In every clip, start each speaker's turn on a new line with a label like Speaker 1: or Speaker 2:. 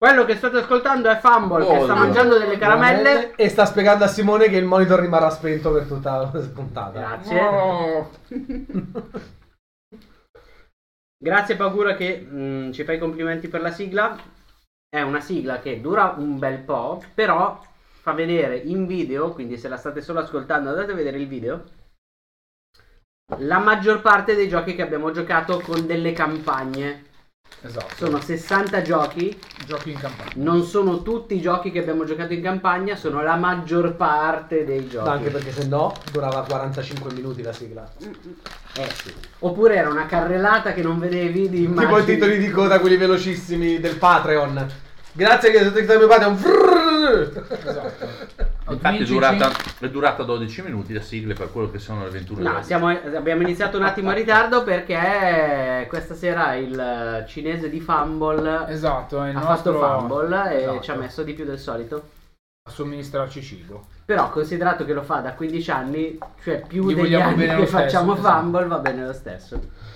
Speaker 1: Quello che state ascoltando è Fumble che sta mangiando delle caramelle
Speaker 2: e sta spiegando a Simone che il monitor rimarrà spento per tutta la puntata.
Speaker 1: Grazie. Oh. Grazie Pagura che ci fai complimenti per la sigla. È una sigla che dura un bel po', però fa vedere in video, quindi se la state solo ascoltando andate a vedere il video, la maggior parte dei giochi che abbiamo giocato con delle campagne.
Speaker 3: Esatto.
Speaker 1: Sono 60 giochi
Speaker 3: in campagna.
Speaker 1: Non sono tutti i giochi che abbiamo giocato in campagna, sono la maggior parte dei giochi.
Speaker 2: Anche perché se no durava 45 minuti la sigla.
Speaker 1: Sì. Oppure era una carrellata che non vedevi di immagini.
Speaker 2: Tipo i titoli di coda, quelli velocissimi del Patreon. Grazie che siete stati Patreon.
Speaker 3: Esatto.
Speaker 4: Infatti è durata 12 minuti la sigla per quello che sono le 21.
Speaker 1: No, abbiamo iniziato un attimo in ritardo perché questa sera il cinese di Fumble
Speaker 3: ha
Speaker 1: fatto Fumble e ci ha messo di più del solito
Speaker 3: a somministrarci cibo.
Speaker 1: Però considerato che lo fa da 15 anni, cioè più
Speaker 3: gli
Speaker 1: degli anni che
Speaker 3: stesso,
Speaker 1: facciamo
Speaker 3: esatto.
Speaker 1: Fumble, va bene lo stesso.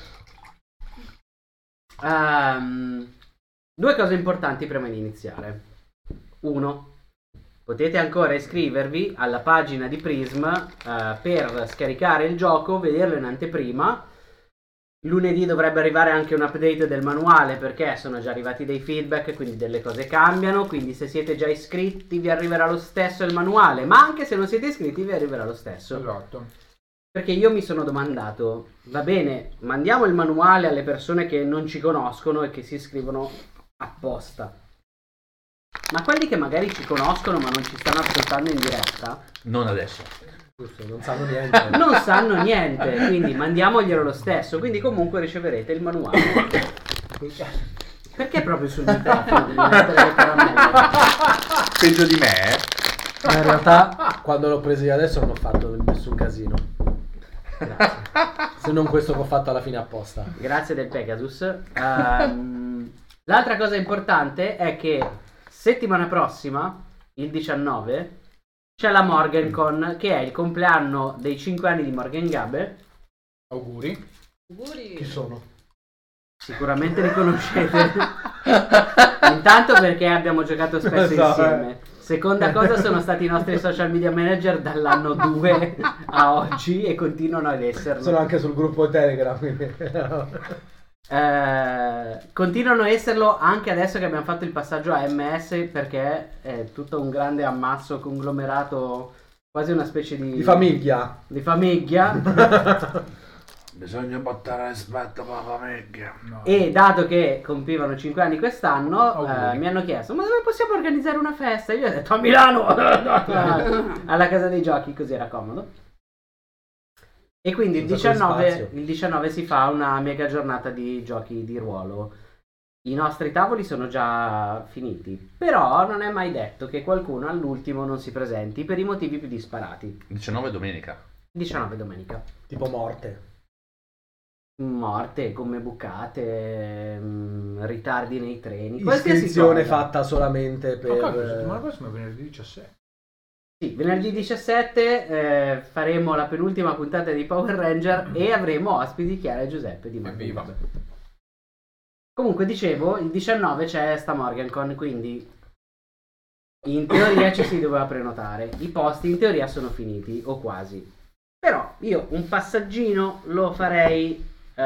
Speaker 1: Due cose importanti prima di iniziare. Uno, potete ancora iscrivervi alla pagina di Prism per scaricare il gioco, vederlo in anteprima. Lunedì dovrebbe arrivare anche un update del manuale perché sono già arrivati dei feedback, quindi delle cose cambiano, quindi se siete già iscritti vi arriverà lo stesso il manuale, ma anche se non siete iscritti vi arriverà lo stesso.
Speaker 3: Esatto.
Speaker 1: Perché io mi sono domandato, va bene, mandiamo il manuale alle persone che non ci conoscono e che si iscrivono apposta. Ma quelli che magari ci conoscono ma non ci stanno ascoltando in diretta,
Speaker 4: non adesso,
Speaker 2: non sanno niente.
Speaker 1: Non sanno niente, quindi mandiamoglielo lo stesso. Quindi comunque riceverete il manuale. Perché proprio sul microfono devi mettere le caramelle?
Speaker 4: peggio di me,
Speaker 2: Ma in realtà quando l'ho preso io adesso non ho fatto nessun casino. Grazie. Se non questo che ho fatto alla fine apposta.
Speaker 1: Grazie del Pegasus. L'altra cosa importante è che settimana prossima, il 19, c'è la MorganCon, che è il compleanno dei 5 anni di Morgan Gabe.
Speaker 3: Auguri.
Speaker 2: Chi sono?
Speaker 1: Sicuramente li conoscete. Intanto perché abbiamo giocato spesso insieme. Seconda cosa, sono stati i nostri social media manager dall'anno 2 a oggi e continuano ad esserlo.
Speaker 2: Sono anche sul gruppo Telegram. Quindi...
Speaker 1: continuano a esserlo anche adesso che abbiamo fatto il passaggio a MS, perché è tutto un grande ammasso conglomerato, quasi una specie di
Speaker 2: famiglia.
Speaker 1: Di famiglia.
Speaker 4: Bisogna buttare rispetto per la famiglia.
Speaker 1: No. E dato che compivano 5 anni quest'anno, mi hanno chiesto: ma dove possiamo organizzare una festa? Io ho detto: a Milano, alla Casa dei Giochi, così era comodo. E quindi il 19 si fa una mega giornata di giochi di ruolo. I nostri tavoli sono già finiti, però non è mai detto che qualcuno all'ultimo non si presenti per i motivi più disparati.
Speaker 4: 19 domenica.
Speaker 1: 19 domenica.
Speaker 2: Tipo morte,
Speaker 1: gomme bucate, ritardi nei treni,
Speaker 2: iscrizione fatta solamente per...
Speaker 3: la settimana prossima è venerdì 17.
Speaker 1: Sì, venerdì 17 faremo la penultima puntata di Power Ranger e avremo ospiti Chiara e Giuseppe di Morgan. Comunque dicevo, il 19 c'è sta MorganCon, quindi in teoria ci si doveva prenotare. I posti in teoria sono finiti, o quasi. Però io un passaggino lo farei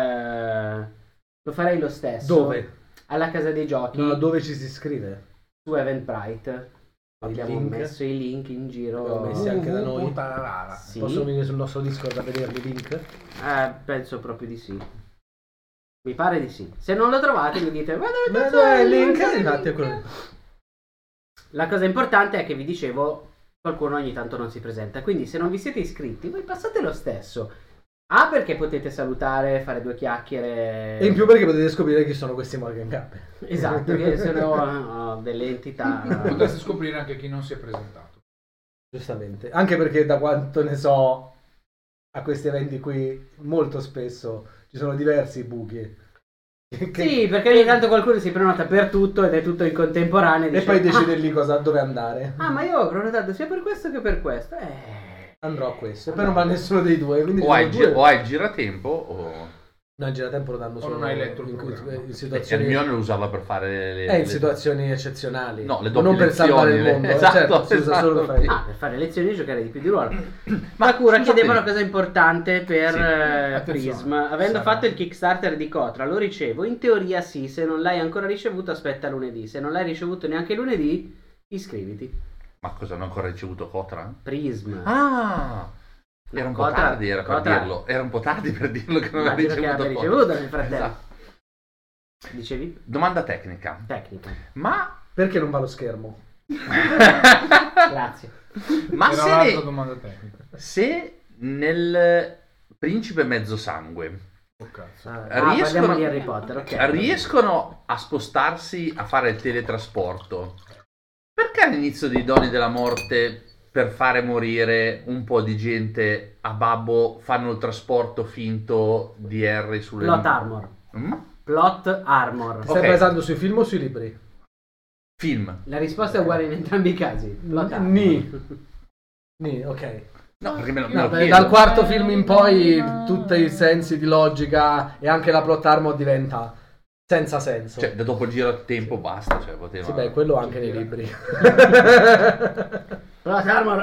Speaker 1: lo stesso.
Speaker 2: Dove?
Speaker 1: Alla Casa dei Giochi.
Speaker 2: No, dove ci si iscrive?
Speaker 1: Su Eventbrite. Abbiamo messo i link in giro.
Speaker 2: Li abbiamo messi anche da noi.
Speaker 1: Sì.
Speaker 2: Possono venire sul nostro Discord a vederli i link?
Speaker 1: Penso proprio di sì. Mi pare di sì. Se non lo trovate mi dite: ma dove
Speaker 2: è il link?
Speaker 1: La cosa importante è che vi dicevo, qualcuno ogni tanto non si presenta. Quindi se non vi siete iscritti, voi passate lo stesso. Perché potete salutare, fare due chiacchiere.
Speaker 2: E in più perché potete scoprire chi sono questi Morgan Gabe.
Speaker 1: Esatto, che sono delle entità.
Speaker 3: Potreste scoprire anche chi non si è presentato.
Speaker 2: Giustamente. Anche perché da quanto ne so, a questi eventi qui molto spesso ci sono diversi buchi.
Speaker 1: Sì, perché ogni tanto qualcuno si prenota per tutto ed è tutto in contemporanea.
Speaker 2: E poi decide lì dove andare.
Speaker 1: Ma io ho prenotato sia per questo che per questo.
Speaker 2: Andrò a questo, poi non va nessuno dei due. Quindi
Speaker 4: o hai il giratempo o...
Speaker 2: No, il giratempo lo danno solo
Speaker 3: non hai letto il
Speaker 2: in
Speaker 4: E
Speaker 2: situazioni...
Speaker 4: Hermione lo usava per fare
Speaker 2: in situazioni eccezionali.
Speaker 4: No, le
Speaker 2: ma non
Speaker 4: doppie
Speaker 2: per salvare il
Speaker 4: lezioni,
Speaker 2: mondo.
Speaker 4: esatto,
Speaker 2: Certo, si usa solo per fare...
Speaker 1: Per fare lezioni e giocare di più di ruolo. Sakura
Speaker 4: scusate.
Speaker 1: chiedeva una cosa importante per
Speaker 4: Sì.
Speaker 3: Attenzione.
Speaker 1: Prism. Avendo
Speaker 3: Sarà.
Speaker 1: fatto il Kickstarter di Kotra, lo ricevo? In teoria sì, se non l'hai ancora ricevuto aspetta lunedì. Se non l'hai ricevuto neanche lunedì, iscriviti.
Speaker 4: Ma cosa, non ho ancora ricevuto Kotra?
Speaker 1: Prism.
Speaker 4: Ah! Era un po'
Speaker 1: Kotra-
Speaker 4: tardi, era per
Speaker 1: Kotra-
Speaker 4: dirlo. Era un po' tardi per dirlo che non avevo
Speaker 1: Immagino che
Speaker 4: ricevuto
Speaker 1: abbia
Speaker 4: Kotra.
Speaker 1: ricevuto nel frattempo.
Speaker 4: Esatto.
Speaker 1: Dicevi?
Speaker 4: Domanda tecnica.
Speaker 1: Tecnica.
Speaker 4: Ma
Speaker 2: Perché non va lo schermo?
Speaker 1: Grazie.
Speaker 4: Ma
Speaker 3: Era
Speaker 4: se,
Speaker 3: un'altra domanda tecnica.
Speaker 4: se nel Principe Mezzo Sangue
Speaker 3: Oh cazzo.
Speaker 1: Parliamo di Harry Potter, ok.
Speaker 4: riescono a spostarsi, a fare il teletrasporto, perché all'inizio dei Doni della Morte, per fare morire un po' di gente a Babbo, fanno il trasporto finto di Harry sulle...
Speaker 1: Plot armor.
Speaker 4: Mm?
Speaker 1: Plot armor.
Speaker 2: Stai
Speaker 4: Ok.
Speaker 2: basando sui film o sui libri?
Speaker 4: Film.
Speaker 1: La risposta è uguale in entrambi i casi. Plot armor.
Speaker 2: Ni, ok.
Speaker 4: No, perché me lo
Speaker 2: No,
Speaker 4: chiedo.
Speaker 2: dal quarto film in poi tutti i sensi di logica e anche la plot armor diventa senza senso.
Speaker 4: Cioè, da dopo il giro a tempo basta, cioè, poteva...
Speaker 2: Sì, beh, quello anche nei libri.
Speaker 1: Plot armor.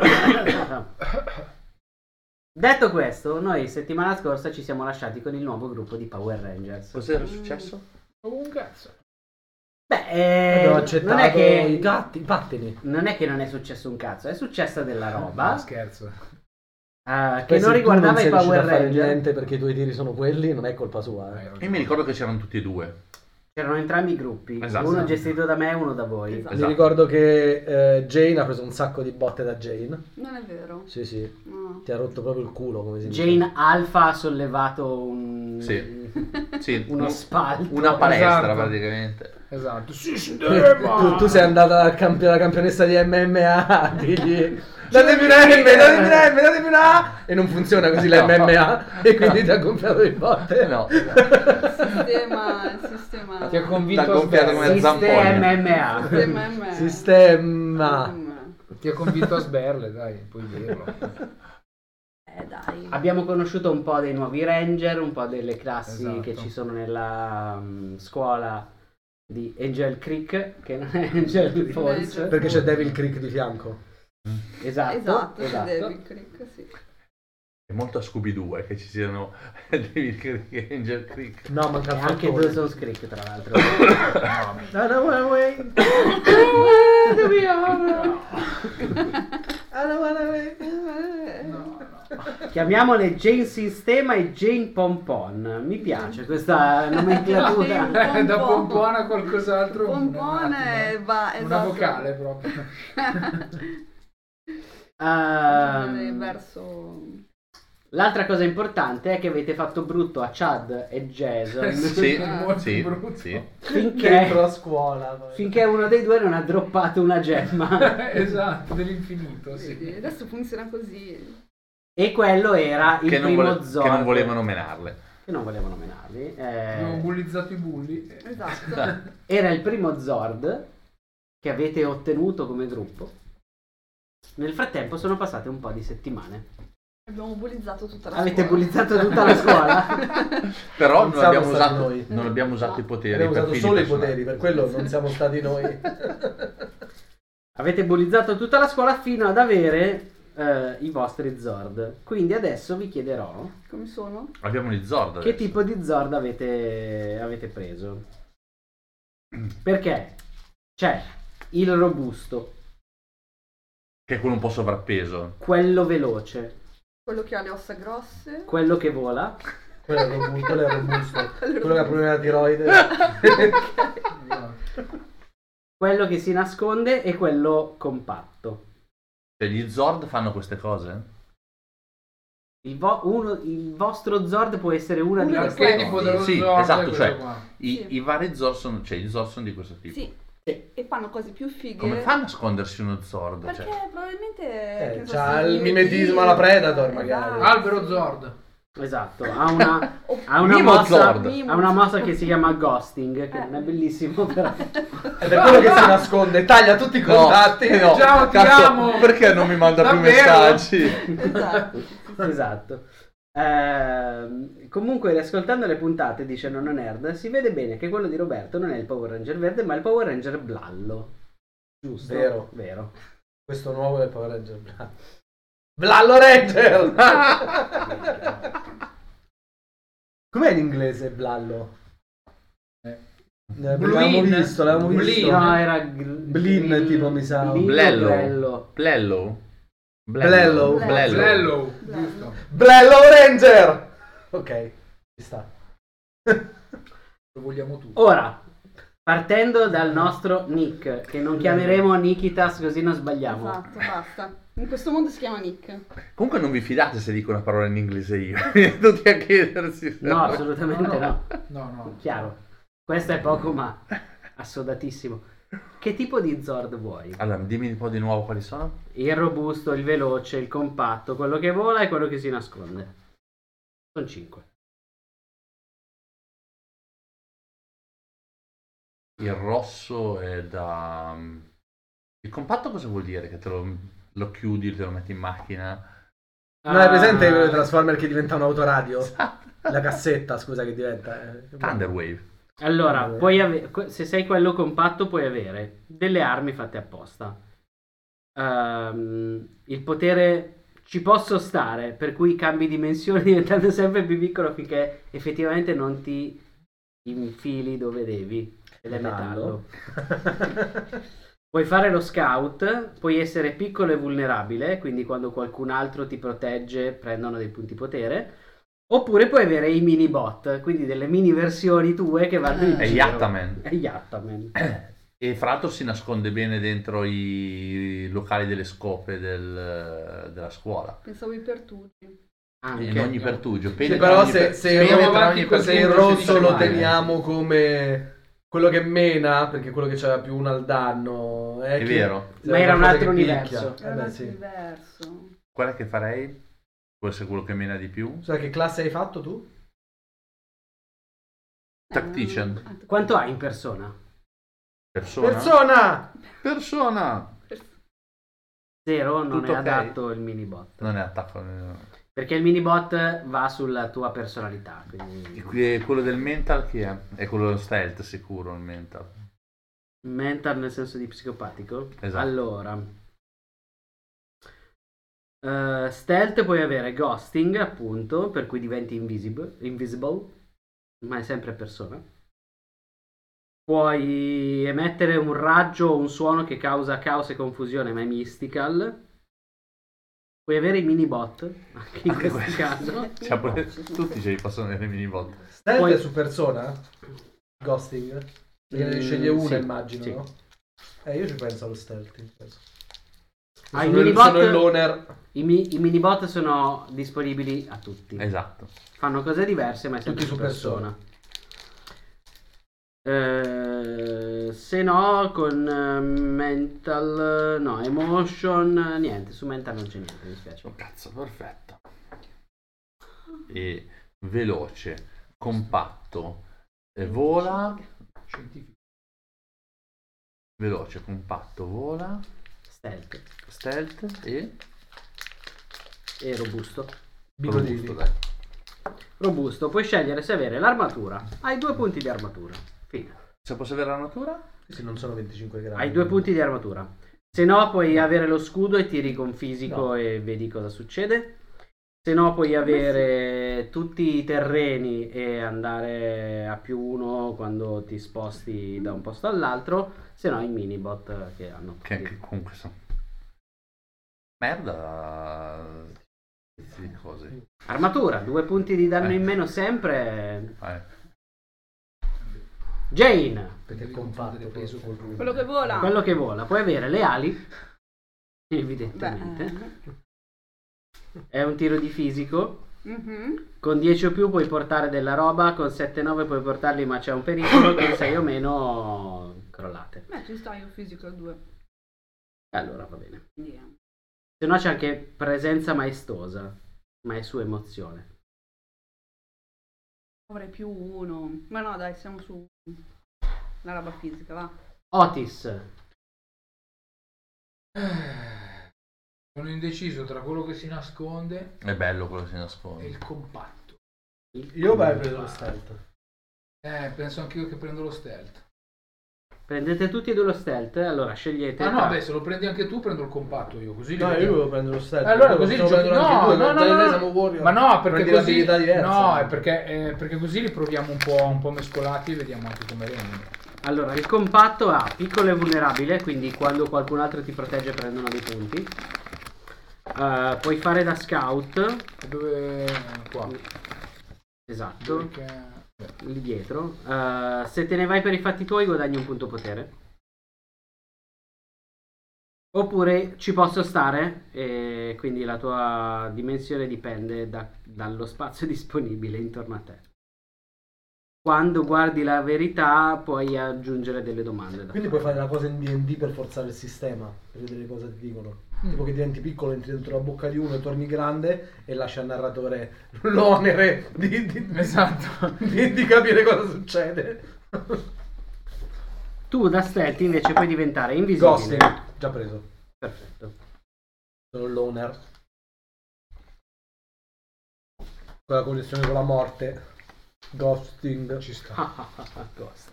Speaker 1: Detto questo, noi settimana scorsa ci siamo lasciati con il nuovo gruppo di Power Rangers.
Speaker 4: Cos'era successo?
Speaker 3: Oh, un cazzo.
Speaker 1: Beh,
Speaker 2: Abbiamo
Speaker 1: non
Speaker 2: accettato
Speaker 1: è che
Speaker 2: i gatti, i pattini.
Speaker 1: non è che non è successo un cazzo, è successa della
Speaker 3: Ma
Speaker 1: roba
Speaker 3: scherzo.
Speaker 1: che
Speaker 2: Poi se
Speaker 1: non
Speaker 2: tu
Speaker 1: riguardava
Speaker 2: non sei
Speaker 1: i Power
Speaker 2: riuscito a fare
Speaker 1: Ranger.
Speaker 2: niente perché i tuoi tiri sono quelli, non è colpa sua.
Speaker 4: Io mi ricordo che c'erano tutti e due.
Speaker 1: C'erano entrambi i gruppi,
Speaker 4: Esatto.
Speaker 1: uno gestito da me e uno da voi.
Speaker 5: Esatto.
Speaker 2: Mi
Speaker 4: Esatto.
Speaker 2: ricordo che Jane ha preso un sacco di botte da Jane.
Speaker 5: Non è vero.
Speaker 2: Sì, sì.
Speaker 5: No.
Speaker 2: Ti ha rotto proprio il culo, come si dice.
Speaker 1: Jane Alpha ha sollevato un...
Speaker 4: Sì. Sì,
Speaker 1: uno spalto.
Speaker 4: una palestra
Speaker 3: Esatto.
Speaker 4: praticamente.
Speaker 3: Esatto. Sistema!
Speaker 2: Tu sei andata alla la campionessa di MMA a dirgli datemi una M, datemi una M, datemi una A e non funziona così la
Speaker 4: No.
Speaker 2: MMA e quindi ti ha gonfiato le botte.
Speaker 4: No.
Speaker 5: Sistema.
Speaker 3: Ti ha convinto
Speaker 4: T'ha gonfiato come
Speaker 1: Sistema
Speaker 4: zampogna.
Speaker 1: MMA.
Speaker 5: Sistema M.
Speaker 2: Sistema.
Speaker 3: Ti ha convinto a sberle, dai, puoi dirlo.
Speaker 5: Dai.
Speaker 1: Abbiamo conosciuto un po' dei nuovi Ranger, un po' delle classi
Speaker 3: Esatto.
Speaker 1: che ci sono nella scuola di Angel Creek, che non è Angel Falls.
Speaker 2: Perché c'è Devil Creek di fianco.
Speaker 1: Esatto,
Speaker 5: Esatto,
Speaker 1: esatto.
Speaker 5: c'è Devil Creek, sì.
Speaker 4: È molto a Scooby-Doo che ci siano David Creek e Angel Creek.
Speaker 2: No, manca
Speaker 1: E
Speaker 2: il
Speaker 1: anche
Speaker 2: fattore.
Speaker 1: Dawson's Creek, tra l'altro.
Speaker 2: I don't wanna wait. I don't wanna wait.
Speaker 1: Chiamiamole Jane Sistema e Jane Pompon. Mi piace questa nomenclatura.
Speaker 5: Sì.
Speaker 3: Da pompona a qualcos'altro.
Speaker 5: Pompone va,
Speaker 3: Una
Speaker 5: esatto.
Speaker 3: vocale proprio.
Speaker 5: Verso...
Speaker 1: L'altra cosa importante è che avete fatto brutto a Chad e Jason
Speaker 4: Sì,
Speaker 3: Molto
Speaker 4: sì,
Speaker 3: brutto.
Speaker 4: sì.
Speaker 2: Dentro a scuola. poi.
Speaker 1: finché uno dei due non ha droppato una gemma.
Speaker 3: Esatto, dell'infinito,
Speaker 5: Sì,
Speaker 3: sì.
Speaker 5: adesso funziona così.
Speaker 1: E quello era il
Speaker 4: Che non,
Speaker 1: primo Zord.
Speaker 4: che non volevano menarle.
Speaker 1: Che non volevano menarli.
Speaker 3: Abbiamo bullizzato i bulli.
Speaker 5: Esatto.
Speaker 1: Era il primo Zord che avete ottenuto come gruppo. Nel frattempo sono passate un po' di settimane.
Speaker 5: Abbiamo bullizzato tutta la
Speaker 1: Avete
Speaker 5: scuola.
Speaker 1: bullizzato tutta la scuola?
Speaker 4: Però
Speaker 2: Non
Speaker 4: non
Speaker 2: siamo
Speaker 4: abbiamo,
Speaker 2: stati
Speaker 4: usato,
Speaker 2: noi.
Speaker 4: non abbiamo usato i poteri.
Speaker 2: Abbiamo
Speaker 4: per
Speaker 2: usato
Speaker 4: fini
Speaker 2: solo i
Speaker 4: personali.
Speaker 2: poteri, per quello non siamo stati noi.
Speaker 1: Avete bullizzato tutta la scuola fino ad avere i vostri Zord. Quindi adesso vi chiederò
Speaker 5: Come sono?
Speaker 4: Abbiamo gli Zord
Speaker 1: che
Speaker 4: adesso.
Speaker 1: tipo di Zord avete preso. Perché c'è il robusto,
Speaker 4: Che è quello un po' sovrappeso.
Speaker 1: quello veloce,
Speaker 5: Quello che ha le ossa grosse.
Speaker 1: quello che vola,
Speaker 2: Quello è robusto. Quello che ha problemi alla tiroide.
Speaker 1: quello che si nasconde e quello compatto.
Speaker 4: Cioè, gli Zord fanno queste cose?
Speaker 1: Il vostro Zord può essere una di
Speaker 5: Uno
Speaker 1: queste
Speaker 5: di
Speaker 3: L'archetipo
Speaker 1: cose.
Speaker 3: dello
Speaker 4: Sì,
Speaker 3: Zord è
Speaker 4: esatto,
Speaker 3: quello
Speaker 4: cioè
Speaker 3: qua.
Speaker 5: Sì.
Speaker 4: i vari Zord sono, cioè gli Zord sono di questo tipo.
Speaker 5: Sì. E fanno cose più fighe.
Speaker 4: Come fa a nascondersi uno Zord?
Speaker 5: Perché
Speaker 4: Cioè,
Speaker 5: probabilmente che ne so,
Speaker 2: c'ha
Speaker 5: si
Speaker 2: il mimetismo alla Predator, magari.
Speaker 5: Esatto.
Speaker 3: Albero Zord.
Speaker 1: Esatto, ha una
Speaker 4: Mimo
Speaker 1: mossa,
Speaker 4: Zord.
Speaker 1: ha una mossa che si chiama ghosting, che non è bellissimo però.
Speaker 2: È per quello che si nasconde, taglia tutti i contatti.
Speaker 4: no,
Speaker 3: Ciao, ti
Speaker 4: cazzo,
Speaker 3: amo.
Speaker 4: perché non mi manda più
Speaker 3: Davvero?
Speaker 4: messaggi?
Speaker 5: Esatto.
Speaker 1: Esatto. Comunque, riascoltando le puntate, dice Nonno Nerd, si vede bene che quello di Roberto non è il Power Ranger verde, ma il Power Ranger Blallo. Giusto?
Speaker 2: Vero.
Speaker 1: Vero.
Speaker 2: Questo nuovo è Power Ranger Blallo. Blallo Ranger! Com'è in inglese Blallo? L'avevamo
Speaker 3: Blin.
Speaker 2: visto.
Speaker 3: Blin.
Speaker 1: No, era
Speaker 2: Blin, tipo, mi sa.
Speaker 4: Blello.
Speaker 2: Blello.
Speaker 3: Blello.
Speaker 5: Blello.
Speaker 3: Giusto.
Speaker 2: Blallo Ranger! Ok, ci sta.
Speaker 3: Lo vogliamo tutti.
Speaker 1: Ora, partendo dal nostro Nick, che non chiameremo Nikitas così non sbagliamo.
Speaker 5: Esatto, basta. In questo mondo si chiama Nick.
Speaker 4: Comunque non vi fidate se dico una parola in inglese io. Tutti a chiedersi.
Speaker 1: No, assolutamente no.
Speaker 3: No.
Speaker 1: Chiaro. Questo è poco ma assodatissimo. Che tipo di Zord vuoi?
Speaker 4: Allora, dimmi un po' di nuovo quali sono.
Speaker 1: Il robusto, il veloce, il compatto, quello che vola e quello che si nasconde. Sono 5.
Speaker 4: Il rosso è da... Il compatto cosa vuol dire? Che te lo chiudi, te lo metti in macchina?
Speaker 2: Non hai presente quello dei Transformer che diventa un autoradio? La cassetta, scusa, che diventa...
Speaker 4: Thunderwave.
Speaker 1: Allora, se sei quello compatto puoi avere delle armi fatte apposta. Il potere ci posso stare, per cui cambi dimensioni diventando sempre più piccolo finché effettivamente non ti infili dove devi. Ed è metallo. Puoi fare lo scout, puoi essere piccolo e vulnerabile, quindi quando qualcun altro ti protegge prendono dei punti potere. Oppure puoi avere i mini bot, quindi delle mini versioni tue che vanno in
Speaker 4: È
Speaker 1: giro.
Speaker 4: Yattaman.
Speaker 1: È Yattaman.
Speaker 4: E fra l'altro si nasconde bene dentro i locali delle scope della scuola.
Speaker 5: Pensavo i pertugi.
Speaker 1: Anche.
Speaker 4: In ogni pertugio.
Speaker 2: Sì,
Speaker 4: Penetra
Speaker 2: però
Speaker 4: ogni
Speaker 2: se
Speaker 3: Andiamo avanti
Speaker 2: il
Speaker 3: così, non si
Speaker 2: rosso
Speaker 3: dice
Speaker 2: lo
Speaker 3: mai.
Speaker 2: teniamo come quello che mena, perché quello che c'era più uno al danno.
Speaker 4: È vero.
Speaker 1: Ma era un
Speaker 2: qualcosa
Speaker 1: altro
Speaker 2: che
Speaker 1: universo.
Speaker 2: picchia.
Speaker 5: Era un
Speaker 2: Beh,
Speaker 5: altro
Speaker 2: sì.
Speaker 5: universo.
Speaker 4: Quella che farei può essere quello che mena di più.
Speaker 2: Scusa, che classe hai fatto tu?
Speaker 4: Tactician.
Speaker 1: Quanto hai in persona?
Speaker 4: Persona.
Speaker 1: 0, non
Speaker 4: Tutto
Speaker 1: è
Speaker 4: ok?
Speaker 1: adatto il mini bot.
Speaker 4: Non è attacco.
Speaker 1: Perché il mini bot va sulla tua personalità. Quindi...
Speaker 4: Quello del mental chi è? È quello stealth sicuro il mental.
Speaker 1: Mental nel senso di psicopatico?
Speaker 4: Esatto.
Speaker 1: Allora, stealth puoi avere ghosting, appunto, per cui diventi invisible, ma è sempre persona. Puoi emettere un raggio o un suono che causa caos e confusione, ma è mystical. Puoi avere i mini bot, anche in questo caso.
Speaker 4: Cioè, tutti ce li possono avere mini bot.
Speaker 2: Stealth
Speaker 1: Poi-
Speaker 2: è su persona? Ghosting? Perché ne sceglie una,
Speaker 1: sì,
Speaker 2: immagino,
Speaker 1: sì.
Speaker 2: no? Io ci penso allo stealth. in questo.
Speaker 1: Ah, i
Speaker 2: Sono
Speaker 1: mini
Speaker 2: il-
Speaker 1: bot-
Speaker 2: sono l'owner.
Speaker 1: I mini bot sono disponibili a tutti.
Speaker 4: Esatto.
Speaker 1: Fanno cose diverse, ma è sempre
Speaker 2: Tutti
Speaker 1: su
Speaker 2: su
Speaker 1: persona. Se no, con mental, no, emotion, niente. Su mental non c'è niente, mi dispiace.
Speaker 4: Oh, cazzo, perfetto. E veloce, compatto, vola.
Speaker 3: Scientifico.
Speaker 4: Veloce, compatto, vola.
Speaker 1: Stealth
Speaker 4: E
Speaker 1: e robusto.
Speaker 2: Bigodini.
Speaker 4: robusto, dai.
Speaker 1: Robusto, puoi scegliere se avere l'armatura. Hai 2 punti di armatura. Fine.
Speaker 4: Se posso avere la natura?
Speaker 2: Sì, non sono 25 grammi.
Speaker 1: Hai 2 punti di armatura. Se no, puoi avere lo scudo e tiri con fisico
Speaker 2: No.
Speaker 1: e vedi cosa succede. Se no, puoi avere tutti i terreni e andare a +1 quando ti sposti da un posto all'altro. Se no, i mini bot che hanno
Speaker 4: Che
Speaker 1: tutti.
Speaker 4: comunque sono. Merda. Queste cose.
Speaker 1: Armatura, 2 punti di danno in meno sempre.
Speaker 4: Vai.
Speaker 1: Jane,
Speaker 2: Perché il
Speaker 3: Devi
Speaker 2: compatto
Speaker 3: confondere peso col rumore.
Speaker 5: Quello che vola.
Speaker 1: quello che vola. Puoi avere le ali, evidentemente. È un tiro di fisico. Con 10 o più puoi portare della roba, con 7-9 puoi portarli ma c'è un pericolo, con 6 o meno crollate.
Speaker 5: Beh, ci sta io fisico 2.
Speaker 1: Allora va bene.
Speaker 5: Andiamo.
Speaker 1: Se no c'è anche presenza maestosa, ma è su emozione.
Speaker 5: Avrei +1. Ma no, dai, siamo su la roba fisica, va.
Speaker 1: Otis,
Speaker 3: Sono indeciso tra quello che si nasconde
Speaker 4: È bello quello che si
Speaker 3: e
Speaker 4: nasconde.
Speaker 3: il compatto.
Speaker 2: Io vai preso lo stealth.
Speaker 3: Penso anch'io che prendo lo stealth.
Speaker 1: Prendete tutti e due lo stealth, allora scegliete.
Speaker 3: Ah no, beh, se lo prendi anche tu prendo il compatto io, così li
Speaker 2: No, io
Speaker 3: vediamo.
Speaker 2: volevo prendere lo stealth.
Speaker 3: Allora così li
Speaker 2: lo
Speaker 3: giochi.
Speaker 2: prendo anche
Speaker 3: No,
Speaker 2: tu,
Speaker 3: no,
Speaker 2: siamo warrior.
Speaker 3: Ma no, perché
Speaker 2: Prendi
Speaker 3: così
Speaker 2: l'abilità diversa.
Speaker 3: no, è perché così li proviamo un po' mescolati e vediamo anche come rendono.
Speaker 1: Allora, il compatto ha piccolo e vulnerabile, quindi quando qualcun altro ti protegge prendono dei punti. Puoi fare da scout.
Speaker 3: Dove qua?
Speaker 1: Esatto,
Speaker 3: Perché
Speaker 1: lì dietro. Se te ne vai per i fatti tuoi guadagni un punto potere. Oppure ci posso stare, e quindi la tua dimensione dipende dallo spazio disponibile intorno a te. Quando guardi la verità puoi aggiungere delle domande.
Speaker 2: Quindi puoi fare una cosa in D&D per forzare il sistema, per vedere cosa ti dicono. Tipo che diventi piccolo, entri dentro la bocca di uno e torni grande e lasci al narratore l'onere
Speaker 3: esatto.
Speaker 2: di capire cosa succede.
Speaker 1: Tu da stealth invece puoi diventare invisibile.
Speaker 2: Ghosting, già preso.
Speaker 1: Perfetto.
Speaker 2: Sono l'owner. Con la connessione con la morte. Ghosting.
Speaker 3: Ci sta.
Speaker 1: Ghost.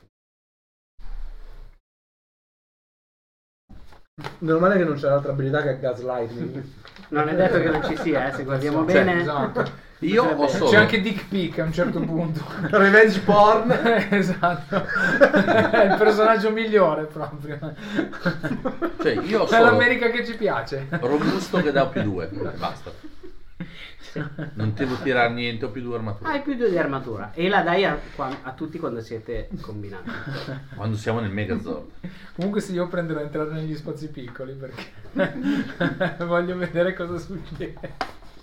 Speaker 2: Meno male che non c'è l'altra abilità che è gaslighting.
Speaker 1: Non è detto che non ci sia, se guardiamo
Speaker 3: Cioè,
Speaker 1: bene.
Speaker 3: esatto.
Speaker 4: Io ho
Speaker 1: Potrebbe-
Speaker 4: solo...
Speaker 3: C'è anche dick pic a un certo punto.
Speaker 2: Revenge porn.
Speaker 3: Esatto. È il personaggio migliore proprio.
Speaker 4: Cioè, io ho
Speaker 3: È
Speaker 4: solo
Speaker 3: l'America che ci piace.
Speaker 4: robusto che dà +2. Basta. Non devo tirare niente, ho +2 armatura.
Speaker 1: Hai più 2 di armatura e la dai a tutti quando siete combinati.
Speaker 4: Quando siamo nel Megazord.
Speaker 3: Comunque sì, io prenderò a entrare negli spazi piccoli perché voglio vedere cosa succede.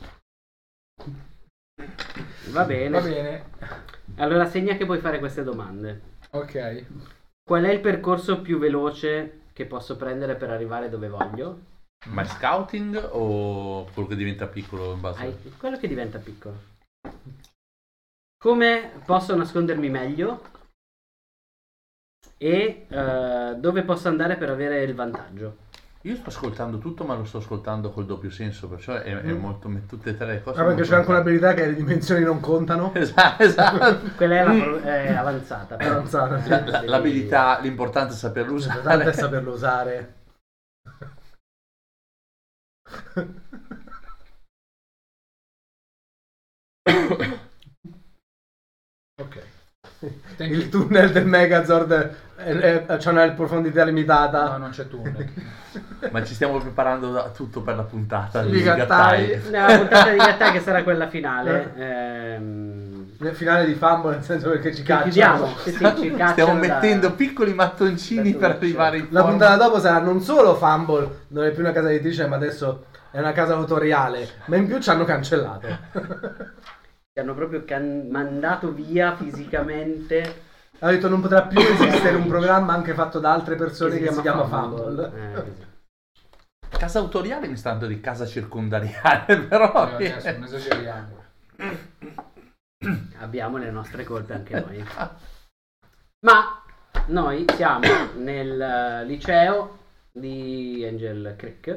Speaker 1: Va bene.
Speaker 3: Va bene.
Speaker 1: Allora segna che puoi fare queste domande.
Speaker 3: Ok.
Speaker 1: Qual è il percorso più veloce che posso prendere per arrivare dove voglio?
Speaker 4: Ma è scouting o quello che diventa piccolo in base?
Speaker 1: Quello che diventa piccolo. Come posso nascondermi meglio? E dove posso andare per avere il vantaggio?
Speaker 4: Io sto ascoltando tutto, ma lo sto ascoltando col doppio senso, perciò è molto tutte e tre le cose.
Speaker 2: Ah, perché
Speaker 4: molto
Speaker 2: c'è anche
Speaker 4: importanti.
Speaker 2: un'abilità che le dimensioni non contano.
Speaker 4: Esatto.
Speaker 1: Quella è avanzata. Però.
Speaker 2: Avanzata, sì.
Speaker 4: L'abilità, l'importante è saperlo
Speaker 2: L'importante è
Speaker 4: usare.
Speaker 2: saperlo usare.
Speaker 3: Ok. Thank
Speaker 2: Il
Speaker 3: you.
Speaker 2: tunnel del Megazord c'è una profondità limitata.
Speaker 3: No, non c'è tunnel.
Speaker 4: Ma ci stiamo preparando a tutto per la puntata
Speaker 2: Sì,
Speaker 4: di
Speaker 2: Gattai.
Speaker 4: Gattai.
Speaker 1: La puntata di Gattai che sarà quella finale.
Speaker 2: Nel finale di Fumble, nel senso perché ci cacciano.
Speaker 1: Chiudiamo. Sì, ci cacciano
Speaker 4: Stiamo
Speaker 1: da-
Speaker 4: mettendo piccoli mattoncini
Speaker 1: da
Speaker 4: per
Speaker 1: dove
Speaker 4: arrivare in
Speaker 2: La
Speaker 4: forma.
Speaker 2: puntata dopo sarà non solo Fumble, non è più una casa editrice, ma adesso è una casa autoriale. Ma in più ci hanno cancellato.
Speaker 1: Ci hanno proprio mandato via fisicamente.
Speaker 2: Ha detto non potrà più esistere un programma anche fatto da altre persone che si chiama
Speaker 1: Fumble.
Speaker 2: Fumble.
Speaker 1: Così.
Speaker 4: Casa autoriale mi sta dando di casa circondariale, però...
Speaker 3: Adesso non esageriamo.
Speaker 1: Abbiamo le nostre colpe anche noi. Ma noi siamo nel liceo di Angel Creek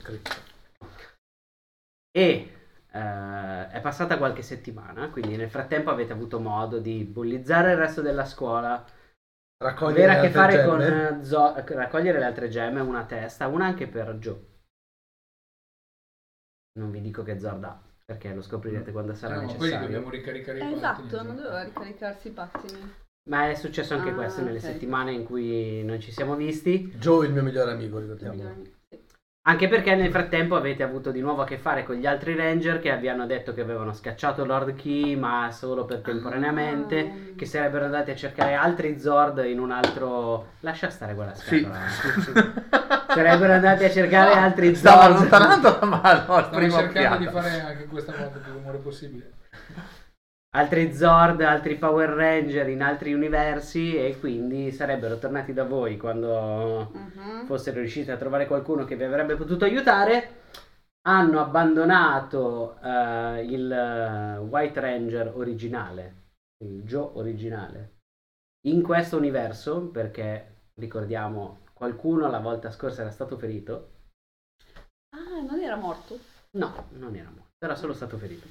Speaker 1: e è passata qualche settimana, quindi nel frattempo avete avuto modo di bullizzare il resto della scuola,
Speaker 2: Raccogliere
Speaker 1: avere a che
Speaker 2: altre
Speaker 1: fare
Speaker 2: gemme.
Speaker 1: con raccogliere le altre gemme, una testa, una anche per Joe. Non vi dico che Zord ha, perché lo scoprirete quando sarà
Speaker 3: Ma poi
Speaker 1: necessario.
Speaker 3: dobbiamo ricaricare i pattini.
Speaker 5: Esatto, non doveva ricaricarsi i pattini.
Speaker 1: Ma è successo anche
Speaker 5: Ah,
Speaker 1: questo nelle
Speaker 5: ok.
Speaker 1: settimane in cui non ci siamo visti.
Speaker 2: Joe, il mio migliore amico, ricordiamo.
Speaker 5: Sì.
Speaker 1: Anche perché nel frattempo avete avuto di nuovo a che fare con gli altri ranger che vi hanno detto che avevano scacciato Lord Key, ma solo per temporaneamente, che sarebbero andati a cercare altri Zord in un altro... Lascia stare quella
Speaker 4: Sì.
Speaker 1: scatola. Sarebbero andati a cercare altri
Speaker 4: Stavo
Speaker 1: Zord.
Speaker 4: allontanando la mano al
Speaker 3: Stavo
Speaker 4: primo
Speaker 3: cercando di
Speaker 4: occhiata.
Speaker 3: fare anche questa volta più rumore possibile.
Speaker 1: Altri Zord, altri Power Ranger in altri universi e quindi sarebbero tornati da voi quando
Speaker 5: Mhm.
Speaker 1: fossero riusciti a trovare qualcuno che vi avrebbe potuto aiutare. Hanno abbandonato il White Ranger originale, il Joe originale, in questo universo perché, ricordiamo, qualcuno la volta scorsa era stato ferito.
Speaker 5: Ah, non era morto?
Speaker 1: No, non era morto, era solo stato ferito.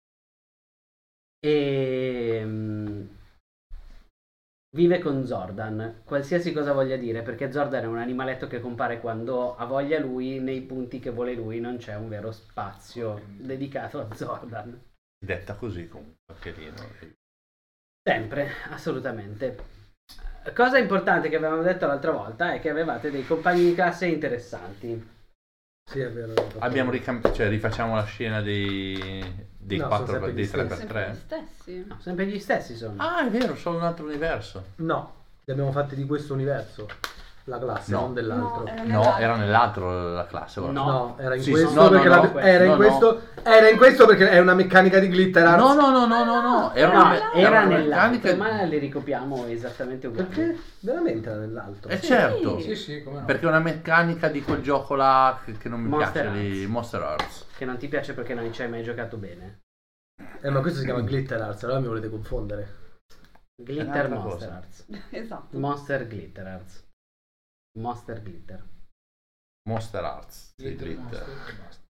Speaker 1: E vive con Zordan, qualsiasi cosa voglia dire, perché Zordan è un animaletto che compare quando ha voglia lui, nei punti che vuole lui, non c'è un vero spazio dedicato a Zordan.
Speaker 4: Detta così comunque, carino.
Speaker 1: Sempre, assolutamente. Cosa importante che avevamo detto l'altra volta è che avevate dei compagni di classe interessanti.
Speaker 2: Sì, è vero.
Speaker 4: Abbiamo rifacciamo la scena dei
Speaker 2: No,
Speaker 4: 4
Speaker 2: sono sempre
Speaker 4: dei
Speaker 2: gli
Speaker 4: 3x3.
Speaker 5: Sempre gli stessi.
Speaker 1: No, sempre gli stessi sono.
Speaker 4: Ah, è vero, sono un altro universo.
Speaker 2: No, li abbiamo fatti di questo universo. La classe,
Speaker 4: No.
Speaker 2: non dell'altro.
Speaker 4: No, era nell'altro la classe. guarda.
Speaker 2: No, era in
Speaker 4: Sì,
Speaker 2: questo
Speaker 4: no,
Speaker 2: perché
Speaker 4: no,
Speaker 2: la-
Speaker 4: no,
Speaker 2: era in
Speaker 4: no,
Speaker 2: questo era in questo perché è una meccanica di glitter arts.
Speaker 4: No. Era
Speaker 1: No,
Speaker 4: una
Speaker 1: era
Speaker 4: una
Speaker 1: nell'altro, ma le ricopiamo esattamente uguali.
Speaker 2: Perché veramente era nell'altro.
Speaker 4: certo.
Speaker 3: Sì, come no.
Speaker 4: Perché è una meccanica di quel gioco là che non mi
Speaker 1: Monster
Speaker 4: piace, di
Speaker 1: Arts.
Speaker 4: Monster Arts.
Speaker 1: Che non ti piace perché non ci hai mai giocato bene.
Speaker 2: Ma questo si chiama glitter arts, allora mi volete confondere.
Speaker 1: Glitter
Speaker 4: un'altra
Speaker 1: Monster
Speaker 4: cosa.
Speaker 1: Arts.
Speaker 5: Esatto.
Speaker 1: Monster Glitter Arts. Monster Glitter.
Speaker 4: Monster Arts. Sì,
Speaker 3: Glitter
Speaker 4: glitter.
Speaker 3: Monster e basta.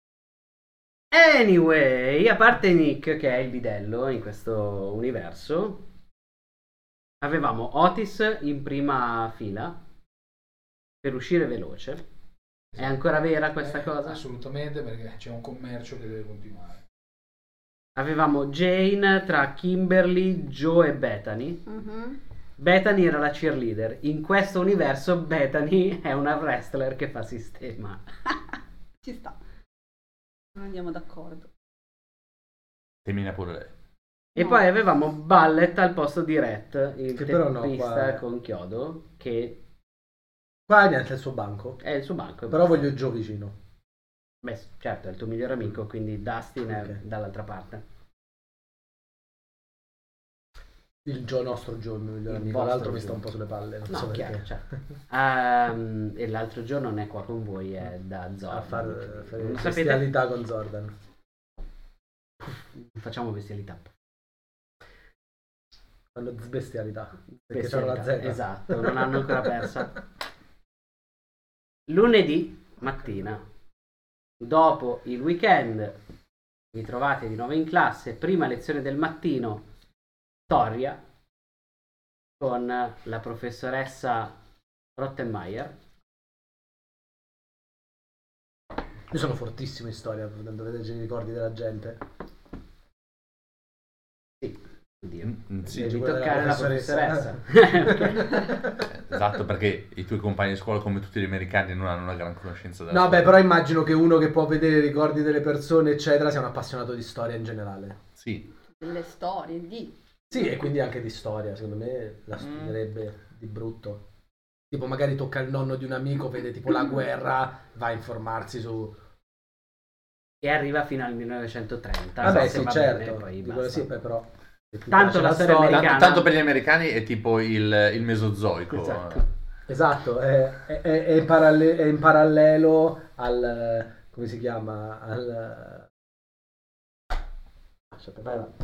Speaker 1: Anyway, a parte Nick che è il bidello in questo universo, avevamo Otis in prima fila per uscire veloce. È ancora vera questa cosa?
Speaker 3: Assolutamente, perché c'è un commercio che deve continuare.
Speaker 1: Avevamo Jane tra Kimberly, Joe e Bethany.
Speaker 5: Mhm.
Speaker 1: Bethany era la cheerleader. In questo universo Bethany è una wrestler che fa sistema.
Speaker 5: Ci sta. Non andiamo d'accordo.
Speaker 4: Termina pure lei.
Speaker 1: E
Speaker 5: No.
Speaker 1: poi avevamo Ballet al posto di Rhett, il
Speaker 2: Che però no,
Speaker 1: teppista
Speaker 2: qua è-
Speaker 1: con chiodo, che
Speaker 2: Qua è niente il suo banco.
Speaker 1: è il suo banco.
Speaker 2: Però voglio Joe vicino.
Speaker 1: Beh, certo, è il tuo migliore amico, quindi Dustin è
Speaker 2: Ok.
Speaker 1: dall'altra parte.
Speaker 2: Il nostro Joe, il mio migliore
Speaker 1: Il
Speaker 2: amico.
Speaker 1: vostro
Speaker 2: L'altro mi sta
Speaker 1: Joe.
Speaker 2: un po' sulle palle. Non
Speaker 1: No,
Speaker 2: so
Speaker 1: chiaro,
Speaker 2: perché.
Speaker 1: certo. E l'altro giorno non è qua con voi, è da Zordan.
Speaker 2: A fare
Speaker 1: Non sapete?
Speaker 2: bestialità con Zordan.
Speaker 1: Facciamo bestialità.
Speaker 2: Fanno bestialità. Perché c'hanno la Z.
Speaker 1: Esatto, non hanno ancora persa. Lunedì mattina, dopo il weekend, vi trovate di nuovo in classe, prima lezione del mattino, storia, con la professoressa Rottenmeier.
Speaker 2: Io sono fortissimo in storia, potendo vedere i ricordi della gente.
Speaker 1: Sì, oddio.
Speaker 4: Sì.
Speaker 1: Devi
Speaker 2: quella
Speaker 1: toccare
Speaker 2: della
Speaker 1: la professoressa.
Speaker 4: Esatto, perché i tuoi compagni di scuola, come tutti gli americani, non hanno una gran conoscenza della
Speaker 2: No, beh,
Speaker 4: storia.
Speaker 2: però immagino che uno che può vedere i ricordi delle persone, eccetera, sia un appassionato di storia in generale.
Speaker 4: Sì.
Speaker 5: Delle storie di...
Speaker 2: Sì, e quindi anche di storia, secondo me la studierebbe di brutto. Tipo magari tocca il nonno di un amico, vede tipo la guerra, va a informarsi su...
Speaker 1: E arriva fino al 1930.
Speaker 2: Vabbè,
Speaker 1: se
Speaker 2: sì,
Speaker 1: va
Speaker 2: certo.
Speaker 1: bene, poi
Speaker 2: Dico,
Speaker 1: basta.
Speaker 2: sì, poi però... se ti
Speaker 1: Tanto
Speaker 2: piace
Speaker 1: la storia americana-
Speaker 4: Tanto per gli americani è tipo il Mesozoico.
Speaker 1: Esatto.
Speaker 2: Esatto, è in parallelo al... come si chiama? Al... Aspetta, vai avanti.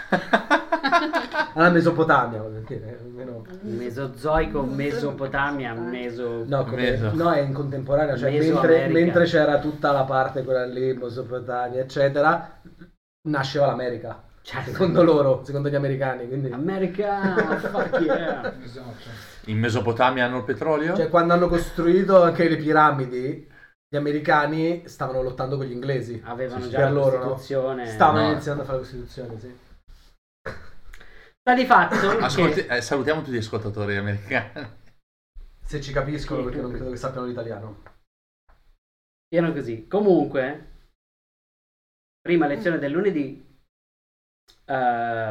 Speaker 2: Alla Mesopotamia, voglio dire, almeno...
Speaker 1: Mesozoico, Mesopotamia,
Speaker 2: No,
Speaker 4: Meso.
Speaker 2: no, è in contemporanea, cioè
Speaker 1: Mesoamerica.
Speaker 2: mentre c'era tutta la parte quella lì, Mesopotamia, eccetera, nasceva l'America.
Speaker 1: Certo.
Speaker 2: Secondo loro, secondo gli americani, quindi...
Speaker 1: America, fuck yeah.
Speaker 3: Esatto.
Speaker 4: In Mesopotamia hanno il petrolio?
Speaker 2: Cioè, quando hanno costruito anche le piramidi, gli americani stavano lottando con gli inglesi.
Speaker 1: Avevano
Speaker 2: Sì,
Speaker 1: già
Speaker 2: per
Speaker 1: la
Speaker 2: loro, no?
Speaker 1: Costituzione.
Speaker 2: Stavano
Speaker 4: No.
Speaker 2: iniziando a fare la Costituzione, sì.
Speaker 1: Sta di fatto
Speaker 4: Ascolti-
Speaker 1: che
Speaker 4: salutiamo tutti gli ascoltatori americani.
Speaker 2: Se ci capiscono,
Speaker 1: Sì,
Speaker 2: perché non credo che sappiano l'italiano.
Speaker 1: erano così. Comunque, prima lezione del lunedì, la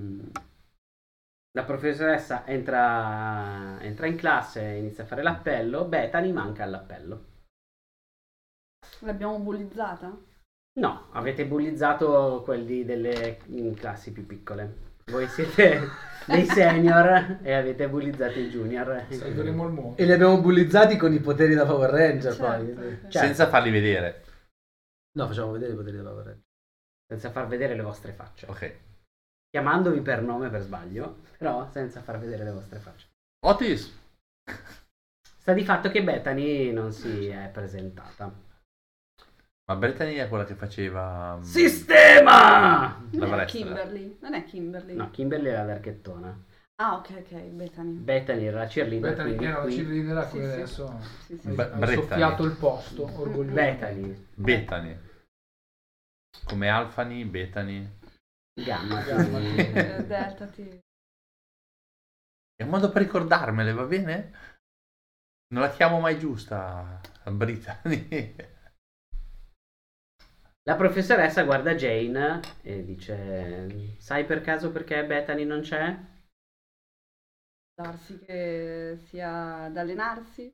Speaker 1: professoressa entra in classe e inizia a fare l'appello. Bethany manca all'appello.
Speaker 5: L'abbiamo bullizzata?
Speaker 1: No, avete bullizzato quelli delle classi più piccole. Voi siete dei senior e avete bullizzato i junior.
Speaker 3: Salveremo il mondo.
Speaker 2: E li abbiamo bullizzati con i poteri da Power Ranger,
Speaker 5: Certo,
Speaker 2: poi.
Speaker 5: sì.
Speaker 1: Certo.
Speaker 4: Senza farli vedere.
Speaker 2: No, facciamo vedere i poteri da Power Ranger.
Speaker 1: Senza far vedere le vostre facce.
Speaker 4: Ok.
Speaker 1: Chiamandovi per nome per sbaglio, però senza far vedere le vostre facce.
Speaker 4: Otis.
Speaker 1: Sta di fatto che Bethany non si è presentata.
Speaker 4: Ma Brittany è quella che faceva...
Speaker 1: Sistema!
Speaker 5: Non
Speaker 4: La
Speaker 5: è
Speaker 4: wrestler.
Speaker 5: Kimberly. Non è Kimberly.
Speaker 1: No, Kimberly era l'archettona.
Speaker 5: Ah, ok, Bethany.
Speaker 1: Bethany era la cheerleader.
Speaker 3: Bethany
Speaker 1: quindi
Speaker 3: era la
Speaker 1: qui-
Speaker 3: cheerleader,
Speaker 5: Sì,
Speaker 3: qui
Speaker 5: sì.
Speaker 3: adesso
Speaker 5: Sì, sì.
Speaker 3: hai
Speaker 4: Brittany.
Speaker 3: soffiato il posto, orgoglioso.
Speaker 1: Bethany.
Speaker 4: Bethany. Come Alfani, Bethany.
Speaker 1: Gamma.
Speaker 3: Gamma.
Speaker 1: quindi-
Speaker 5: Delta T.
Speaker 4: È un modo per ricordarmele, va bene? Non la chiamo mai giusta, Brittany.
Speaker 1: La professoressa guarda Jane e dice: sai per caso perché Bethany non c'è?
Speaker 5: Darsi che sia ad allenarsi.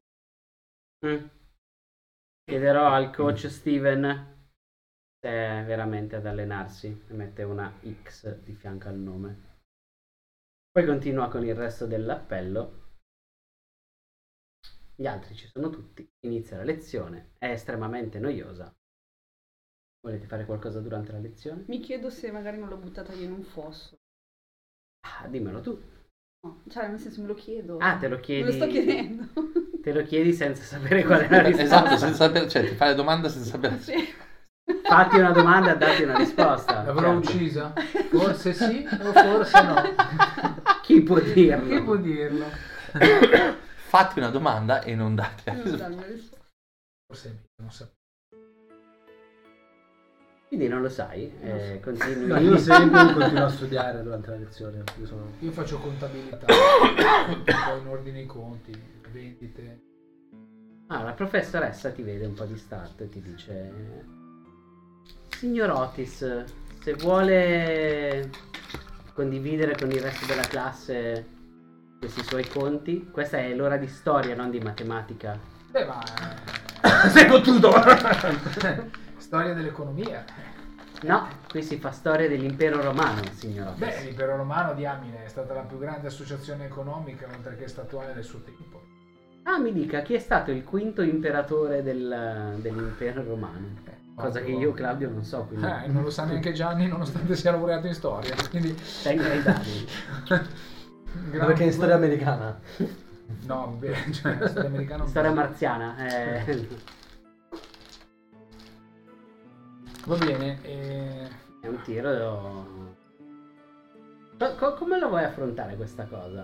Speaker 1: Chiederò al coach Steven se è veramente ad allenarsi e mette una X di fianco al nome. Poi continua con il resto dell'appello. Gli altri ci sono tutti. Inizia la lezione. È estremamente noiosa. Volete fare qualcosa durante la lezione?
Speaker 5: Mi chiedo se magari non l'ho buttata io in un fosso.
Speaker 1: Ah, dimmelo tu.
Speaker 5: No, cioè, nel senso me lo chiedo.
Speaker 1: Ah, te lo
Speaker 5: Me
Speaker 1: chiedi.
Speaker 5: lo sto chiedendo.
Speaker 1: Te lo chiedi senza sapere qual è la risposta.
Speaker 4: Esatto, senza sapere, cioè ti fai la domanda senza sapere.
Speaker 5: Sì.
Speaker 1: Fatti una domanda e datti una risposta.
Speaker 3: L'avrò
Speaker 1: Certo.
Speaker 3: uccisa? Forse sì o forse no.
Speaker 1: Chi può dirlo?
Speaker 3: Chi può dirlo?
Speaker 4: Fatti una domanda e non date.
Speaker 5: Non darmi una risposta.
Speaker 3: Forse non so.
Speaker 1: Quindi non lo sai. Continui.
Speaker 2: No, io seguo e continuo a studiare durante la lezione.
Speaker 3: Io faccio contabilità, poi in ordine i conti, vendite.
Speaker 1: Ah, la professoressa ti vede un po' distratto e ti dice: signor Otis, se vuole condividere con il resto della classe questi suoi conti, questa è l'ora di storia, non di matematica.
Speaker 3: Beh, ma
Speaker 2: Sei fottuto!
Speaker 3: storia dell'economia.
Speaker 1: No, qui si fa storia dell'impero romano, signor Otis.
Speaker 3: Beh, l'impero romano, diamine, è stata la più grande associazione economica, oltre che statuale del suo tempo.
Speaker 1: Ah, mi dica, chi è stato il quinto imperatore dell'impero romano? Cosa che io, Claudio, non so, quindi
Speaker 3: Non lo sa neanche Gianni, nonostante sia laureato in storia. Quindi
Speaker 1: tenga i dati.
Speaker 2: Perché è in storia americana.
Speaker 3: No, beh, cioè, la storia americana.
Speaker 1: Storia marziana.
Speaker 3: Va bene.
Speaker 1: È un tiro. Come lo vuoi affrontare questa cosa?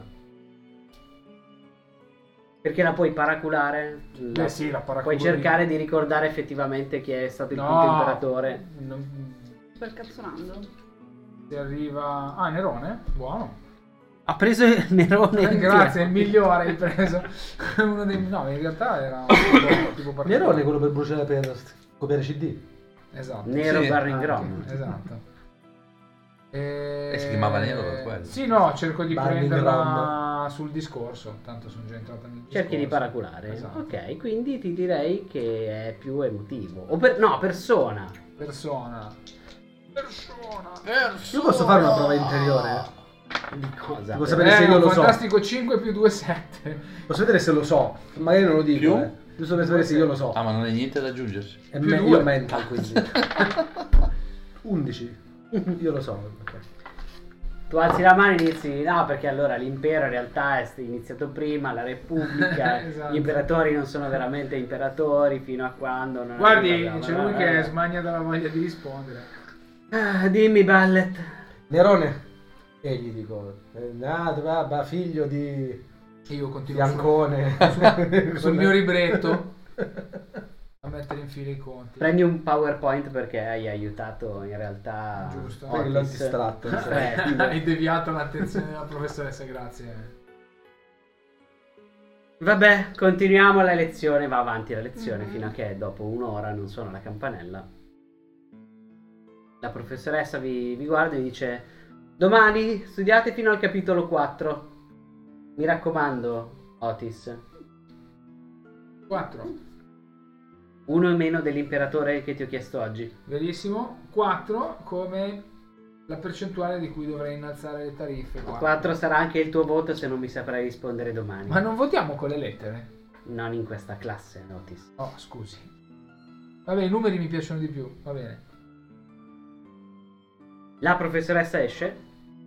Speaker 1: Perché la puoi paraculare?
Speaker 3: Beh, sì, la paraculo
Speaker 1: Puoi
Speaker 3: di-
Speaker 1: cercare di ricordare effettivamente chi è stato il
Speaker 3: No.
Speaker 1: quinto imperatore.
Speaker 5: Per cazzonando.
Speaker 3: Si arriva. Ah, Nerone? Buono.
Speaker 1: Ha preso il Nerone.
Speaker 3: Grazie, il migliore hai preso. Uno dei. No, in realtà era un tipo particolare.
Speaker 2: Nerone è quello per bruciare per copiare CD.
Speaker 3: Esatto.
Speaker 1: Nero
Speaker 4: Sì.
Speaker 1: Barringrom.
Speaker 3: Esatto.
Speaker 4: E si chiamava Nero per quello.
Speaker 3: Sì, no, cerco di
Speaker 2: Barney
Speaker 3: prenderla sul discorso. Tanto sono già entrato nel discorso.
Speaker 1: Cerchi di paraculare.
Speaker 3: Esatto.
Speaker 1: Ok, quindi ti direi che è più emotivo. No, persona.
Speaker 3: Persona.
Speaker 2: Io posso fare una prova interiore?
Speaker 1: Di cosa?
Speaker 2: Devo sapere se io
Speaker 3: un
Speaker 2: lo so.
Speaker 3: fantastico 5 più 2 7.
Speaker 2: Posso vedere se lo so. Magari non lo dico.
Speaker 4: Più?
Speaker 2: Giusto per sapere se io lo so.
Speaker 4: Ah, ma non è niente da aggiungersi.
Speaker 2: E
Speaker 3: più due.
Speaker 2: io mental quindi. 11. Io lo so. Ok.
Speaker 1: Tu alzi la mano e inizi, no, perché allora l'impero in realtà è iniziato prima, la repubblica,
Speaker 3: Esatto.
Speaker 1: gli imperatori non sono veramente imperatori fino a quando non
Speaker 3: Guardi,
Speaker 1: arriva-
Speaker 3: c'è lui che smania dalla voglia di rispondere.
Speaker 1: Ah, dimmi, Ballet.
Speaker 2: Nerone. E gli dico. Figlio di
Speaker 3: E io continuo
Speaker 2: Biancone.
Speaker 3: sul mio libretto a mettere in fila i conti.
Speaker 1: Prendi un PowerPoint perché hai aiutato in realtà
Speaker 3: Giusto.
Speaker 2: Poi l'ho
Speaker 1: Otis.
Speaker 2: distratto.
Speaker 3: Hai deviato l'attenzione della professoressa, grazie.
Speaker 1: Vabbè, continuiamo la lezione, va avanti la lezione fino a che dopo un'ora non suona la campanella. La professoressa vi guarda e dice: domani studiate fino al capitolo 4. Mi raccomando, Otis.
Speaker 3: 4.
Speaker 1: Uno in meno dell'imperatore che ti ho chiesto oggi.
Speaker 3: Verissimo. 4 come la percentuale di cui dovrei innalzare le tariffe.
Speaker 1: 4 sarà anche il tuo voto se non mi saprai rispondere domani.
Speaker 3: Ma non votiamo con le lettere?
Speaker 1: Non in questa classe, Otis.
Speaker 3: Oh, scusi. Vabbè, i numeri mi piacciono di più, va bene.
Speaker 1: La professoressa esce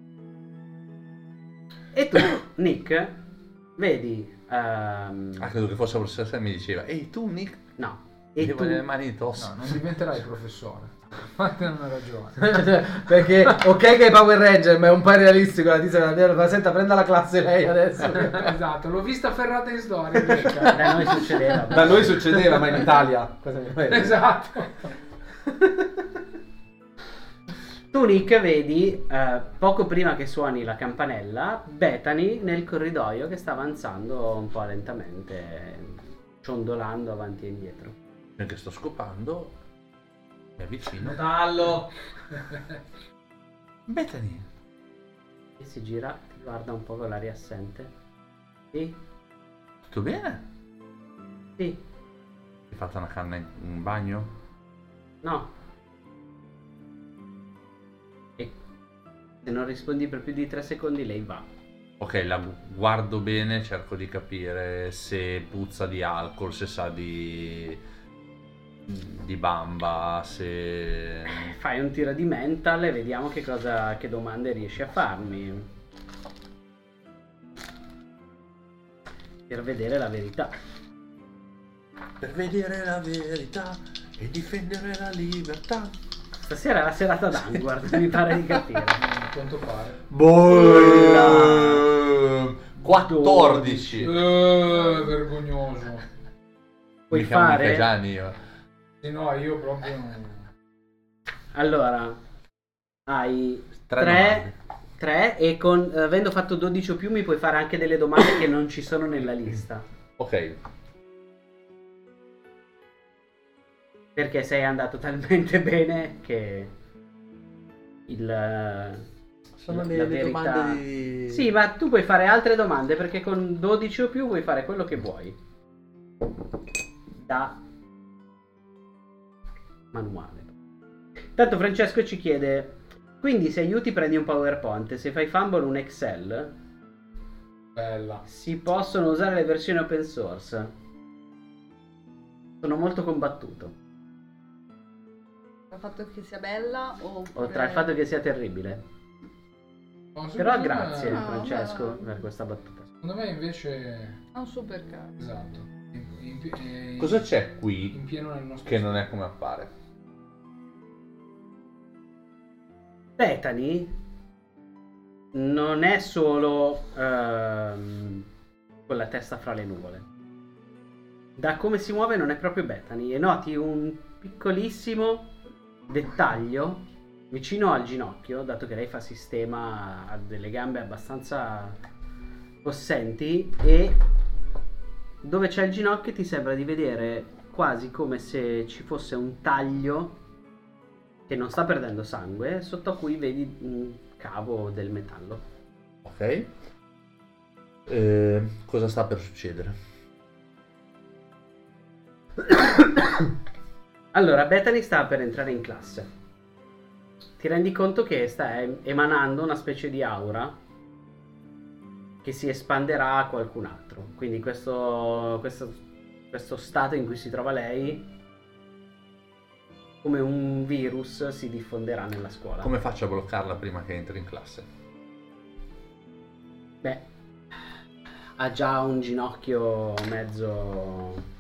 Speaker 1: e tu, Nick, vedi...
Speaker 4: Ah, credo che fosse la professoressa e mi diceva: ehi tu Nick?
Speaker 1: No, E
Speaker 4: Devo
Speaker 1: tu...
Speaker 4: le mani addosso.
Speaker 3: No, non diventerai professore. Fate una ragione.
Speaker 2: Perché ok che è Power Ranger, ma è un po' realistico. La tizia la senta, prenda la classe lei adesso.
Speaker 3: Esatto, l'ho vista ferrata in storia.
Speaker 1: Da noi succedeva.
Speaker 2: Da noi succedeva, ma in Italia. Cosa mi fai?
Speaker 3: Esatto.
Speaker 1: Tu, Nick, vedi poco prima che suoni la campanella Bethany nel corridoio che sta avanzando un po' lentamente, ciondolando avanti e indietro.
Speaker 4: Perché sto scopando, mi avvicino.
Speaker 2: Metallo.
Speaker 4: Bethany,
Speaker 1: E si gira, ti guarda un po' con l'aria assente. Sì?
Speaker 4: tutto bene?
Speaker 1: Sì?
Speaker 4: Hai fatto una canna in bagno?
Speaker 1: No? E se non rispondi per più di 3 secondi lei va.
Speaker 4: Ok, la guardo bene, cerco di capire se puzza di alcol, se sa di bamba, se...
Speaker 1: Fai un tiro di mental e vediamo che domande riesci a farmi. Per vedere la verità.
Speaker 4: Per vedere la verità e difendere la libertà.
Speaker 1: Stasera è la serata d'Angward, mi pare di capire.
Speaker 3: A quanto pare.
Speaker 4: Boh! 14!
Speaker 3: Vergognoso.
Speaker 1: Puoi
Speaker 4: Mica
Speaker 1: fare?
Speaker 4: Gianni io.
Speaker 3: Sì, no, io proprio...
Speaker 1: Allora, hai
Speaker 4: Tre
Speaker 1: 3 e avendo fatto 12 o più mi puoi fare anche delle domande che non ci sono nella lista.
Speaker 4: Ok,
Speaker 1: Perché sei andato talmente bene che
Speaker 4: sono
Speaker 1: la
Speaker 4: le
Speaker 1: verità...
Speaker 4: domande di...
Speaker 1: Sì, ma tu puoi fare altre domande perché con 12 o più puoi fare quello che vuoi. Da manuale. Tanto Francesco ci chiede: quindi se aiuti prendi un PowerPoint, se fai fumble un Excel?
Speaker 3: Bella.
Speaker 1: Si possono usare le versioni open source. Sono molto combattuto.
Speaker 5: Il fatto che sia bella o
Speaker 1: Tra il fatto che sia terribile.
Speaker 3: Ma
Speaker 1: Però
Speaker 3: secondo
Speaker 1: grazie
Speaker 3: me-
Speaker 5: No,
Speaker 1: Francesco
Speaker 5: no.
Speaker 1: per questa battuta.
Speaker 3: Secondo me invece...
Speaker 5: ha un super caro.
Speaker 3: Esatto.
Speaker 4: Cosa c'è qui
Speaker 3: In pieno nel nostro...
Speaker 4: che non è come appare?
Speaker 1: Bethany non è solo con la testa fra le nuvole. Da come si muove non è proprio Bethany e noti un piccolissimo dettaglio vicino al ginocchio, dato che lei fa sistema, ha delle gambe abbastanza possenti e dove c'è il ginocchio ti sembra di vedere quasi come se ci fosse un taglio che non sta perdendo sangue, sotto a cui vedi un cavo del metallo.
Speaker 4: Ok. Cosa sta per succedere?
Speaker 1: Allora, Bethany sta per entrare in classe. Ti rendi conto che sta emanando una specie di aura che si espanderà a qualcun altro. Quindi questo stato in cui si trova lei, come un virus, si diffonderà nella scuola.
Speaker 4: Come faccio a bloccarla prima che entri in classe?
Speaker 1: Beh, ha già un ginocchio mezzo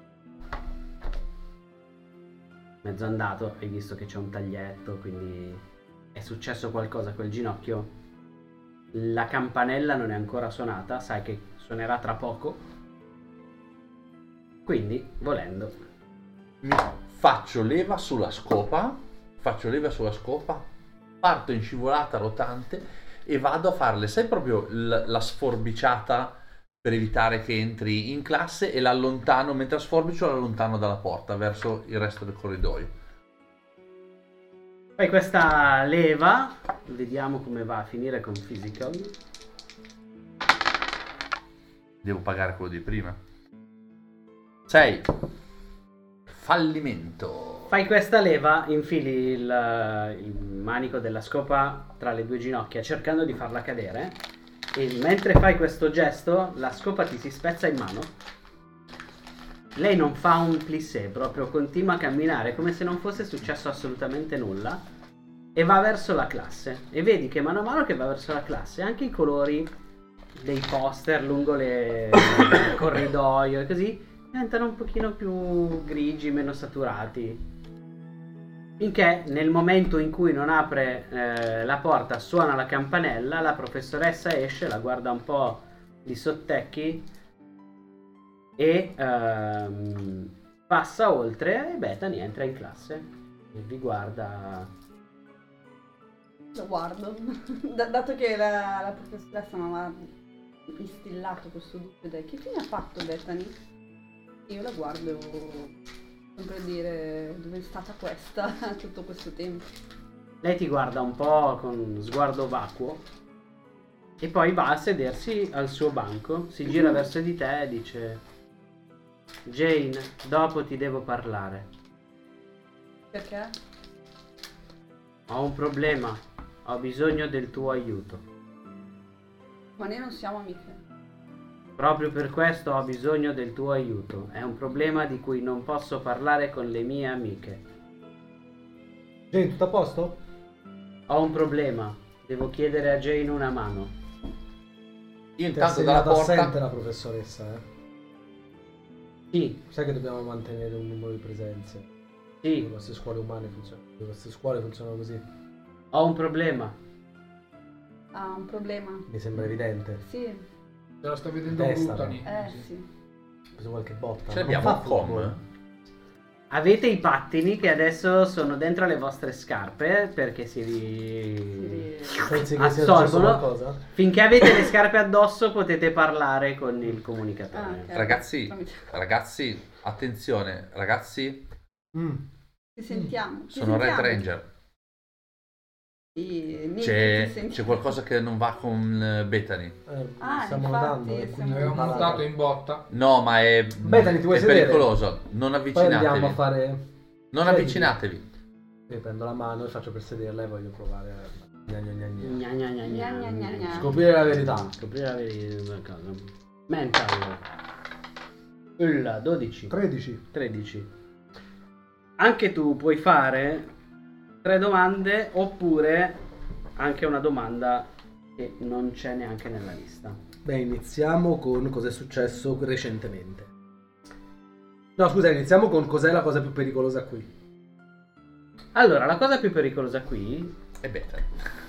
Speaker 1: andato, hai visto che c'è un taglietto, quindi è successo qualcosa a quel ginocchio. La campanella non è ancora suonata, sai che suonerà tra poco. Quindi, volendo,
Speaker 4: Faccio leva sulla scopa, parto in scivolata rotante e vado a farle, sai proprio la sforbiciata per evitare che entri in classe, e l'allontano, mentre sforbicio l'allontano dalla porta verso il resto del corridoio.
Speaker 1: fai questa leva, vediamo come va a finire con physical.
Speaker 4: Devo pagare quello di prima. 6. Fallimento.
Speaker 1: Fai questa leva, infili il manico della scopa tra le due ginocchia cercando di farla cadere, e mentre fai questo gesto la scopa ti si spezza in mano. Lei non fa un plissé, proprio continua a camminare come se non fosse successo assolutamente nulla e va verso la classe, e vedi che mano a mano che va verso la classe anche i colori dei poster lungo il corridoio e così diventano un pochino più grigi, meno saturati. Finché nel momento in cui non apre la porta, suona la campanella, la professoressa esce, la guarda un po' di sottecchi e passa oltre, e Bethany entra in classe e vi guarda.
Speaker 5: Lo guardo. Dato che la professoressa mi aveva instillato questo dubbio, che fine ha fatto Bethany? Io la guardo sempre a dire dove è stata questa tutto questo tempo.
Speaker 1: Lei ti guarda un po' con sguardo vacuo e poi va a sedersi al suo banco, si gira verso di te e dice: Jane, dopo ti devo parlare.
Speaker 5: Perché?
Speaker 1: Ho un problema, ho bisogno del tuo aiuto.
Speaker 5: Ma noi non siamo amiche.
Speaker 1: Proprio per questo ho bisogno del tuo aiuto. È un problema di cui non posso parlare con le mie amiche.
Speaker 2: Jane, tutto a posto?
Speaker 1: Ho un problema, devo chiedere a Jane una mano.
Speaker 4: Io
Speaker 2: Ti ha
Speaker 4: intanto dalla
Speaker 2: segnato
Speaker 4: porta...
Speaker 2: assente la professoressa,
Speaker 1: Sì,
Speaker 2: Sai che dobbiamo mantenere un numero di presenze.
Speaker 1: sì,
Speaker 2: Le nostre scuole umane funzionano. Le nostre scuole funzionano così.
Speaker 1: ho un problema.
Speaker 5: Ha un problema.
Speaker 2: Mi sembra evidente.
Speaker 5: Sì,
Speaker 3: Te la sto vedendo
Speaker 2: Testa,
Speaker 3: brutta,
Speaker 2: no?
Speaker 3: Nick.
Speaker 5: sì.
Speaker 2: Ho preso qualche botta.
Speaker 4: Ce
Speaker 2: Non
Speaker 4: l'abbiamo
Speaker 2: fa
Speaker 4: un com?
Speaker 2: football.
Speaker 1: Avete i pattini che adesso sono dentro le vostre scarpe perché si
Speaker 2: Pensi che sia successo
Speaker 1: assorbono.
Speaker 2: qualcosa?
Speaker 1: Finché avete le scarpe addosso potete parlare con il comunicatore.
Speaker 5: ok.
Speaker 4: Ragazzi, attenzione, ragazzi,
Speaker 5: Ci sentiamo.
Speaker 4: sono Red Ranger.
Speaker 5: Sì, Nick,
Speaker 4: C'è qualcosa che non va con Bethany.
Speaker 2: Stiamo
Speaker 5: infatti,
Speaker 2: notando.
Speaker 5: stiamo-
Speaker 3: Avevamo notato in botta.
Speaker 4: No, ma è,
Speaker 2: Bethany, ti vuoi
Speaker 4: è
Speaker 2: sedere?
Speaker 4: pericoloso. Non
Speaker 2: Poi andiamo a
Speaker 4: avvicinatevi.
Speaker 2: fare.
Speaker 4: Non
Speaker 2: Scendi.
Speaker 4: avvicinatevi.
Speaker 2: Io prendo la mano e faccio per sederla e voglio provare a gna gna gna gna.
Speaker 1: Gna gna gna gna.
Speaker 5: Gna gna gna gna.
Speaker 2: Scoprire la verità.
Speaker 1: Scoprire la verità. Mental. 12.
Speaker 2: 13.
Speaker 1: Anche tu puoi fare 3 domande oppure anche una domanda che non c'è neanche nella lista.
Speaker 2: Beh, iniziamo con cosa è successo recentemente. No, scusa, iniziamo con cos'è la cosa più pericolosa qui.
Speaker 1: Allora, la cosa più pericolosa qui
Speaker 4: E Bethany.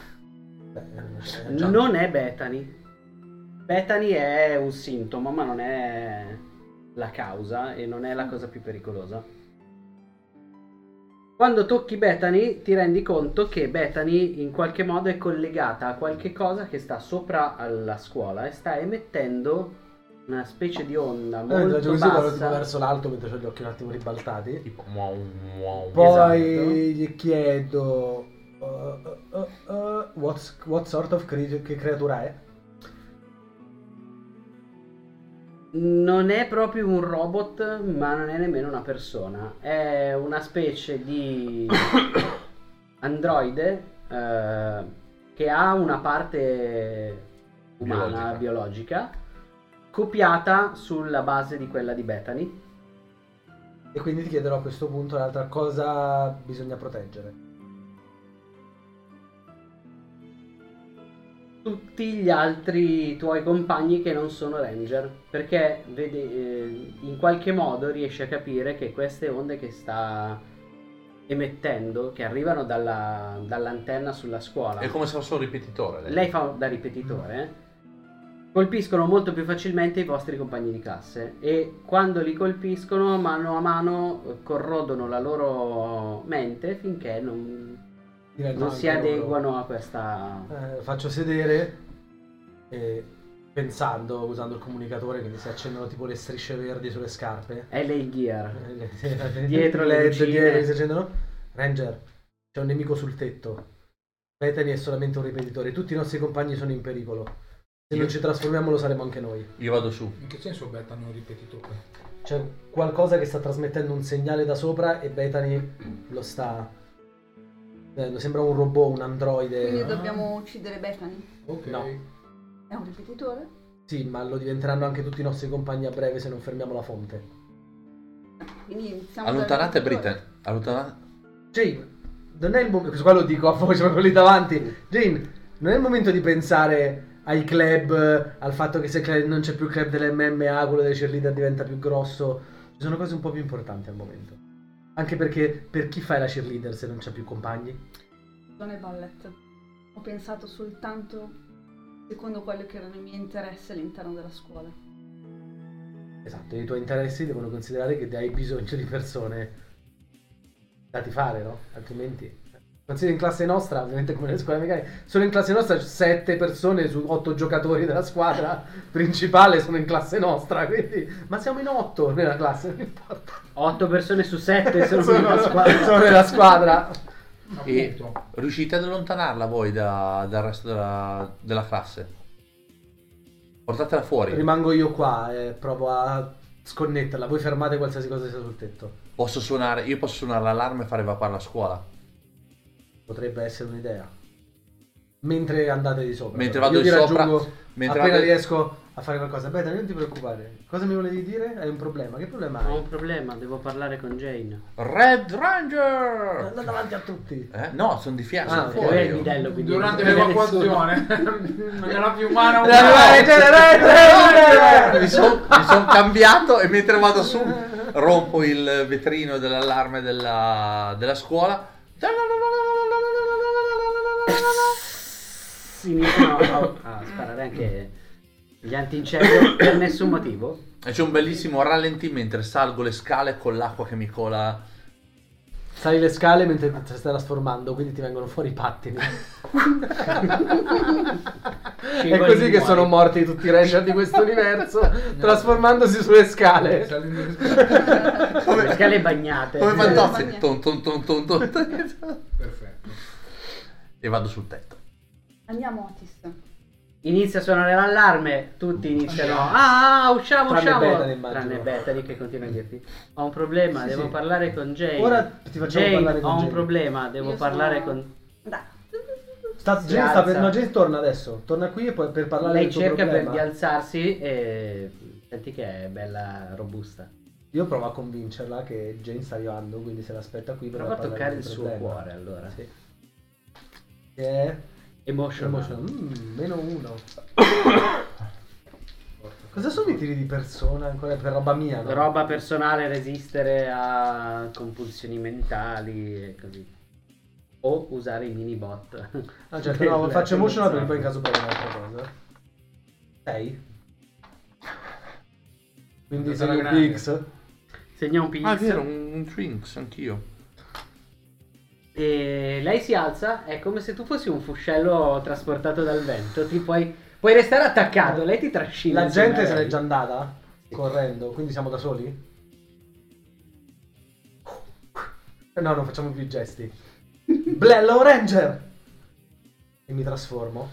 Speaker 2: Già.
Speaker 1: non è Bethany. Bethany è un sintomo, ma non è la causa e non è la cosa più pericolosa. Quando tocchi Bethany ti rendi conto che Bethany in qualche modo è collegata a qualche cosa che sta sopra alla scuola e sta emettendo una specie di onda molto
Speaker 2: così guardo tipo
Speaker 1: bassa.
Speaker 2: verso l'alto mentre ho gli occhi un attimo ribaltati.
Speaker 4: Tipo wow, wow.
Speaker 2: Poi
Speaker 1: Esatto.
Speaker 2: gli chiedo what sort of che creatura è?
Speaker 1: Non è proprio un robot, ma non è nemmeno una persona. È una specie di androide che ha una parte umana, biologica, copiata sulla base di quella di Bethany.
Speaker 2: E quindi ti chiederò a questo punto l'altra cosa bisogna proteggere.
Speaker 1: Tutti gli altri tuoi compagni che non sono ranger, perché vedi, in qualche modo riesci a capire che queste onde che sta emettendo, che arrivano dall'antenna sulla scuola,
Speaker 4: È come se fosse un ripetitore.
Speaker 1: lei fa da ripetitore, colpiscono molto più facilmente i vostri compagni di classe e quando li colpiscono mano a mano corrodono la loro mente finché non si adeguano a questa.
Speaker 2: Faccio sedere e pensando, usando il comunicatore, quindi si accendono tipo le strisce verdi sulle scarpe.
Speaker 1: È lei gear.
Speaker 2: Dietro le
Speaker 1: lucine.
Speaker 2: dietro si accendono. Ranger, c'è un nemico sul tetto. Bethany è solamente un ripetitore. Tutti i nostri compagni sono in pericolo. Se non ci trasformiamo lo saremo anche noi.
Speaker 4: Io vado su.
Speaker 3: In che senso Bethany è un ripetitore?
Speaker 2: C'è qualcosa che sta trasmettendo un segnale da sopra e Bethany lo sta. Sembra un robot, un androide.
Speaker 5: Quindi dobbiamo uccidere Bethany.
Speaker 3: Ok.
Speaker 2: No.
Speaker 5: È un ripetitore?
Speaker 2: Sì, ma lo diventeranno anche tutti i nostri compagni a breve se non fermiamo la fonte.
Speaker 5: Quindi iniziamo
Speaker 4: Allontanate
Speaker 5: dal ripetitore.
Speaker 4: Britain. Allontanate.
Speaker 2: Jane, non è il momento. Questo qua lo dico a voce, ma quello lì davanti. Jane, non è il momento di pensare ai club, al fatto che se non c'è più il club delle MMA, quello delle cheerleader diventa più grosso. Ci sono cose un po' più importanti al momento. Anche perché per chi fai la cheerleader se non c'è più compagni?
Speaker 5: Non è ballet. Ho pensato soltanto secondo quello che erano i miei interessi all'interno della scuola.
Speaker 2: Esatto, i tuoi interessi devono considerare che hai bisogno di persone da tifare, no? Altrimenti... Consideri in classe nostra, ovviamente come nelle scuole americane, solo in classe nostra 7 persone su 8 giocatori della squadra principale sono in classe nostra, quindi... Ma siamo in 8 nella classe, non importa.
Speaker 1: 8 persone su 7 sono nella squadra.
Speaker 2: Sono nella squadra.
Speaker 4: E
Speaker 3: Appunto.
Speaker 4: riuscite ad allontanarla voi dal resto della classe? Portatela fuori.
Speaker 2: Rimango io qua e provo a sconnetterla. Voi fermate qualsiasi cosa sia sul tetto.
Speaker 4: Io posso suonare l'allarme e far evacuare la scuola.
Speaker 2: Potrebbe essere un'idea. Mentre andate di sopra.
Speaker 4: Mentre vado
Speaker 2: io
Speaker 4: di
Speaker 2: ti
Speaker 4: sopra,
Speaker 2: raggiungo
Speaker 4: mentre
Speaker 2: appena
Speaker 4: vado-
Speaker 2: riesco a fare qualcosa. Beh, non ti preoccupare. Cosa mi volevi dire? Hai un problema? Che problema
Speaker 1: Ho
Speaker 2: hai?
Speaker 1: un problema, devo parlare con Jane.
Speaker 4: Red Ranger!
Speaker 2: Andate davanti a tutti.
Speaker 4: No, sono di fianco, sono
Speaker 2: ok.
Speaker 1: È
Speaker 4: fuori
Speaker 1: il
Speaker 4: io.
Speaker 1: bidello, quindi
Speaker 3: Durante
Speaker 1: non vede
Speaker 3: l'evacuazione non era più umana
Speaker 4: Mi sono cambiato e mentre vado su rompo il vetrino dell'allarme della scuola.
Speaker 1: iniziano a sparare anche gli antincendio per nessun motivo.
Speaker 4: E c'è un bellissimo rallenti mentre salgo le scale con l'acqua che mi cola.
Speaker 2: Sali le scale mentre ti stai trasformando, quindi ti vengono fuori i pattini. È così che sono morti tutti i ranger di questo universo, trasformandosi sulle scale.
Speaker 1: Le scale bagnate.
Speaker 4: Come Fantozzi.
Speaker 5: Bagna.
Speaker 4: Ton, ton, ton, ton, ton.
Speaker 3: Perfetto.
Speaker 4: E vado sul tetto.
Speaker 5: Andiamo, Otis.
Speaker 1: Inizia a suonare l'allarme, tutti iniziano. Usciamo,
Speaker 2: Tranne
Speaker 1: usciamo.
Speaker 2: Bethany, immagino.
Speaker 1: Tranne Bethany che continua a dirti: ho un problema,
Speaker 2: Sì,
Speaker 1: devo
Speaker 2: sì.
Speaker 1: parlare con Jane.
Speaker 2: Ora ti facciamo
Speaker 1: Jane,
Speaker 2: parlare con
Speaker 1: ho un
Speaker 2: Jane.
Speaker 1: problema, devo
Speaker 5: Io
Speaker 1: parlare
Speaker 5: sono-
Speaker 1: con.
Speaker 5: Dai.
Speaker 1: Si alza.
Speaker 2: No, Jane torna adesso. Torna qui e poi per parlare
Speaker 1: Lei
Speaker 2: del tuo
Speaker 1: cerca
Speaker 2: problema.
Speaker 1: di alzarsi e senti che è bella robusta.
Speaker 2: Io provo a convincerla che Jane sta arrivando, quindi se l'aspetta qui per
Speaker 1: Prova a
Speaker 2: parlare
Speaker 1: toccare
Speaker 2: del
Speaker 1: il suo
Speaker 2: problema.
Speaker 1: cuore allora.
Speaker 2: Sì. Che è
Speaker 1: Emotional.
Speaker 2: -1. Cosa sono i tiri di persona? Ancora per roba mia, no?
Speaker 1: Roba personale, resistere a compulsioni mentali e così. O usare i mini bot.
Speaker 2: Ah, certo, no, faccio emotional perché poi in caso provo un'altra cosa. 6. Quindi
Speaker 3: Sarà
Speaker 2: sei un
Speaker 3: grande.
Speaker 2: PX.
Speaker 1: Segna un PX.
Speaker 4: Ah, è vero, un Twinks, anch'io.
Speaker 1: E lei si alza, è come se tu fossi un fuscello trasportato dal vento. Puoi restare attaccato, lei ti trascina.
Speaker 2: La
Speaker 1: insieme
Speaker 2: gente
Speaker 1: a
Speaker 2: se
Speaker 1: lei.
Speaker 2: n'è già andata correndo, quindi siamo da soli? No, non facciamo più i gesti. Blello Ranger! E mi trasformo.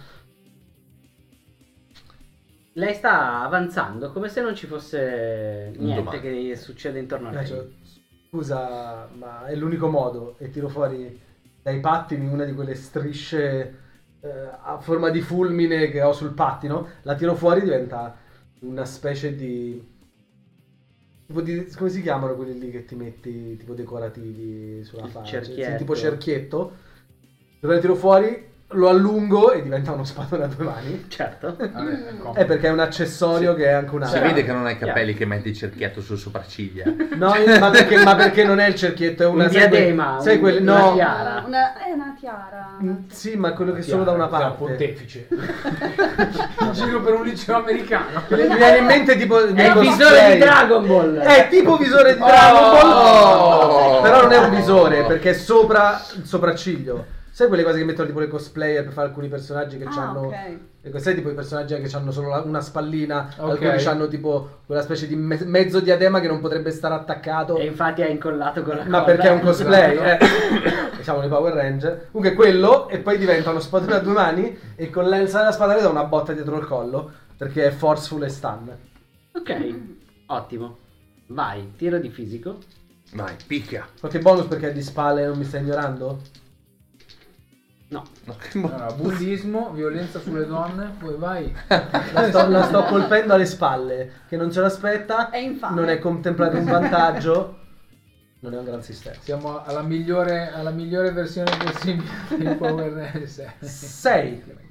Speaker 1: Lei sta avanzando come se non ci fosse niente
Speaker 4: domani.
Speaker 1: che succede intorno a lei.
Speaker 2: Cioè, scusa, ma è l'unico modo. E tiro fuori dai pattini una di quelle strisce a forma di fulmine che ho sul pattino. La tiro fuori, diventa una specie di... come si chiamano quelli lì che ti metti tipo decorativi sulla
Speaker 1: Il
Speaker 2: faccia?
Speaker 1: cerchietto.
Speaker 2: Sì, tipo cerchietto. Dove la tiro fuori, lo allungo e diventa uno spadone a 2 mani.
Speaker 1: Certo.
Speaker 2: È perché è un accessorio che è anche un
Speaker 4: Si
Speaker 2: arma.
Speaker 4: vede che non hai i capelli che metti il cerchietto sul sopracciglia.
Speaker 2: No, ma perché non è il cerchietto, è una
Speaker 1: Un
Speaker 2: sai
Speaker 1: diadema,
Speaker 2: sai quelle,
Speaker 1: una
Speaker 2: no.
Speaker 1: tiara.
Speaker 5: È una tiara.
Speaker 2: Sì, ma quello che è solo da una
Speaker 3: Un
Speaker 2: parte.
Speaker 3: pontefice. In giro per un liceo americano.
Speaker 2: Mi viene in mente tipo
Speaker 1: È il visore di Dragon Ball.
Speaker 2: È tipo visore di Dragon Ball. Però non è un visore perché è sopra il sopracciglio. Sai quelle cose che mettono tipo le cosplayer per fare alcuni personaggi che hanno sai tipo i personaggi che hanno solo una spallina,
Speaker 3: Ok.
Speaker 2: alcuni hanno tipo quella specie di mezzo diadema che non potrebbe stare attaccato.
Speaker 1: E infatti è incollato con la
Speaker 2: Ma
Speaker 1: colla.
Speaker 2: perché è un cosplay,
Speaker 3: Esatto.
Speaker 2: Diciamo i Power Ranger. Comunque quello e poi diventa uno spadone a 2 mani e con l'elsa della spada le dà una botta dietro il collo perché è forceful e stun.
Speaker 1: Ok, ottimo. Vai, tiro di fisico.
Speaker 4: Vai, picchia.
Speaker 2: Qualche bonus perché è di spalle e non mi stai ignorando?
Speaker 1: No.
Speaker 4: No, che
Speaker 3: Allora, bullismo, violenza sulle donne, poi vai.
Speaker 2: La sto colpendo alle spalle, che non ce l'aspetta,
Speaker 5: È infame.
Speaker 2: non è contemplato un vantaggio, non è un gran sistema.
Speaker 3: Siamo alla migliore versione possibile dei Power Ranger.
Speaker 2: 6.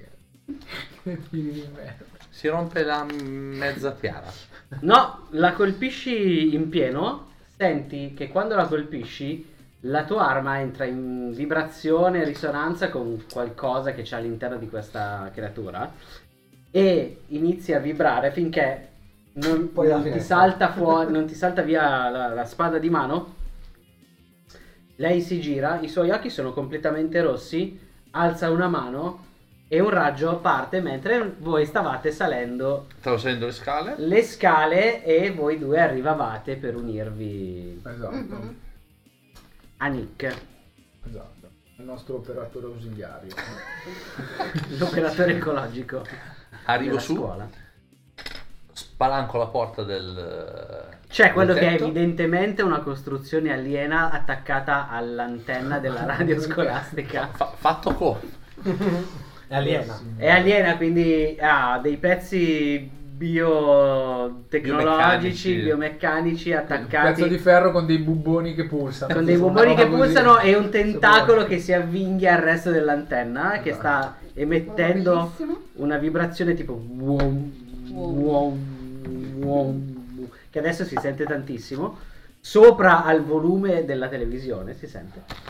Speaker 3: Tiri di merda.
Speaker 4: Si rompe la mezza tiara.
Speaker 1: No, la colpisci in pieno, senti che quando la colpisci la tua arma entra in vibrazione e risonanza con qualcosa che c'è all'interno di questa creatura e inizia a vibrare finché non ti salta fuori, non ti salta via la spada di mano. Lei si gira, i suoi occhi sono completamente rossi, alza una mano e un raggio parte mentre voi stavate salendo
Speaker 4: Stavo salendo le scale.
Speaker 1: e voi due arrivavate per unirvi
Speaker 3: Esatto.
Speaker 1: a Nick,
Speaker 3: Esatto. Il nostro operatore ausiliario.
Speaker 1: l'operatore ecologico
Speaker 4: Arrivo
Speaker 1: della
Speaker 4: su,
Speaker 1: scuola.
Speaker 4: spalanco la porta del...
Speaker 1: C'è quello
Speaker 4: del
Speaker 1: che è
Speaker 4: tetto.
Speaker 1: evidentemente una costruzione aliena attaccata all'antenna della radio scolastica.
Speaker 4: Fatto come?
Speaker 2: È aliena.
Speaker 1: È aliena, quindi ha dei pezzi biotecnologici, biomeccanici
Speaker 3: Un pezzo
Speaker 1: attaccati
Speaker 3: di ferro con dei bubboni che pulsano.
Speaker 1: con dei
Speaker 3: Insomma,
Speaker 1: bubboni che
Speaker 3: roba così.
Speaker 1: pulsano e un tentacolo che si avvinghia al resto dell'antenna che sta emettendo
Speaker 5: Bellissimo.
Speaker 1: una vibrazione tipo che adesso si sente tantissimo sopra al volume della televisione, si sente.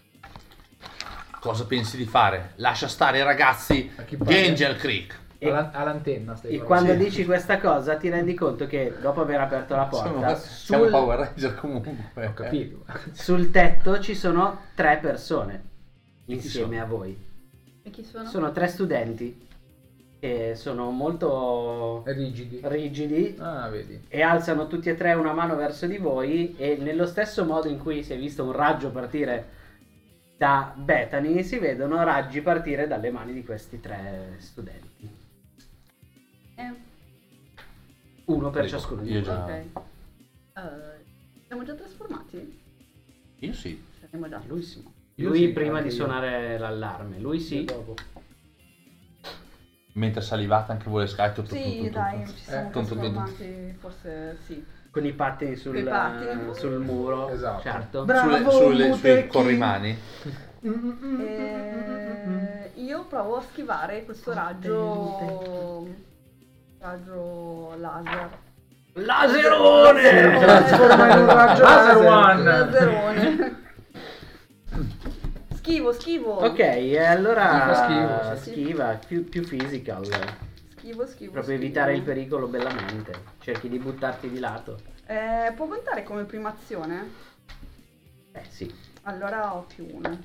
Speaker 4: Cosa pensi di fare? Lascia stare i ragazzi
Speaker 3: A chi parli?
Speaker 4: di Angel Creek.
Speaker 3: All'antenna stai
Speaker 1: E
Speaker 3: parlando.
Speaker 1: quando dici questa cosa ti rendi conto che dopo aver aperto la porta
Speaker 4: Siamo Power Ranger comunque.
Speaker 3: Ho capito.
Speaker 1: sul tetto ci sono 3 persone insieme
Speaker 4: sono?
Speaker 1: a voi.
Speaker 5: E chi sono?
Speaker 1: Sono 3 studenti che sono molto
Speaker 3: Rigidi.
Speaker 1: rigidi
Speaker 3: Ah, vedi.
Speaker 1: e alzano tutti e 3 una mano verso di voi e nello stesso modo in cui si è visto un raggio partire da Bethany si vedono raggi partire dalle mani di questi 3 studenti. Uno per
Speaker 4: Prego,
Speaker 1: ciascuno di
Speaker 4: io
Speaker 1: voi.
Speaker 4: già-
Speaker 5: Ok. Siamo già trasformati?
Speaker 4: Io sì.
Speaker 5: Saremo già.
Speaker 1: Lui sì.
Speaker 2: Io
Speaker 1: Lui
Speaker 2: sì,
Speaker 1: prima
Speaker 2: anche
Speaker 1: di
Speaker 2: io.
Speaker 1: suonare l'allarme. Lui sì.
Speaker 2: Dopo.
Speaker 4: Mentre salivate anche voi le scale.
Speaker 5: Sì, dai, ci siamo
Speaker 4: Tum, tum, tum, tum.
Speaker 5: trasformati, forse sì.
Speaker 1: Con i pattini sul,
Speaker 5: Coi pattini.
Speaker 1: sul muro.
Speaker 3: Esatto.
Speaker 1: Certo.
Speaker 2: Bravo,
Speaker 4: Sui
Speaker 2: Mutecchi.
Speaker 4: corrimani.
Speaker 5: Io provo a schivare questo raggio laser.
Speaker 1: Laserone!
Speaker 3: Trasforma in un raggio laser one.
Speaker 5: Laserone. Schivo.
Speaker 1: Ok, e allora
Speaker 3: Fa
Speaker 5: schifo, sì.
Speaker 1: schiva, più physical.
Speaker 5: Schivo.
Speaker 1: Proprio evitare il pericolo bellamente. Cerchi di buttarti di lato.
Speaker 5: Può contare come prima azione?
Speaker 1: Sì.
Speaker 5: Allora ho più 1.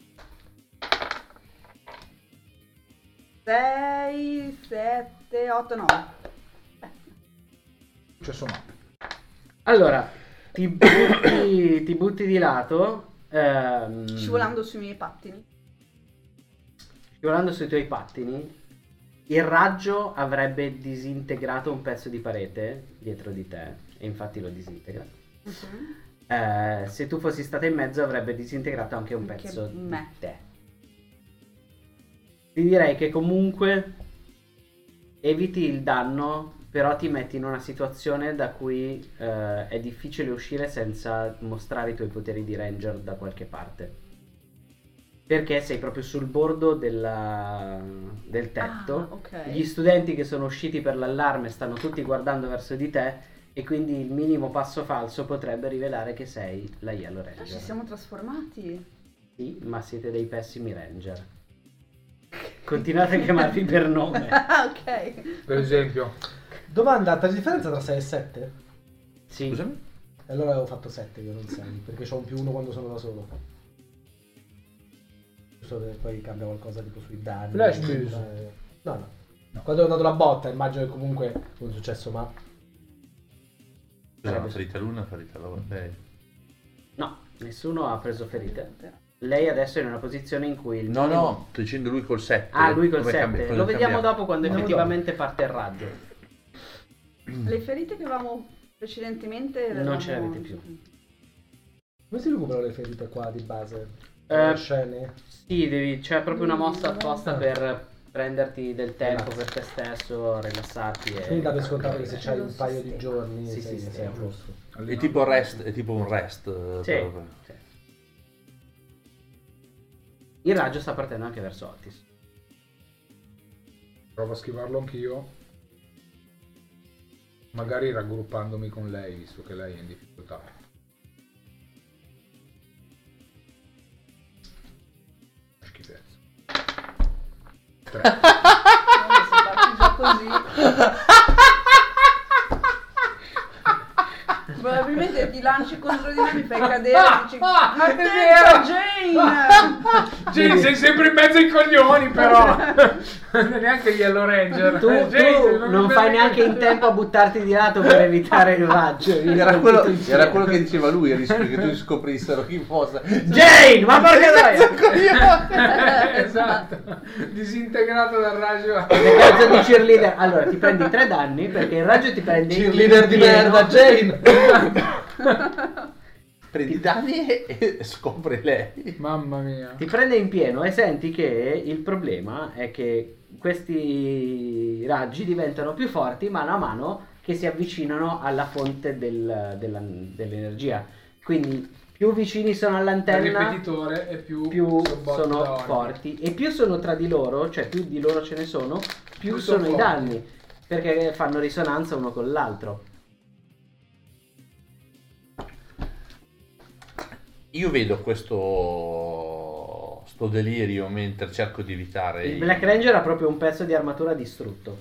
Speaker 5: 6, 7, 8, 9.
Speaker 3: Successo no.
Speaker 1: Allora, ti butti di lato.
Speaker 5: Scivolando sui miei pattini.
Speaker 1: Scivolando sui tuoi pattini. Il raggio avrebbe disintegrato un pezzo di parete dietro di te. E infatti lo disintegra. Se tu fossi stata in mezzo avrebbe disintegrato anche un
Speaker 5: Anche
Speaker 1: pezzo di
Speaker 5: me.
Speaker 1: te. Ti direi che comunque eviti il danno, però ti metti in una situazione da cui è difficile uscire senza mostrare i tuoi poteri di ranger da qualche parte. Perché sei proprio sul bordo del tetto.
Speaker 5: Ah, ok.
Speaker 1: Gli studenti che sono usciti per l'allarme stanno tutti guardando verso di te e quindi il minimo passo falso potrebbe rivelare che sei la Yellow Ranger.
Speaker 5: Ci siamo trasformati.
Speaker 1: Sì, ma siete dei pessimi ranger. Continuate a chiamarvi per nome.
Speaker 5: Ah, ok.
Speaker 3: Per esempio.
Speaker 2: Domanda, c'è differenza tra 6 e 7?
Speaker 1: Sì.
Speaker 4: Scusami?
Speaker 2: E allora avevo fatto 7, io non 6, perché ho un più 1 quando sono da solo. Giusto che poi cambia qualcosa tipo sui danni.
Speaker 3: Flash boost.
Speaker 2: No. Quando ho dato la botta, immagino che comunque non è successo, ma...
Speaker 4: Scusa, una ferita l'una, ferita lei.
Speaker 1: No, nessuno ha preso ferite. Lei adesso è in una posizione in cui il
Speaker 4: No,
Speaker 1: minimo-
Speaker 4: no, sto dicendo lui col 7.
Speaker 1: Ah, lui col
Speaker 4: Come
Speaker 1: 7.
Speaker 4: cambia-
Speaker 1: Lo
Speaker 4: cosa
Speaker 1: vediamo
Speaker 4: cambia?
Speaker 1: dopo quando
Speaker 2: Andiamo
Speaker 1: effettivamente parte il raggio.
Speaker 5: Le ferite che avevamo precedentemente
Speaker 1: Non ce le avete più.
Speaker 2: Come si recuperano le ferite qua di base?
Speaker 1: Eh,
Speaker 2: Le scene?
Speaker 1: Sì, c'è proprio una mossa apposta per prenderti del tempo
Speaker 2: Relax.
Speaker 1: per te stesso, rilassarti e...
Speaker 2: Quindi date scontato che se c'hai
Speaker 5: Lo
Speaker 2: un paio di
Speaker 5: sistema.
Speaker 2: giorni
Speaker 1: Sì,
Speaker 2: sei,
Speaker 1: sì,
Speaker 2: sei a
Speaker 1: sì.
Speaker 2: posto.
Speaker 4: È tipo rest, è tipo un rest.
Speaker 1: Sì,
Speaker 4: però-
Speaker 1: sì. Il raggio sta partendo anche verso Otis.
Speaker 3: Provo a schivarlo anch'io. Magari raggruppandomi con lei, visto che lei è in difficoltà. Schifezza. 3.
Speaker 5: Se parti già così. Probabilmente ti lanci contro di me, mi fai cadere e dici attenta Jane!
Speaker 3: Jane, sei sempre in mezzo ai coglioni, però. Neanche Yellow Ranger.
Speaker 1: Tu non fai neanche in tempo a buttarti di lato per evitare il raggio.
Speaker 2: Era quello che diceva lui, il rischio che tu scoprissero chi fosse.
Speaker 1: Jane, ma porca troia!
Speaker 3: Esatto. Disintegrato dal raggio.
Speaker 1: Che cazzo di cheerleader? Allora ti prendi 3 danni perché il raggio ti prende
Speaker 2: Cheerleader di
Speaker 1: pieno.
Speaker 2: merda, Jane!
Speaker 4: Prendi i danni e scopri lei.
Speaker 3: Mamma mia.
Speaker 1: Ti prende in pieno e senti che il problema è che questi raggi diventano più forti mano a mano che si avvicinano alla fonte dell'energia. Quindi più vicini sono
Speaker 3: Il
Speaker 1: all'antenna,
Speaker 3: ripetitore e più
Speaker 1: sono forti, e più sono tra di loro, cioè più di loro ce ne sono, più
Speaker 3: Più
Speaker 1: sono
Speaker 3: sono
Speaker 1: i
Speaker 3: forti.
Speaker 1: danni, perché fanno risonanza uno con l'altro.
Speaker 4: Io vedo sto delirio mentre cerco di evitare
Speaker 1: Il Black Ranger ha proprio un pezzo di armatura distrutto.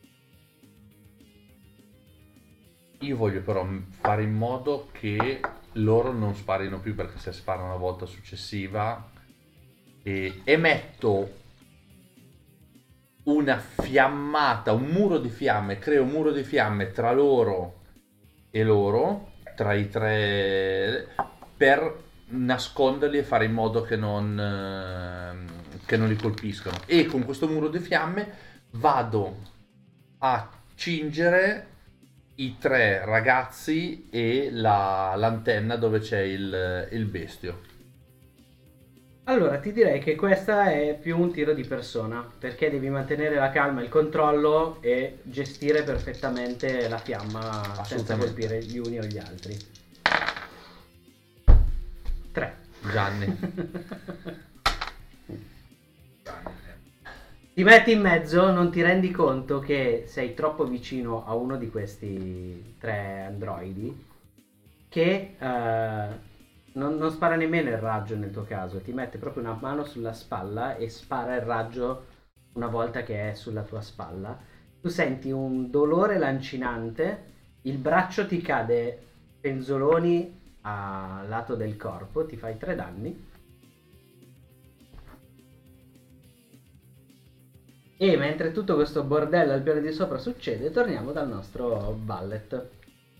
Speaker 4: Io voglio però fare in modo che loro non sparino più, perché se sparano una volta successiva e metto una fiammata, un muro di fiamme, creo un muro di fiamme tra loro e loro, tra i tre, per nasconderli e fare in modo che non li colpiscano. E con questo muro di fiamme vado a cingere i 3 ragazzi e l'antenna dove c'è il bestio.
Speaker 1: Allora ti direi che questa è più un tiro di persona, perché devi mantenere la calma, il controllo e gestire perfettamente la fiamma senza colpire gli uni o gli altri. 3.
Speaker 4: Gianni.
Speaker 1: Ti metti in mezzo, non ti rendi conto che sei troppo vicino a uno di questi 3 androidi che non spara nemmeno il raggio nel tuo caso, ti mette proprio una mano sulla spalla e spara il raggio una volta che è sulla tua spalla. Tu senti un dolore lancinante, il braccio ti cade penzoloni a lato del corpo, ti fai 3 danni. E mentre tutto questo bordello al piano di sopra succede, torniamo dal nostro Bullet.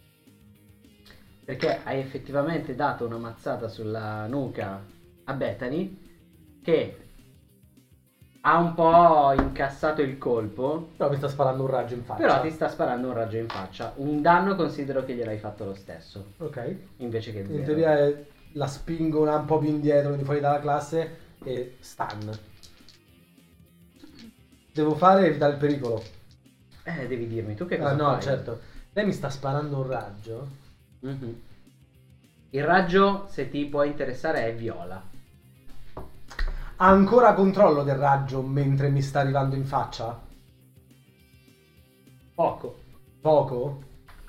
Speaker 1: Perché hai effettivamente dato una mazzata sulla nuca a Bethany, che ha un po' incassato il colpo.
Speaker 2: Però mi sta sparando un raggio in faccia.
Speaker 1: Però ti sta sparando un raggio in faccia. Un danno considero che gliel'hai fatto lo stesso.
Speaker 2: Ok.
Speaker 1: Invece che 0.
Speaker 2: In teoria la spingo un po' più indietro, di fuori dalla classe e stun. Devo fare evitare il pericolo.
Speaker 1: Devi dirmi tu che cosa
Speaker 2: No,
Speaker 1: fai.
Speaker 2: certo. Lei mi sta sparando un raggio.
Speaker 1: Mhm. Il raggio, se ti può interessare, è viola.
Speaker 2: Ha ancora controllo del raggio mentre mi sta arrivando in faccia?
Speaker 1: Poco.
Speaker 2: Poco?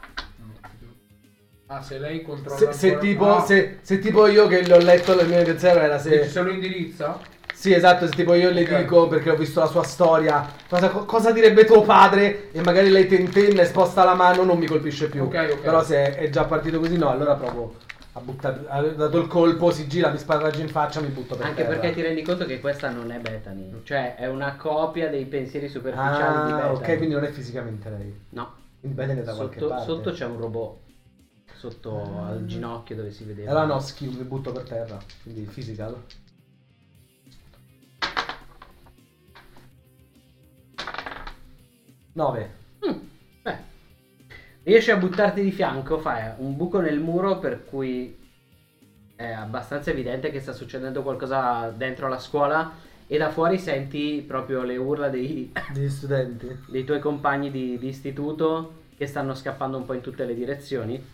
Speaker 3: Ah, se lei controlla
Speaker 2: Se
Speaker 3: ancora-
Speaker 2: tipo,
Speaker 3: Ah,
Speaker 2: se tipo io che l'ho letto nel mio pensiero era
Speaker 3: dici
Speaker 2: se...
Speaker 3: se lo indirizza?
Speaker 2: Sì, esatto, se tipo io le
Speaker 3: Ok.
Speaker 2: dico perché ho visto la sua storia, cosa direbbe tuo padre, e magari lei tentenna e sposta la mano, non mi colpisce più.
Speaker 3: Ok.
Speaker 2: Però se è già partito così, no, allora provo a buttare, ha dato il colpo, si gira, mi spara il raggio in faccia, mi butto per
Speaker 1: Anche
Speaker 2: terra.
Speaker 1: perché ti rendi conto che questa non è Bethany. Cioè è una copia dei pensieri superficiali di Bethany.
Speaker 2: ok, quindi non è fisicamente lei.
Speaker 1: No.
Speaker 2: Quindi Bethany è da qualche parte.
Speaker 1: Sotto c'è un robot. Sotto al ginocchio dove si vedeva.
Speaker 2: Allora no, skill, mi butto per terra, quindi physical. Nove.
Speaker 1: Beh. Riesci a buttarti di fianco, fai un buco nel muro per cui è abbastanza evidente che sta succedendo qualcosa dentro la scuola e da fuori senti proprio le urla
Speaker 2: Degli studenti.
Speaker 1: dei tuoi compagni di istituto che stanno scappando un po' in tutte le direzioni.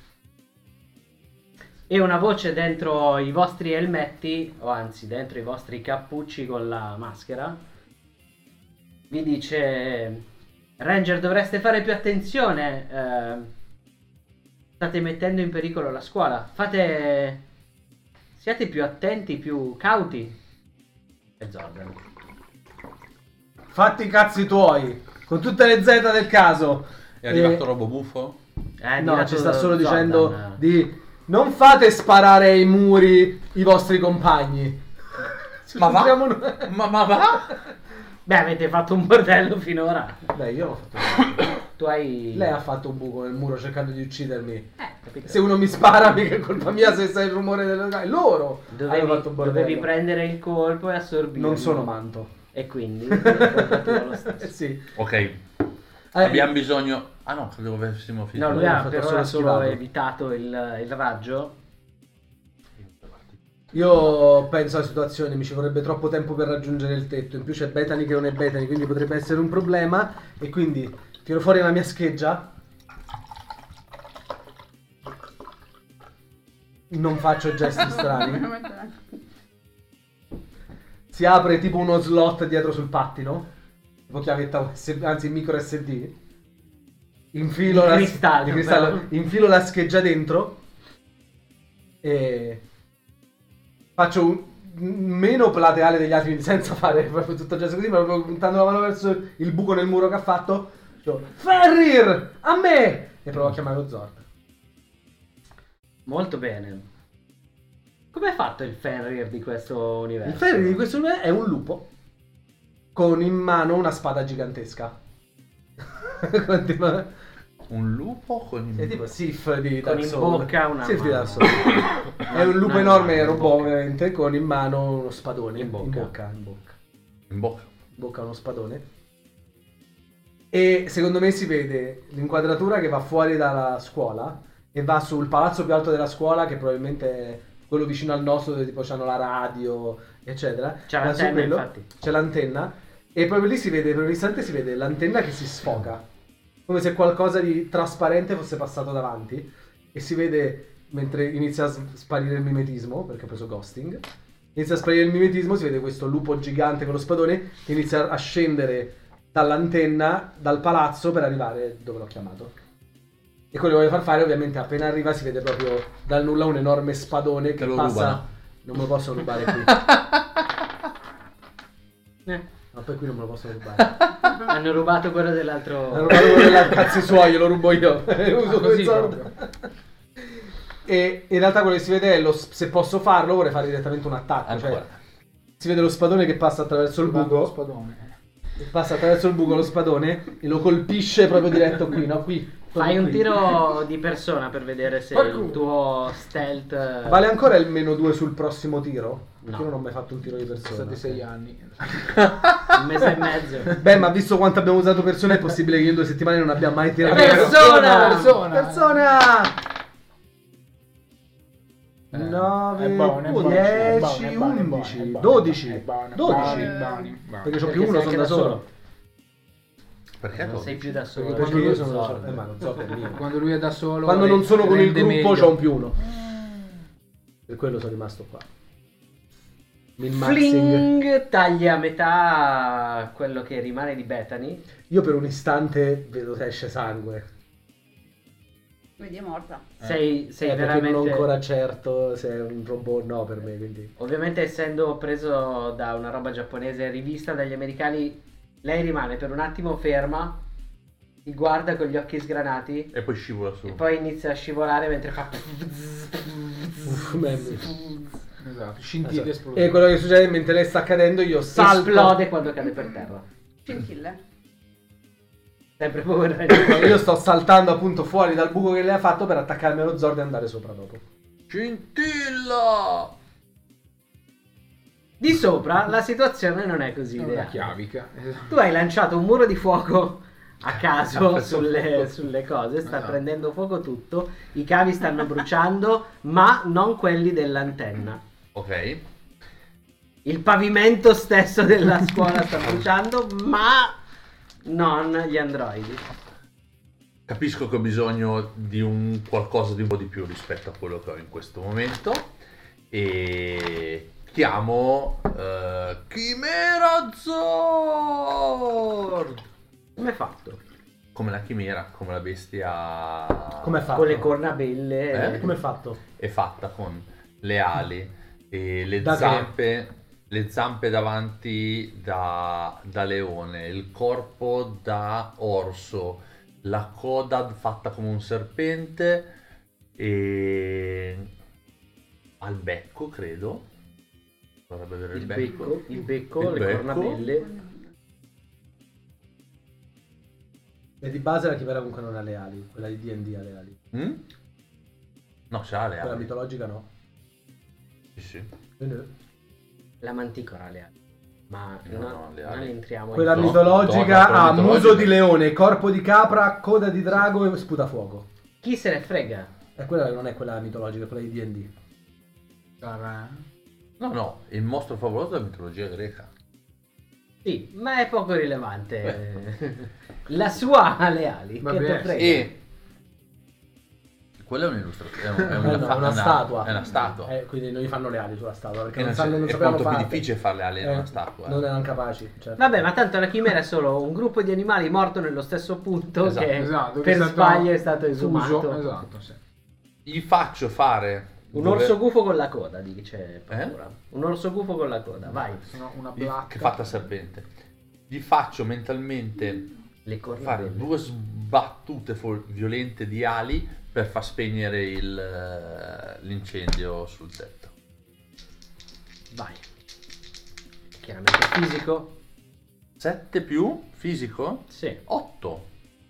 Speaker 1: E una voce dentro i vostri elmetti, o anzi dentro i vostri cappucci con la maschera, vi dice: Ranger, dovreste fare più attenzione. State mettendo in pericolo la scuola. Siate più attenti, più cauti. E Jordan:
Speaker 2: Fatti i cazzi tuoi, con tutte le Z del caso.
Speaker 4: È arrivato Robo Buffo?
Speaker 2: No, ci sta solo
Speaker 1: Jordan.
Speaker 2: dicendo di non fate sparare ai muri i vostri compagni.
Speaker 4: Ma va? Ma va?
Speaker 1: Beh, avete fatto un bordello finora.
Speaker 2: Beh, io l'ho fatto.
Speaker 1: Tu hai...
Speaker 2: Lei ha fatto un buco nel muro cercando di uccidermi.
Speaker 1: capito.
Speaker 2: Se uno mi spara, mica è colpa mia se sai il rumore del... Loro hanno fatto un bordello.
Speaker 1: Dovevi prendere il colpo e assorbirlo.
Speaker 2: Non sono manto.
Speaker 1: E quindi è colpa tua lo stesso.
Speaker 2: Sì.
Speaker 4: Ok. Abbiamo bisogno... Ah no, credevo avessimo finito.
Speaker 1: No, lui ha
Speaker 2: fatto
Speaker 1: per
Speaker 2: solo
Speaker 1: ora solo
Speaker 2: schivato.
Speaker 1: evitato il raggio.
Speaker 2: Io penso alla situazione, mi ci vorrebbe troppo tempo per raggiungere il tetto. In più c'è Bethany che non è Bethany, quindi potrebbe essere un problema. E quindi tiro fuori la mia scheggia. Non faccio gesti strani. Si apre tipo uno slot dietro sul pattino, tipo chiavetta USB, anzi micro SD. Infilo
Speaker 1: Di
Speaker 2: la
Speaker 1: cristallo,
Speaker 2: di cristallo.
Speaker 1: però.
Speaker 2: Infilo la scheggia dentro e faccio un meno plateale degli altri, senza fare proprio tutto il gesto così, ma proprio puntando la mano verso il buco nel muro che ha fatto. Dico, Fenrir, a me! E provo a chiamare lo Zord.
Speaker 1: Molto bene. Come è fatto il Fenrir di questo universo?
Speaker 2: Il Fenrir di questo è un lupo con in mano una spada gigantesca. Continua-
Speaker 4: Un lupo con...
Speaker 2: È tipo Sif di
Speaker 1: Con
Speaker 2: Dark
Speaker 1: in
Speaker 2: Souls.
Speaker 1: bocca una
Speaker 2: Sif di
Speaker 1: mano.
Speaker 2: Dark Souls. È un lupo
Speaker 1: Una
Speaker 2: enorme,
Speaker 1: mano,
Speaker 2: robot
Speaker 1: in bocca.
Speaker 2: ovviamente, con in mano uno spadone.
Speaker 1: In bocca.
Speaker 2: In bocca.
Speaker 4: In bocca.
Speaker 2: In bocca uno spadone. E secondo me si vede l'inquadratura che va fuori dalla scuola e va sul palazzo più alto della scuola, che probabilmente è quello vicino al nostro, dove tipo c'hanno la radio, eccetera.
Speaker 1: C'è
Speaker 2: Va su
Speaker 1: l'antenna,
Speaker 2: quello,
Speaker 1: infatti.
Speaker 2: C'è l'antenna. E proprio lì si vede, proprio all'istante si vede l'antenna che si sfoca. Come se qualcosa di trasparente fosse passato davanti. E si vede, mentre inizia a sparire il mimetismo, perché ho preso ghosting, inizia a sparire il mimetismo, si vede questo lupo gigante con lo spadone che inizia a scendere dall'antenna, dal palazzo, per arrivare dove l'ho chiamato. E quello che voglio far fare, ovviamente, appena arriva si vede proprio dal nulla un enorme spadone che
Speaker 4: Te lo
Speaker 2: passa...
Speaker 4: rubano.
Speaker 2: Non me lo posso rubare qui.
Speaker 1: Eh,
Speaker 2: No, poi qui non me lo posso rubare.
Speaker 1: hanno rubato quello dell'altro.
Speaker 2: Hanno rubato quello della cazzi suoi, lo rubo io. Uso
Speaker 3: così
Speaker 2: quel soldo. E in realtà quello che si vede è se posso farlo, vorrei fare direttamente un attacco.
Speaker 4: Ancora.
Speaker 2: Cioè, si vede lo spadone che passa attraverso il
Speaker 3: Lo
Speaker 2: buco.
Speaker 3: spadone.
Speaker 2: Passa attraverso il buco lo spadone e lo colpisce proprio diretto qui, no? Qui.
Speaker 1: Fai un
Speaker 2: qui.
Speaker 1: tiro di persona per vedere se il tuo stealth.
Speaker 2: Vale ancora il -2 sul prossimo tiro?
Speaker 1: No.
Speaker 2: Io non ho mai fatto un tiro di
Speaker 3: Sono
Speaker 2: persona.
Speaker 3: stati 6 anni.
Speaker 1: Un mese e mezzo.
Speaker 2: Beh, ma visto quanto abbiamo usato persone, è possibile che in 2 settimane non abbia mai tirato.
Speaker 1: Persona!
Speaker 2: Persona!
Speaker 3: È
Speaker 2: 9,
Speaker 3: buono, è buono,
Speaker 2: 10,
Speaker 3: è buono, è buono,
Speaker 2: 11,
Speaker 3: è buono,
Speaker 2: 12.
Speaker 3: è buono,
Speaker 2: 12.
Speaker 3: buoni.
Speaker 2: Perché c'ho
Speaker 1: Perché
Speaker 2: più uno,
Speaker 1: sei
Speaker 2: sono
Speaker 1: anche
Speaker 2: da solo.
Speaker 4: Perché
Speaker 1: Non sei più da solo.
Speaker 2: Perché
Speaker 3: io
Speaker 2: io
Speaker 1: sono
Speaker 2: sono da
Speaker 1: Zord.
Speaker 2: solo. Ma non so per mio.
Speaker 3: Quando lui è da solo.
Speaker 2: Quando non sono con il
Speaker 3: rende
Speaker 2: gruppo
Speaker 3: meglio.
Speaker 2: c'ho un +1. Per quello sono rimasto qua. Min-maxing.
Speaker 1: Fling taglia a metà quello che rimane di Bethany.
Speaker 2: Io per un istante vedo se esce sangue.
Speaker 5: Vedi, è morta.
Speaker 1: Sei
Speaker 2: Perché
Speaker 1: veramente.
Speaker 2: non ho ancora certo se è un robot o no per me, quindi.
Speaker 1: Ovviamente, essendo preso da una roba giapponese rivista dagli americani, lei rimane per un attimo ferma, ti guarda con gli occhi sgranati
Speaker 4: E poi scivola su.
Speaker 1: e poi inizia a scivolare mentre fa.
Speaker 3: Esatto, scintille
Speaker 2: Esatto.
Speaker 3: esplosive.
Speaker 2: E quello che succede mentre lei sta cadendo, io salto.
Speaker 1: Esplode quando cade per terra.
Speaker 5: Scintille.
Speaker 1: Sempre Power Ranger.
Speaker 2: Io sto saltando appunto fuori dal buco che lei ha fatto per attaccarmi allo Zord e andare sopra dopo.
Speaker 4: Scintilla!
Speaker 1: Di sopra la situazione non è così
Speaker 3: È una
Speaker 1: ideale.
Speaker 3: chiavica.
Speaker 1: Tu hai lanciato un muro di fuoco a caso
Speaker 4: Esatto.
Speaker 1: sulle cose, sta
Speaker 3: Esatto.
Speaker 1: prendendo fuoco tutto, i cavi stanno bruciando, ma non quelli dell'antenna.
Speaker 4: Ok.
Speaker 1: Il pavimento stesso della scuola sta bruciando, ma non gli androidi.
Speaker 4: Capisco che ho bisogno di un qualcosa di un po' di più rispetto a quello che ho in questo momento. E chiamo Chimera Zord.
Speaker 1: Come è fatto?
Speaker 4: Come la chimera, come la bestia.
Speaker 2: Come è fatto?
Speaker 1: Con le corna belle.
Speaker 2: Come è fatto?
Speaker 4: È fatta con le ali e le
Speaker 2: Da
Speaker 4: zampe. Le zampe davanti da leone, il corpo da orso, la coda fatta come un serpente e al becco, credo. Dovrebbe avere
Speaker 1: Il becco,
Speaker 4: Il
Speaker 1: le
Speaker 4: becco.
Speaker 1: corna belle.
Speaker 2: E di base la chimera comunque non ha le ali, quella di D&D ha le ali.
Speaker 4: No, c'ha le
Speaker 2: Quella
Speaker 4: ali.
Speaker 2: mitologica no.
Speaker 4: Sì.
Speaker 1: La manticora le ali. Ma
Speaker 4: No, le ali.
Speaker 1: non entriamo
Speaker 2: Quella
Speaker 1: in...
Speaker 4: No,
Speaker 2: mitologica
Speaker 4: quella
Speaker 2: ha
Speaker 4: mitologica.
Speaker 2: muso di leone, corpo di capra, coda di drago e sputafuoco.
Speaker 1: Chi se ne frega?
Speaker 2: E quella non è quella mitologica, è quella di D&D.
Speaker 4: No, il mostro favoloso della mitologia greca.
Speaker 1: Sì, ma è poco rilevante. La sua ha le ali.
Speaker 3: Va
Speaker 1: che
Speaker 3: bene,
Speaker 1: te frega?
Speaker 4: E quella è un'illustrazione, è
Speaker 2: Una statua.
Speaker 4: È una statua.
Speaker 2: Quindi non gli fanno le ali sulla statua, perché
Speaker 4: E
Speaker 2: non
Speaker 4: non
Speaker 2: sanno, non
Speaker 4: è
Speaker 2: sapevano
Speaker 4: molto più
Speaker 2: farle.
Speaker 4: difficile fare le ali in una statua.
Speaker 2: Non erano capaci, certo.
Speaker 1: Vabbè, ma tanto la chimera è solo un gruppo di animali morto nello stesso punto
Speaker 4: Esatto,
Speaker 1: che
Speaker 3: Esatto, che
Speaker 1: per
Speaker 3: è stato
Speaker 1: sbaglio è stato esumato.
Speaker 3: fuso, esatto, sì.
Speaker 4: Gli faccio fare
Speaker 1: Un orso gufo con la coda, dice
Speaker 4: Eh?
Speaker 1: Paura. Un orso gufo con la coda, vai.
Speaker 3: Sono una placca.
Speaker 4: che fatta serpente. Gli faccio mentalmente
Speaker 1: Le corna
Speaker 4: fare
Speaker 1: belle.
Speaker 4: 2 sbattute violente di ali per far spegnere l'incendio sul tetto.
Speaker 1: Vai. Chiaramente fisico.
Speaker 4: 7 più fisico?
Speaker 1: Sì.
Speaker 4: 8.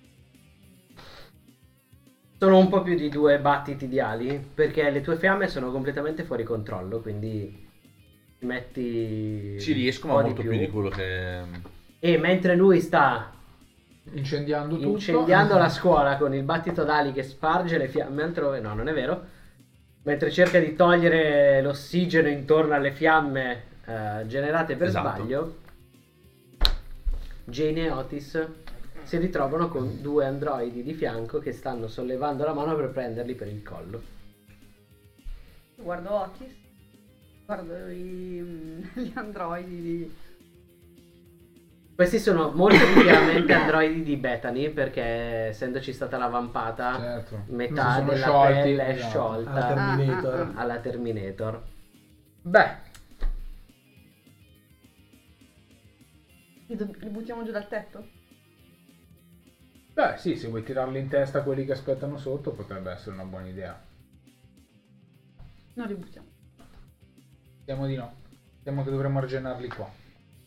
Speaker 1: Sono un po' più di 2 battiti di ali perché le tue fiamme sono completamente fuori controllo, quindi metti
Speaker 4: Ci riesco,
Speaker 1: un
Speaker 4: ma
Speaker 1: po'
Speaker 4: molto più di quello che...
Speaker 1: E mentre lui sta
Speaker 3: Incendiando tutto.
Speaker 1: incendiando la scuola con il battito d'ali che sparge le fiamme altrove, no, non è vero. Mentre cerca di togliere l'ossigeno intorno alle fiamme generate per
Speaker 4: Esatto.
Speaker 1: sbaglio, Jane e Otis si ritrovano con 2 androidi di fianco che stanno sollevando la mano per prenderli per il collo.
Speaker 5: Guardo Otis, guardo gli androidi di...
Speaker 1: Questi sono molto più chiaramente androidi di Bethany perché essendoci stata la vampata,
Speaker 3: Certo.
Speaker 1: metà
Speaker 3: Non si sono
Speaker 1: della
Speaker 3: sciolti,
Speaker 1: pelle è
Speaker 3: esatto.
Speaker 1: sciolta
Speaker 2: Alla Terminator.
Speaker 1: alla Terminator.
Speaker 3: Beh,
Speaker 5: Li buttiamo giù dal tetto?
Speaker 3: beh, sì, se vuoi tirarli in testa a quelli che aspettano sotto potrebbe essere una buona idea.
Speaker 5: Non li buttiamo.
Speaker 3: Diciamo di no. Diciamo che dovremmo arginarli qua.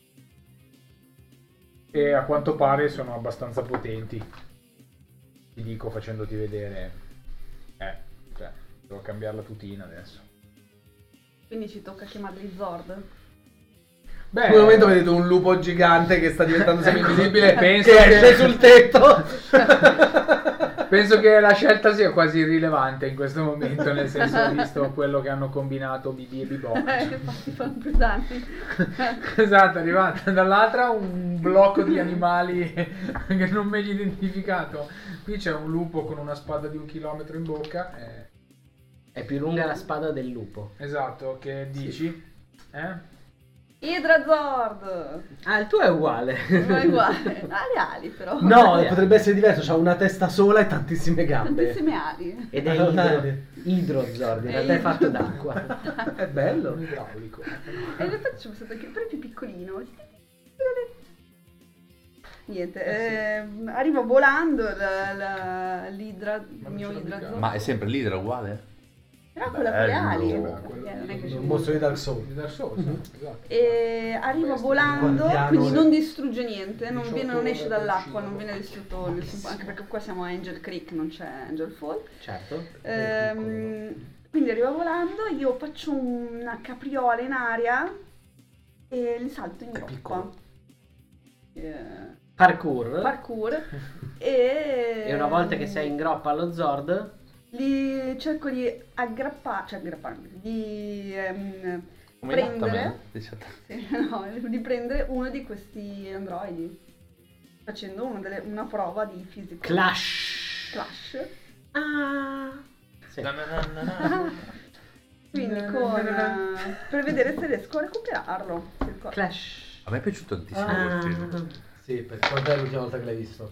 Speaker 3: E a quanto pare sono abbastanza potenti. Ti dico facendoti vedere. Cioè, devo cambiare la tutina adesso.
Speaker 5: Quindi ci tocca chiamarli Zord.
Speaker 3: Beh,
Speaker 2: In quel momento vedete un lupo gigante che sta diventando sempre invisibile,
Speaker 3: penso
Speaker 2: che
Speaker 3: che-
Speaker 2: esce sul tetto.
Speaker 3: penso che la scelta sia quasi irrilevante in questo momento, nel senso visto quello che hanno combinato BB e Bibò.
Speaker 5: Infatti fanno più danni.
Speaker 3: Esatto, è arrivato dall'altra un blocco di animali che non meglio identificato. Qui c'è un lupo con una spada di 1 chilometro in bocca.
Speaker 1: È più lunga la spada del lupo.
Speaker 3: Esatto, che dici?
Speaker 5: Idra Zord!
Speaker 1: Ah, il tuo è uguale.
Speaker 5: Non è uguale. Ha le ali però.
Speaker 2: No, potrebbe essere diverso, c'ha una testa sola e tantissime gambe.
Speaker 5: Tantissime ali.
Speaker 1: Ed è idrozord, in realtà è fatto d'acqua.
Speaker 2: È bello.
Speaker 3: Un idraulico.
Speaker 5: E in realtà ci sono stato anche però è più piccolino. Niente, arriva volando l'idra, il mio idra Zord.
Speaker 4: Ma è sempre l'idra uguale?
Speaker 5: Però quella con le ali.
Speaker 4: Bello.
Speaker 5: perché non è che c'è
Speaker 2: Un mostro di Dark Souls.
Speaker 3: Di Dark Souls, esatto.
Speaker 5: E arriva volando,
Speaker 2: Guardiano
Speaker 5: quindi
Speaker 2: del-
Speaker 5: non distrugge niente, non,
Speaker 3: 18
Speaker 5: non esce
Speaker 3: ore
Speaker 5: dall'acqua,
Speaker 3: per
Speaker 5: non
Speaker 3: uscire.
Speaker 5: viene distrutto nessun, anche perché qua siamo a Angel Creek, non c'è Angel Fall.
Speaker 1: Certo.
Speaker 5: Quindi arriva volando, io faccio una capriola in aria e li salto in groppa.
Speaker 1: Parkour.
Speaker 5: Parkour. E
Speaker 1: una volta che sei in groppa allo Zord,
Speaker 5: li cerco di aggrapparmi, di
Speaker 4: Come
Speaker 5: prendere.
Speaker 4: Diciamo.
Speaker 5: Sì, no, di prendere uno di questi androidi facendo una prova di physical
Speaker 1: clash.
Speaker 5: clash.
Speaker 1: Ah. Sì.
Speaker 5: Quindi per vedere se riesco a recuperarlo.
Speaker 1: Clash.
Speaker 4: A me è piaciuto tantissimo quel film.
Speaker 2: Sì, per quando è l'ultima volta che l'hai visto?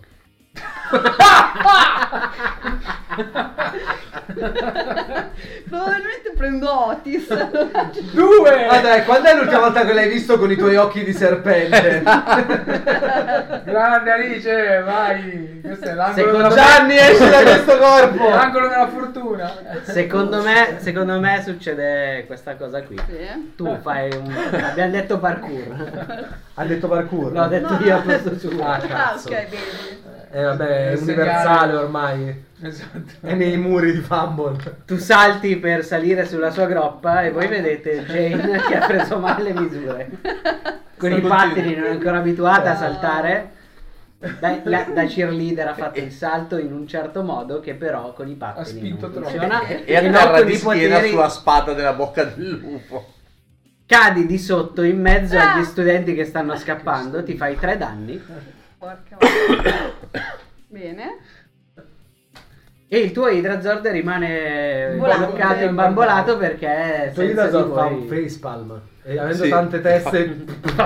Speaker 5: Probabilmente prendo Otis.
Speaker 3: 2!
Speaker 2: Vabbè, quando è l'ultima volta che l'hai visto con i tuoi occhi di serpente?
Speaker 3: Grande Alice, vai! Questo è l'angolo
Speaker 1: Secondo
Speaker 3: della
Speaker 2: Gianni, esci da questo corpo!
Speaker 3: l'angolo della fortuna.
Speaker 1: Secondo me succede questa cosa qui.
Speaker 5: Sì.
Speaker 1: Tu fai abbiamo detto parkour.
Speaker 2: Ha detto parkour?
Speaker 1: L'ho detto io a posto suo.
Speaker 2: Ah,
Speaker 5: Ah,
Speaker 2: cazzo.
Speaker 5: ok, vedi.
Speaker 2: Vabbè, è
Speaker 3: Il
Speaker 2: universale
Speaker 3: segnale.
Speaker 2: ormai.
Speaker 3: Esatto.
Speaker 2: È nei muri di Fumble.
Speaker 1: Tu salti per salire sulla sua groppa e voi vedete Jane che ha preso male le misure. Con i pattini non è ancora abituata a saltare. Da cheerleader ha fatto il salto in un certo modo che però con i pattini
Speaker 3: Ha spinto
Speaker 1: non
Speaker 3: troppo.
Speaker 1: funziona.
Speaker 4: E a
Speaker 1: non
Speaker 4: terra
Speaker 1: con
Speaker 4: di
Speaker 1: i
Speaker 4: schiena
Speaker 1: poteri
Speaker 4: sulla spada della bocca del lupo.
Speaker 1: cadi di sotto in mezzo agli studenti che stanno scappando, ti fai 3 danni
Speaker 5: Porca vacca. Bene.
Speaker 1: e il tuo Hydrazord rimane
Speaker 5: Volante.
Speaker 1: bloccato, imbambolato perché
Speaker 2: Tu gli
Speaker 1: senza
Speaker 2: da
Speaker 1: di
Speaker 2: fa un
Speaker 1: voi
Speaker 2: facepalm. E avendo
Speaker 4: Sì.
Speaker 2: tante teste.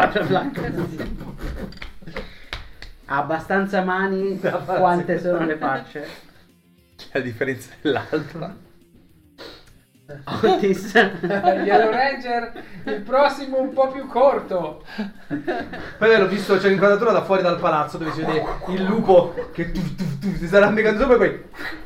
Speaker 1: ha abbastanza mani quante sono le facce.
Speaker 4: A differenza dell'altra.
Speaker 1: Otis
Speaker 3: Yellow Ranger, il prossimo un po' più corto.
Speaker 2: Poi l'ho visto, c'è l'inquadratura da fuori dal palazzo dove si vede il lupo che si sta arrampicando sopra e poi.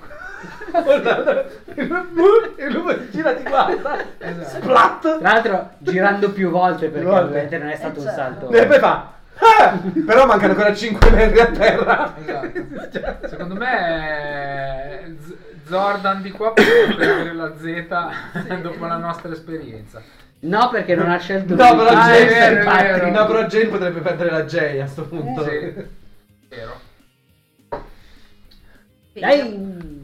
Speaker 2: Il lupo si gira di guarda.
Speaker 3: Esatto.
Speaker 2: Splat!
Speaker 1: tra l'altro girando più volte perché
Speaker 2: Più volte.
Speaker 1: ovviamente non è stato un salto
Speaker 2: E poi fa. "Ah!" Però mancano ancora 5 metri a terra.
Speaker 3: Esatto. Secondo me Zordan di qua potrebbe prendere la Z dopo la nostra esperienza.
Speaker 1: no perché non ha scelto
Speaker 2: No,
Speaker 1: lui.
Speaker 2: però
Speaker 3: Ah,
Speaker 2: Jane,
Speaker 3: è vero.
Speaker 2: no, però Jane potrebbe perdere la J a sto punto.
Speaker 3: Sì. Vero.
Speaker 1: Dai!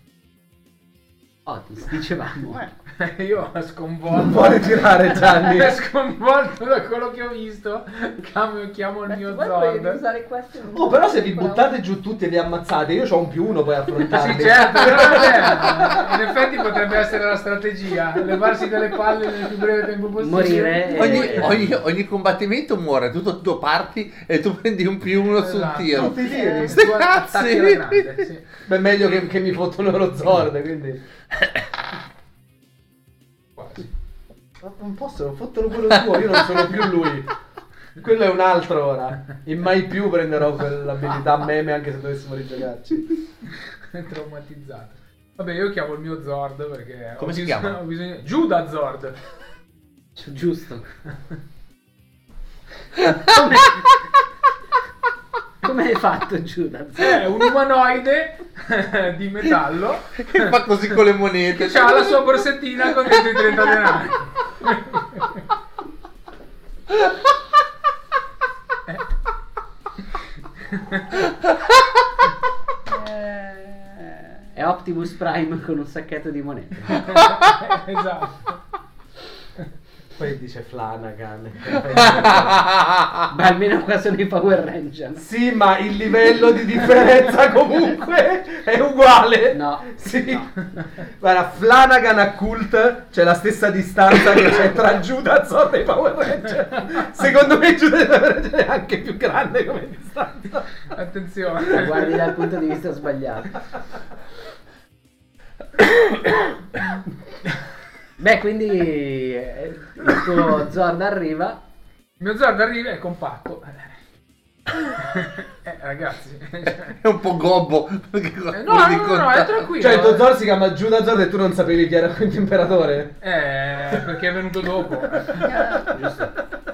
Speaker 1: Otis, dicevamo.
Speaker 3: Io
Speaker 2: Non
Speaker 3: sconvolto.
Speaker 2: puoi tirare Gianni.
Speaker 3: Sconvolto da quello che ho visto, chiamo il mio
Speaker 5: Poi puoi
Speaker 3: Zord.
Speaker 5: usare questo.
Speaker 2: Oh, però se vi buttate giù tutti e li ammazzate, io ho un +1 poi
Speaker 3: Sì,
Speaker 2: affrontarli.
Speaker 3: certo, però vabbè, in effetti potrebbe essere la strategia, levarsi dalle palle nel più breve tempo possibile.
Speaker 1: Morire
Speaker 4: Ogni combattimento muore, tu parti e tu prendi un +1 sul
Speaker 3: Esatto.
Speaker 4: tiro.
Speaker 2: Tutti i tiri.
Speaker 4: Sti
Speaker 3: Tu attacchi alla grande, sì.
Speaker 2: Beh, meglio che mi fottono lo Zord, quindi.
Speaker 3: Quasi.
Speaker 2: Ma non posso, fottono quello tuo, io non sono più lui. Quello è un altro ora. E mai più prenderò quell'abilità meme anche se dovessimo rigiocarci.
Speaker 3: È traumatizzato. Vabbè, io chiamo il mio Zord perché
Speaker 4: Come
Speaker 3: ho
Speaker 4: si
Speaker 3: bisogno-
Speaker 4: chiama?
Speaker 3: ho bisogno... Giuda Zord.
Speaker 1: Giusto. Come hai fatto Giuda?
Speaker 3: È un umanoide di metallo
Speaker 4: Che fa così con le monete.
Speaker 3: che ha la sua borsettina con dentro i 30 denari.
Speaker 1: È Optimus Prime con un sacchetto di monete.
Speaker 3: Esatto.
Speaker 2: Poi dice Flanagan.
Speaker 1: Ma almeno qua sono i Power Ranger.
Speaker 2: Sì, ma il livello di differenza comunque è uguale.
Speaker 1: No.
Speaker 2: Sì.
Speaker 1: No.
Speaker 2: Guarda, Flanagan a Cult c'è la stessa distanza che c'è tra Giuda Zord e i Power Ranger. Secondo me Giuda e i Power Ranger è anche più grande come distanza.
Speaker 1: Lo
Speaker 3: Attenzione.
Speaker 1: guardi dal punto di vista sbagliato. Beh, quindi il tuo Zord arriva.
Speaker 3: Il mio Zord arriva e è compatto. Ragazzi.
Speaker 4: È un po' gobbo.
Speaker 3: No, è tranquillo.
Speaker 2: Cioè il tuo Zord si chiama Giuda Zord e tu non sapevi chi era quinto imperatore?
Speaker 3: Perché è venuto dopo.
Speaker 1: Giusto.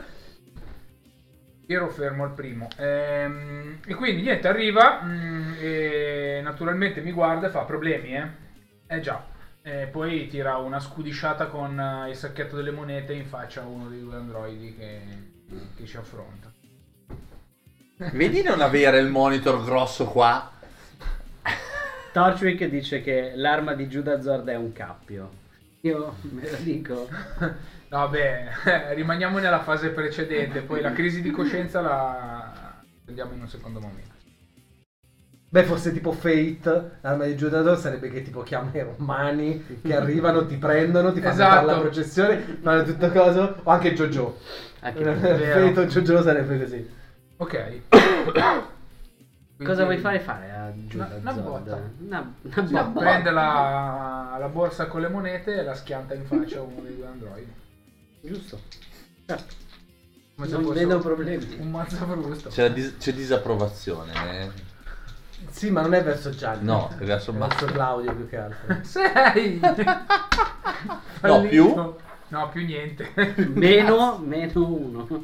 Speaker 3: Ero fermo al primo. E quindi niente, arriva e naturalmente mi guarda e fa problemi, eh? Già. E poi tira una scudisciata con il sacchetto delle monete in faccia a uno dei due androidi che ci affronta.
Speaker 4: Vedi non avere il monitor grosso qua?
Speaker 1: Torchwick dice che l'arma di Giuda Zord è un cappio. Io me lo dico.
Speaker 3: Vabbè, rimaniamo nella fase precedente, poi la crisi di coscienza la prendiamo in un secondo momento.
Speaker 2: Beh, forse tipo Fate, l'arma di Giudatore sarebbe che tipo chiama i romani che arrivano, ti prendono, ti fanno fare la processione, fanno tutto coso, o anche JoJo. Fate o JoJo sarebbe così.
Speaker 3: Ok.
Speaker 1: Cosa vuoi fare a Giuda?
Speaker 3: Una botta.
Speaker 1: Una
Speaker 3: botta.
Speaker 1: botta.
Speaker 3: Prende la borsa con le monete e la schianta in faccia a uno dei due androidi.
Speaker 1: Giusto. Certo.
Speaker 3: Come se
Speaker 1: Non
Speaker 3: fosse
Speaker 1: vedo problemi.
Speaker 3: Un mazzafrusto.
Speaker 4: C'è disapprovazione.
Speaker 2: Sì, ma non è verso Gianni.
Speaker 4: No, è verso
Speaker 2: Claudio più che altro.
Speaker 3: Sei!
Speaker 4: No, più?
Speaker 3: No, più niente.
Speaker 1: meno 1.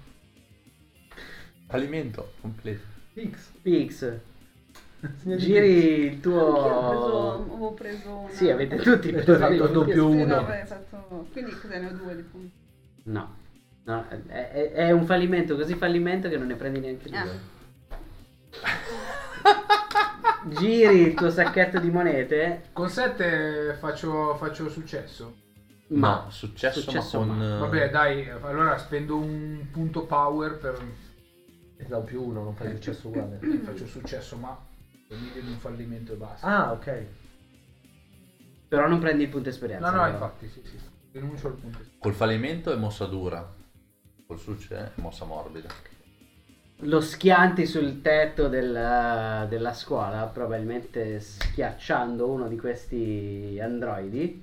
Speaker 4: Fallimento completo.
Speaker 1: Pix. Giri il tuo...
Speaker 5: Avevo preso una...
Speaker 1: Sì, avete tutti
Speaker 2: E tu hai fatto
Speaker 1: preso
Speaker 2: doppio
Speaker 5: Sì,
Speaker 2: 1.
Speaker 5: no, quindi cos'è, ne ho 2 di punti.
Speaker 1: No. No, è un fallimento, così fallimento che non ne prendi neanche 2. Giri il tuo sacchetto di monete.
Speaker 3: Con 7 faccio successo.
Speaker 1: Ma
Speaker 4: successo ma con...
Speaker 3: Vabbè, dai, allora spendo un punto power per...
Speaker 2: E da un più 1, non fai successo uguale.
Speaker 3: Faccio successo, ma mi vedo un fallimento e basta.
Speaker 2: Ah, ok.
Speaker 1: Però non prendi il punto esperienza.
Speaker 3: No,
Speaker 1: però.
Speaker 3: infatti, sì. Denuncio il punto.
Speaker 4: Col fallimento è mossa dura. Col successo è mossa morbida.
Speaker 1: Lo schianti sul tetto della scuola, probabilmente schiacciando uno di questi androidi.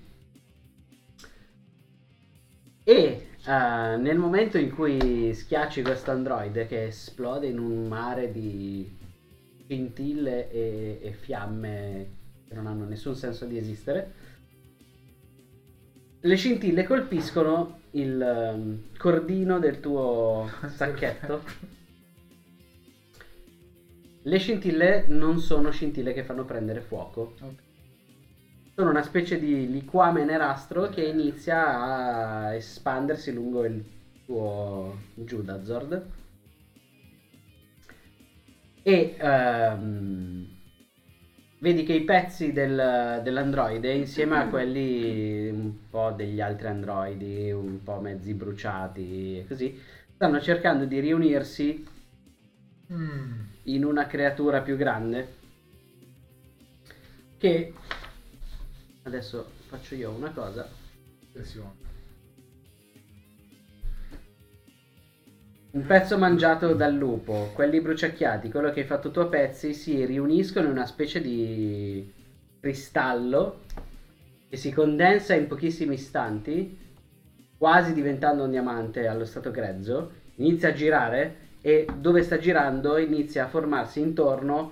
Speaker 1: E nel momento in cui schiacci questo androide che esplode in un mare di scintille e fiamme che non hanno nessun senso di esistere, le scintille colpiscono il cordino del tuo sacchetto. Le scintille non sono scintille che fanno prendere fuoco.
Speaker 3: Okay.
Speaker 1: Sono una specie di liquame nerastro che inizia a espandersi lungo il tuo Judazord. E vedi che i pezzi dell'androide, insieme a quelli un po' degli altri androidi, un po' mezzi bruciati e così, stanno cercando di riunirsi in una creatura più grande che adesso faccio io una cosa.
Speaker 3: Attenzione.
Speaker 1: Un pezzo mangiato dal lupo, quelli bruciacchiati, quello che hai fatto tu a pezzi, si riuniscono in una specie di cristallo che si condensa in pochissimi istanti, quasi diventando un diamante allo stato grezzo, inizia a girare e dove sta girando inizia a formarsi intorno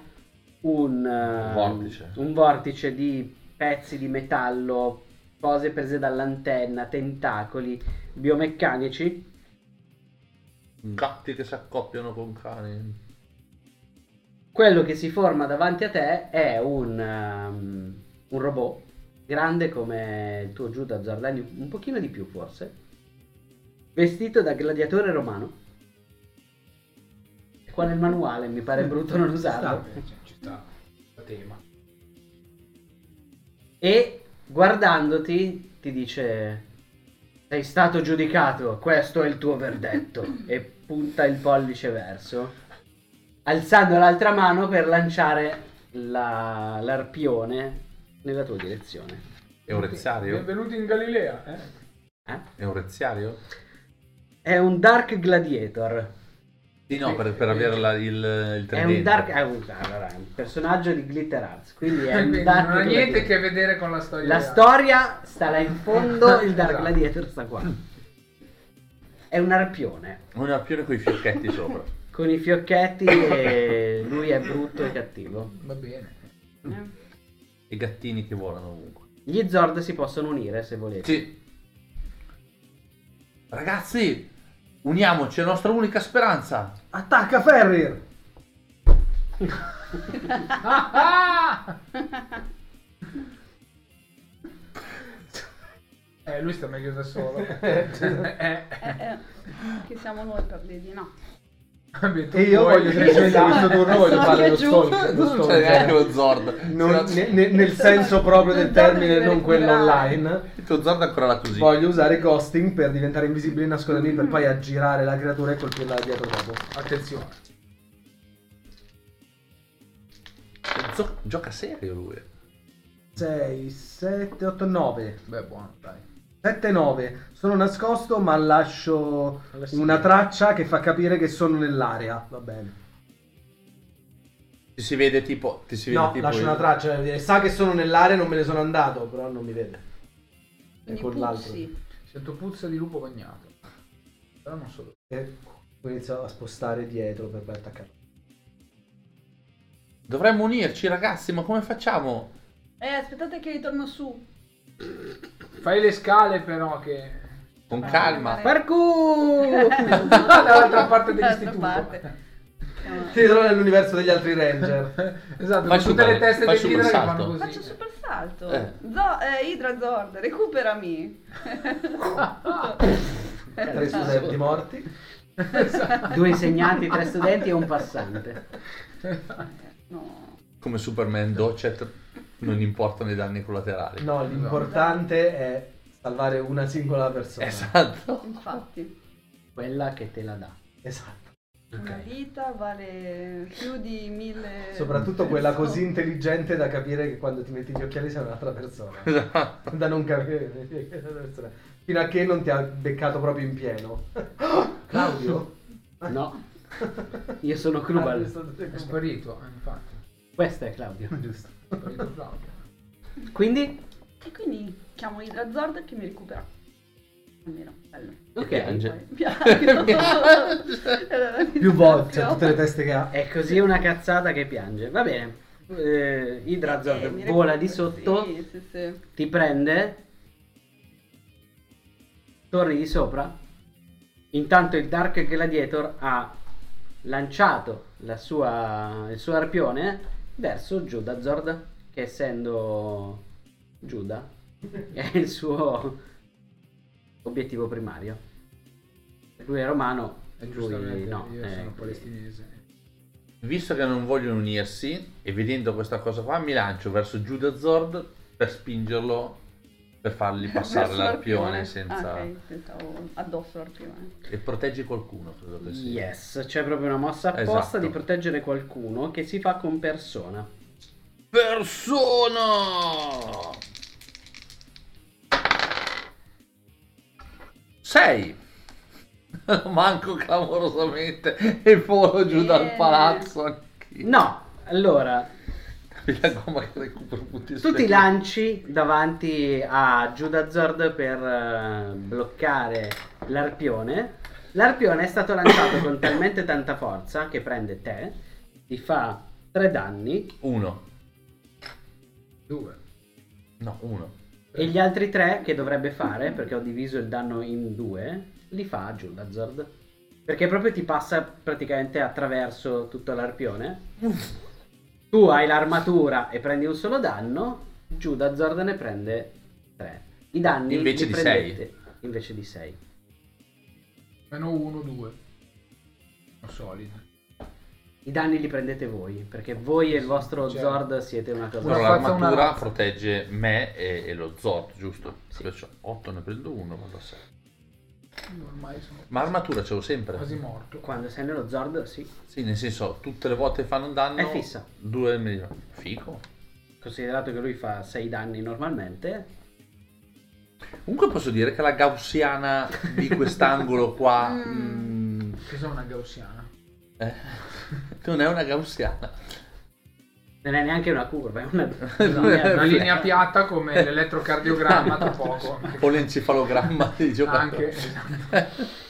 Speaker 1: un vortice di pezzi di metallo, cose prese dall'antenna, tentacoli biomeccanici.
Speaker 4: Gatti che si accoppiano con cani.
Speaker 1: Quello che si forma davanti a te è un robot grande come il tuo Judazord, un pochino di più forse, vestito da gladiatore romano. Qua nel manuale mi pare brutto non usarlo.
Speaker 3: Ci sta il tema.
Speaker 1: E guardandoti ti dice: sei stato giudicato, questo è il tuo verdetto. E punta il pollice verso, alzando l'altra mano per lanciare l'arpione nella tua direzione.
Speaker 4: È un reziario?
Speaker 3: Benvenuti in Galilea,
Speaker 4: È un reziario?
Speaker 1: È un Dark Gladiator.
Speaker 4: Sì, no, per avere il tridente.
Speaker 1: È un Dark... allora, è un personaggio di Glitter Arts, quindi è un Dark
Speaker 3: non ha niente
Speaker 1: Gladiator.
Speaker 3: che vedere con la storia.
Speaker 1: La storia sta là in fondo, il Dark Gladiator sta qua. È un arpione.
Speaker 4: Un arpione con i fiocchetti sopra.
Speaker 1: Con i fiocchetti e lui è brutto e cattivo.
Speaker 3: Va bene.
Speaker 4: I gattini che volano ovunque.
Speaker 1: Gli Zord si possono unire se volete.
Speaker 4: Sì. Ragazzi, uniamoci, è la nostra unica speranza.
Speaker 2: Attacca Ferrir!
Speaker 3: Lui sta meglio da solo.
Speaker 5: Che siamo noi per dirgli no.
Speaker 3: Vabbè, tu
Speaker 2: E io
Speaker 3: puoi-
Speaker 2: voglio semplicemente questo turno voglio fare lo
Speaker 5: giù.
Speaker 2: stalk.
Speaker 4: Non c'è neanche lo Zord.
Speaker 2: Nel senso proprio del termine, non quello online.
Speaker 4: Il tuo Zord è ancora là così.
Speaker 2: Voglio usare ghosting per diventare invisibile e nascondermi per poi aggirare la creatura e colpirla dietro dopo.
Speaker 3: Attenzione.
Speaker 4: gioca serio lui.
Speaker 2: 6, 7, 8, 9.
Speaker 3: Beh, buono, dai.
Speaker 2: 7 e 9. Sono nascosto, ma lascio
Speaker 3: Lasci
Speaker 2: una
Speaker 3: dire.
Speaker 2: traccia che fa capire che sono nell'area. Va bene.
Speaker 4: Ti si vede tipo...
Speaker 2: No, lascio una traccia. Sa che sono nell'area, non me ne sono andato, però non mi vede. È
Speaker 5: Quindi
Speaker 2: con l'altro.
Speaker 5: puzzi.
Speaker 3: Sento puzza di lupo bagnato. Però non so dove.
Speaker 2: E poi inizio a spostare dietro per poi attaccare.
Speaker 4: Dovremmo unirci, ragazzi, ma come facciamo?
Speaker 5: Aspettate che ritorno su.
Speaker 3: Fai le scale però che...
Speaker 4: Con calma.
Speaker 1: Parkour!
Speaker 3: Dall'altra parte
Speaker 5: Dall'altra
Speaker 3: dell'istituto.
Speaker 5: parte.
Speaker 2: Ti ritrovo nell'universo degli altri ranger.
Speaker 3: Esatto,
Speaker 4: Fai
Speaker 3: con tutte le
Speaker 4: super-
Speaker 3: teste
Speaker 4: fai
Speaker 3: dell'idra che
Speaker 4: super
Speaker 3: fanno
Speaker 4: salto.
Speaker 3: così.
Speaker 5: Faccio super salto.
Speaker 4: Eh.
Speaker 5: Idra Zord, recuperami.
Speaker 2: 3 studenti morti.
Speaker 1: 2 insegnanti, 3 studenti e un passante.
Speaker 5: No.
Speaker 4: Come Superman, Docet, non importano i danni collaterali.
Speaker 2: No, l'importante è salvare una singola persona.
Speaker 4: Esatto.
Speaker 5: Infatti,
Speaker 1: Quella che te la dà.
Speaker 2: Esatto.
Speaker 5: una vita vale più di 1000.
Speaker 2: Soprattutto quella così intelligente da capire che quando ti metti gli occhiali sei un'altra persona. Da non capire. Fino a che non ti ha beccato proprio in pieno. Claudio?
Speaker 1: No, io sono
Speaker 2: Ah,
Speaker 1: Krubal.
Speaker 3: È sparito, infatti.
Speaker 1: Questo è Claudio.
Speaker 2: Giusto.
Speaker 3: È sparito Claudio.
Speaker 1: Quindi?
Speaker 5: E quindi chiamo Idra Zord che mi recupera. Almeno, bello.
Speaker 1: Ok.
Speaker 4: Piange.
Speaker 2: Più volte, cioè, tutte le teste che ha.
Speaker 1: È così una cazzata che piange. Va bene. Idrazord
Speaker 5: Mi
Speaker 1: vola di
Speaker 5: recupera,
Speaker 1: sotto,
Speaker 5: sì.
Speaker 1: ti prende, torni di sopra. Intanto il Dark Gladiator ha lanciato il suo arpione verso Giudazord, che essendo Giuda è il suo obiettivo primario. Lui è romano,
Speaker 3: E
Speaker 1: lui
Speaker 3: giustamente
Speaker 1: no.
Speaker 3: io sono palestinese.
Speaker 4: Visto che non vogliono unirsi, e vedendo questa cosa qua, mi lancio verso Giudazord per spingerlo, per fargli passare
Speaker 5: Verso
Speaker 4: l'arpione senza...
Speaker 5: Ah, ok, pensavo addosso l'arpione.
Speaker 4: E proteggi qualcuno, credo che sia.
Speaker 1: Yes, c'è proprio una mossa apposta
Speaker 4: Esatto.
Speaker 1: di proteggere qualcuno che si fa con persona.
Speaker 4: Persona! 6! Manco clamorosamente e volo giù dal palazzo anch'io.
Speaker 1: No, allora,
Speaker 4: La gomma che recupero punti
Speaker 1: tu ti
Speaker 4: esperienza.
Speaker 1: lanci davanti a Giudazord per bloccare l'arpione. L'arpione è stato lanciato con talmente tanta forza che prende te, ti fa 3 danni
Speaker 4: 1.
Speaker 3: 2.
Speaker 4: No, 1.
Speaker 1: e gli altri 3 che dovrebbe fare, perché ho diviso il danno in 2, li fa a Giudazord. Perché proprio ti passa praticamente attraverso tutto l'arpione. Tu hai l'armatura e prendi un solo danno, Giudazord ne prende 3. I danni
Speaker 4: Invece
Speaker 1: li
Speaker 4: di
Speaker 1: prendete invece di 6.
Speaker 3: Meno 1, 2. Sono solidi.
Speaker 1: I danni li prendete voi, perché voi e il vostro
Speaker 3: Cioè,
Speaker 1: Zord siete una cosa.
Speaker 4: Però
Speaker 3: Una fazza, una
Speaker 4: l'armatura
Speaker 3: razza.
Speaker 4: protegge me e lo Zord, giusto?
Speaker 1: Sì.
Speaker 4: Perciò 8 ne prendo 1, vado a 6.
Speaker 3: Io ormai sono
Speaker 4: Ma armatura ce l'ho sempre.
Speaker 3: quasi morto.
Speaker 1: Quando sei nello Zord, sì.
Speaker 4: Sì, nel senso, tutte le volte che fanno un danno...
Speaker 1: È fissa.
Speaker 4: 2 mi dicono, figo.
Speaker 1: Considerato che lui fa 6 danni normalmente.
Speaker 4: Comunque posso dire che la gaussiana di quest'angolo qua...
Speaker 3: Che sono una gaussiana.
Speaker 4: non è una gaussiana.
Speaker 1: Non è neanche una curva, è una,
Speaker 3: Una linea piatta come l'elettrocardiogramma tra poco.
Speaker 4: O l'encefalogramma di giocatore.
Speaker 3: Anche.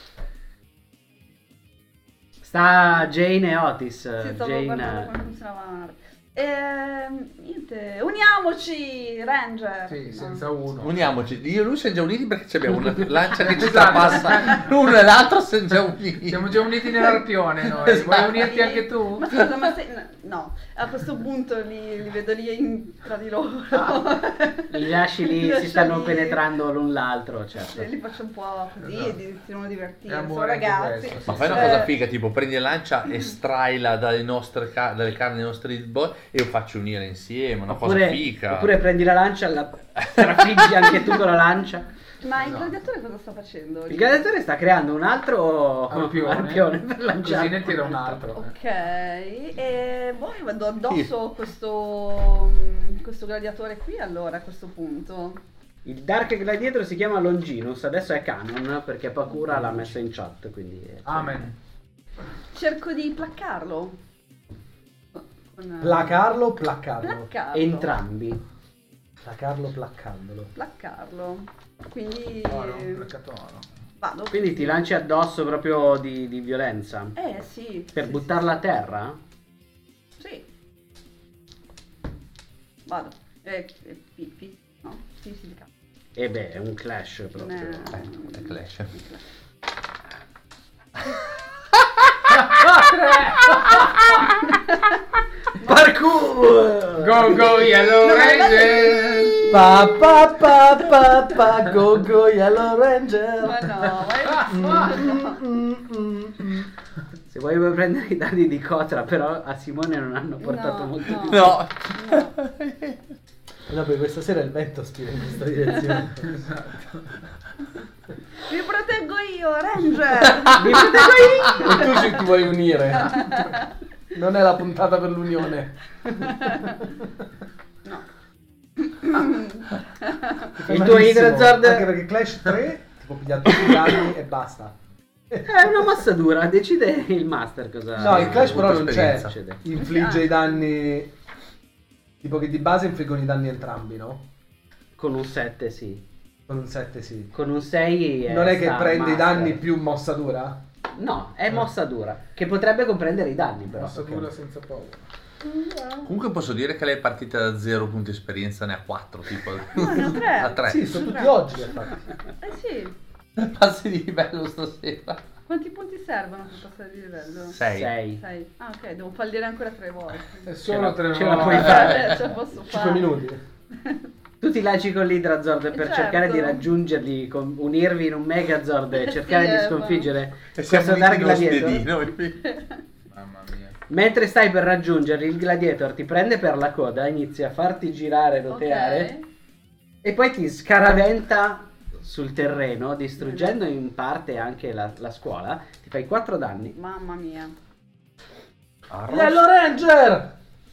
Speaker 1: Sta Jane e Otis.
Speaker 5: Sì, stavo guardando
Speaker 1: Jane.
Speaker 5: come funzionava la nave. Niente, uniamoci, Ranger.
Speaker 3: Sì, senza uno.
Speaker 4: Uniamoci, io e lui siamo già uniti perché abbiamo una lancia che ci
Speaker 3: Esatto.
Speaker 4: trapassa l'uno e l'altro siamo già uniti.
Speaker 3: Siamo già uniti nell'arpione noi.
Speaker 4: Esatto.
Speaker 3: Vuoi unirti anche tu?
Speaker 5: Ma scusa, ma sei... No, a questo punto li vedo lì tra di loro.
Speaker 1: Li lasci lì,
Speaker 5: Li
Speaker 1: si
Speaker 5: lascio
Speaker 1: stanno
Speaker 5: lì.
Speaker 1: penetrando l'un l'altro, certo.
Speaker 5: Li faccio un po' così
Speaker 3: Esatto.
Speaker 5: e iniziano a divertirsi.
Speaker 3: È
Speaker 5: Sono
Speaker 3: amore anche
Speaker 5: ragazzi.
Speaker 3: questo,
Speaker 4: Ma fai una
Speaker 5: Eh,
Speaker 4: cosa figa, tipo prendi la lancia, estraila dalle carni dei nostri boy e lo faccio unire insieme, una cosa figa.
Speaker 1: Oppure prendi la lancia, la trafiggi anche tu con la lancia.
Speaker 5: Ma il gladiatore cosa sta facendo?
Speaker 1: Il gladiatore sta creando un altro
Speaker 3: Arpione.
Speaker 1: arpione per
Speaker 3: Così
Speaker 1: lanciare.
Speaker 3: ne tira un altro.
Speaker 5: Ok, e Boh, io vado addosso questo gladiatore qui allora a questo punto.
Speaker 1: Il Dark Gladiator si chiama Longinus, adesso è canon perché Pakura l'ha messo in chat, quindi...
Speaker 3: Amen.
Speaker 5: Cerco di placcarlo.
Speaker 2: Placcarlo.
Speaker 1: Entrambi.
Speaker 2: Placcandolo.
Speaker 5: Placcarlo. Quindi
Speaker 3: Placcatoro.
Speaker 5: vado.
Speaker 1: Quindi ti lanci addosso proprio di violenza?
Speaker 5: Sì.
Speaker 1: Per
Speaker 5: sì,
Speaker 1: buttarla a terra?
Speaker 5: Sì. Vado. Pippi. No, sì, di capo.
Speaker 1: E beh, è un clash proprio.
Speaker 4: È Clash.
Speaker 1: Parkour!
Speaker 3: Go Yellow Ranger!
Speaker 2: Go Yellow Ranger.
Speaker 5: Ma no,
Speaker 1: Se vuoi puoi prendere i dadi di Cotra, però a Simone non hanno portato
Speaker 5: No,
Speaker 1: molto
Speaker 5: no.
Speaker 1: più.
Speaker 4: No.
Speaker 2: No, perché questa sera il vento spira in questa direzione.
Speaker 3: Esatto.
Speaker 5: vi proteggo io, Ranger!
Speaker 1: Mi proteggo io!
Speaker 2: E tu ci ti vuoi unire. Non è la puntata per l'unione.
Speaker 5: No.
Speaker 1: Il tuo Hydrazord
Speaker 2: Anche perché Clash 3 ti può pigliare tutti i danni e basta.
Speaker 1: è una massatura, decide il master cosa...
Speaker 2: No, il Clash però non c'è.
Speaker 1: succede.
Speaker 2: Infligge i danni. Tipo che di base infliggono i danni entrambi, no?
Speaker 1: Con un 7 sì.
Speaker 2: Con un 7 sì.
Speaker 1: Con un 6
Speaker 2: Non è che
Speaker 1: sta
Speaker 2: prende i
Speaker 1: master.
Speaker 2: danni più mossa dura?
Speaker 1: No, è mossa dura. Che potrebbe comprendere i danni però.
Speaker 3: Ossatura senza paura.
Speaker 4: Comunque posso dire che lei è partita da 0 punti esperienza, ne ha 4 tipo.
Speaker 5: No, ne ho 3.
Speaker 4: A 3.
Speaker 2: Sì, sono tutti oggi infatti.
Speaker 5: Sì.
Speaker 4: Passi di livello stasera.
Speaker 5: Quanti punti servono per passare di livello?
Speaker 4: 6.
Speaker 1: 6.
Speaker 5: 6. Ah, ok, devo fallire ancora 3 volte.
Speaker 3: È solo
Speaker 1: Ce la-
Speaker 3: 3
Speaker 1: ce la puoi fare.
Speaker 5: Ce la posso
Speaker 2: 5
Speaker 5: fare.
Speaker 2: minuti.
Speaker 1: Tu ti lanci con l'Hydrazord per
Speaker 5: Certo.
Speaker 1: cercare di raggiungerli, unirvi in un Megazord e cercare
Speaker 5: Sì,
Speaker 1: di sconfiggere
Speaker 4: E siamo
Speaker 1: questo Dark
Speaker 4: uniti nello
Speaker 1: Gladiator.
Speaker 4: spiedino.
Speaker 3: Mamma mia.
Speaker 1: Mentre stai per raggiungerli, il Gladiator ti prende per la coda, inizia a farti girare, roteare
Speaker 5: Ok.
Speaker 1: e poi ti scaraventa sul terreno, distruggendo in parte anche la scuola. Ti fai 4 danni.
Speaker 5: Mamma mia.
Speaker 2: Yellow Ranger!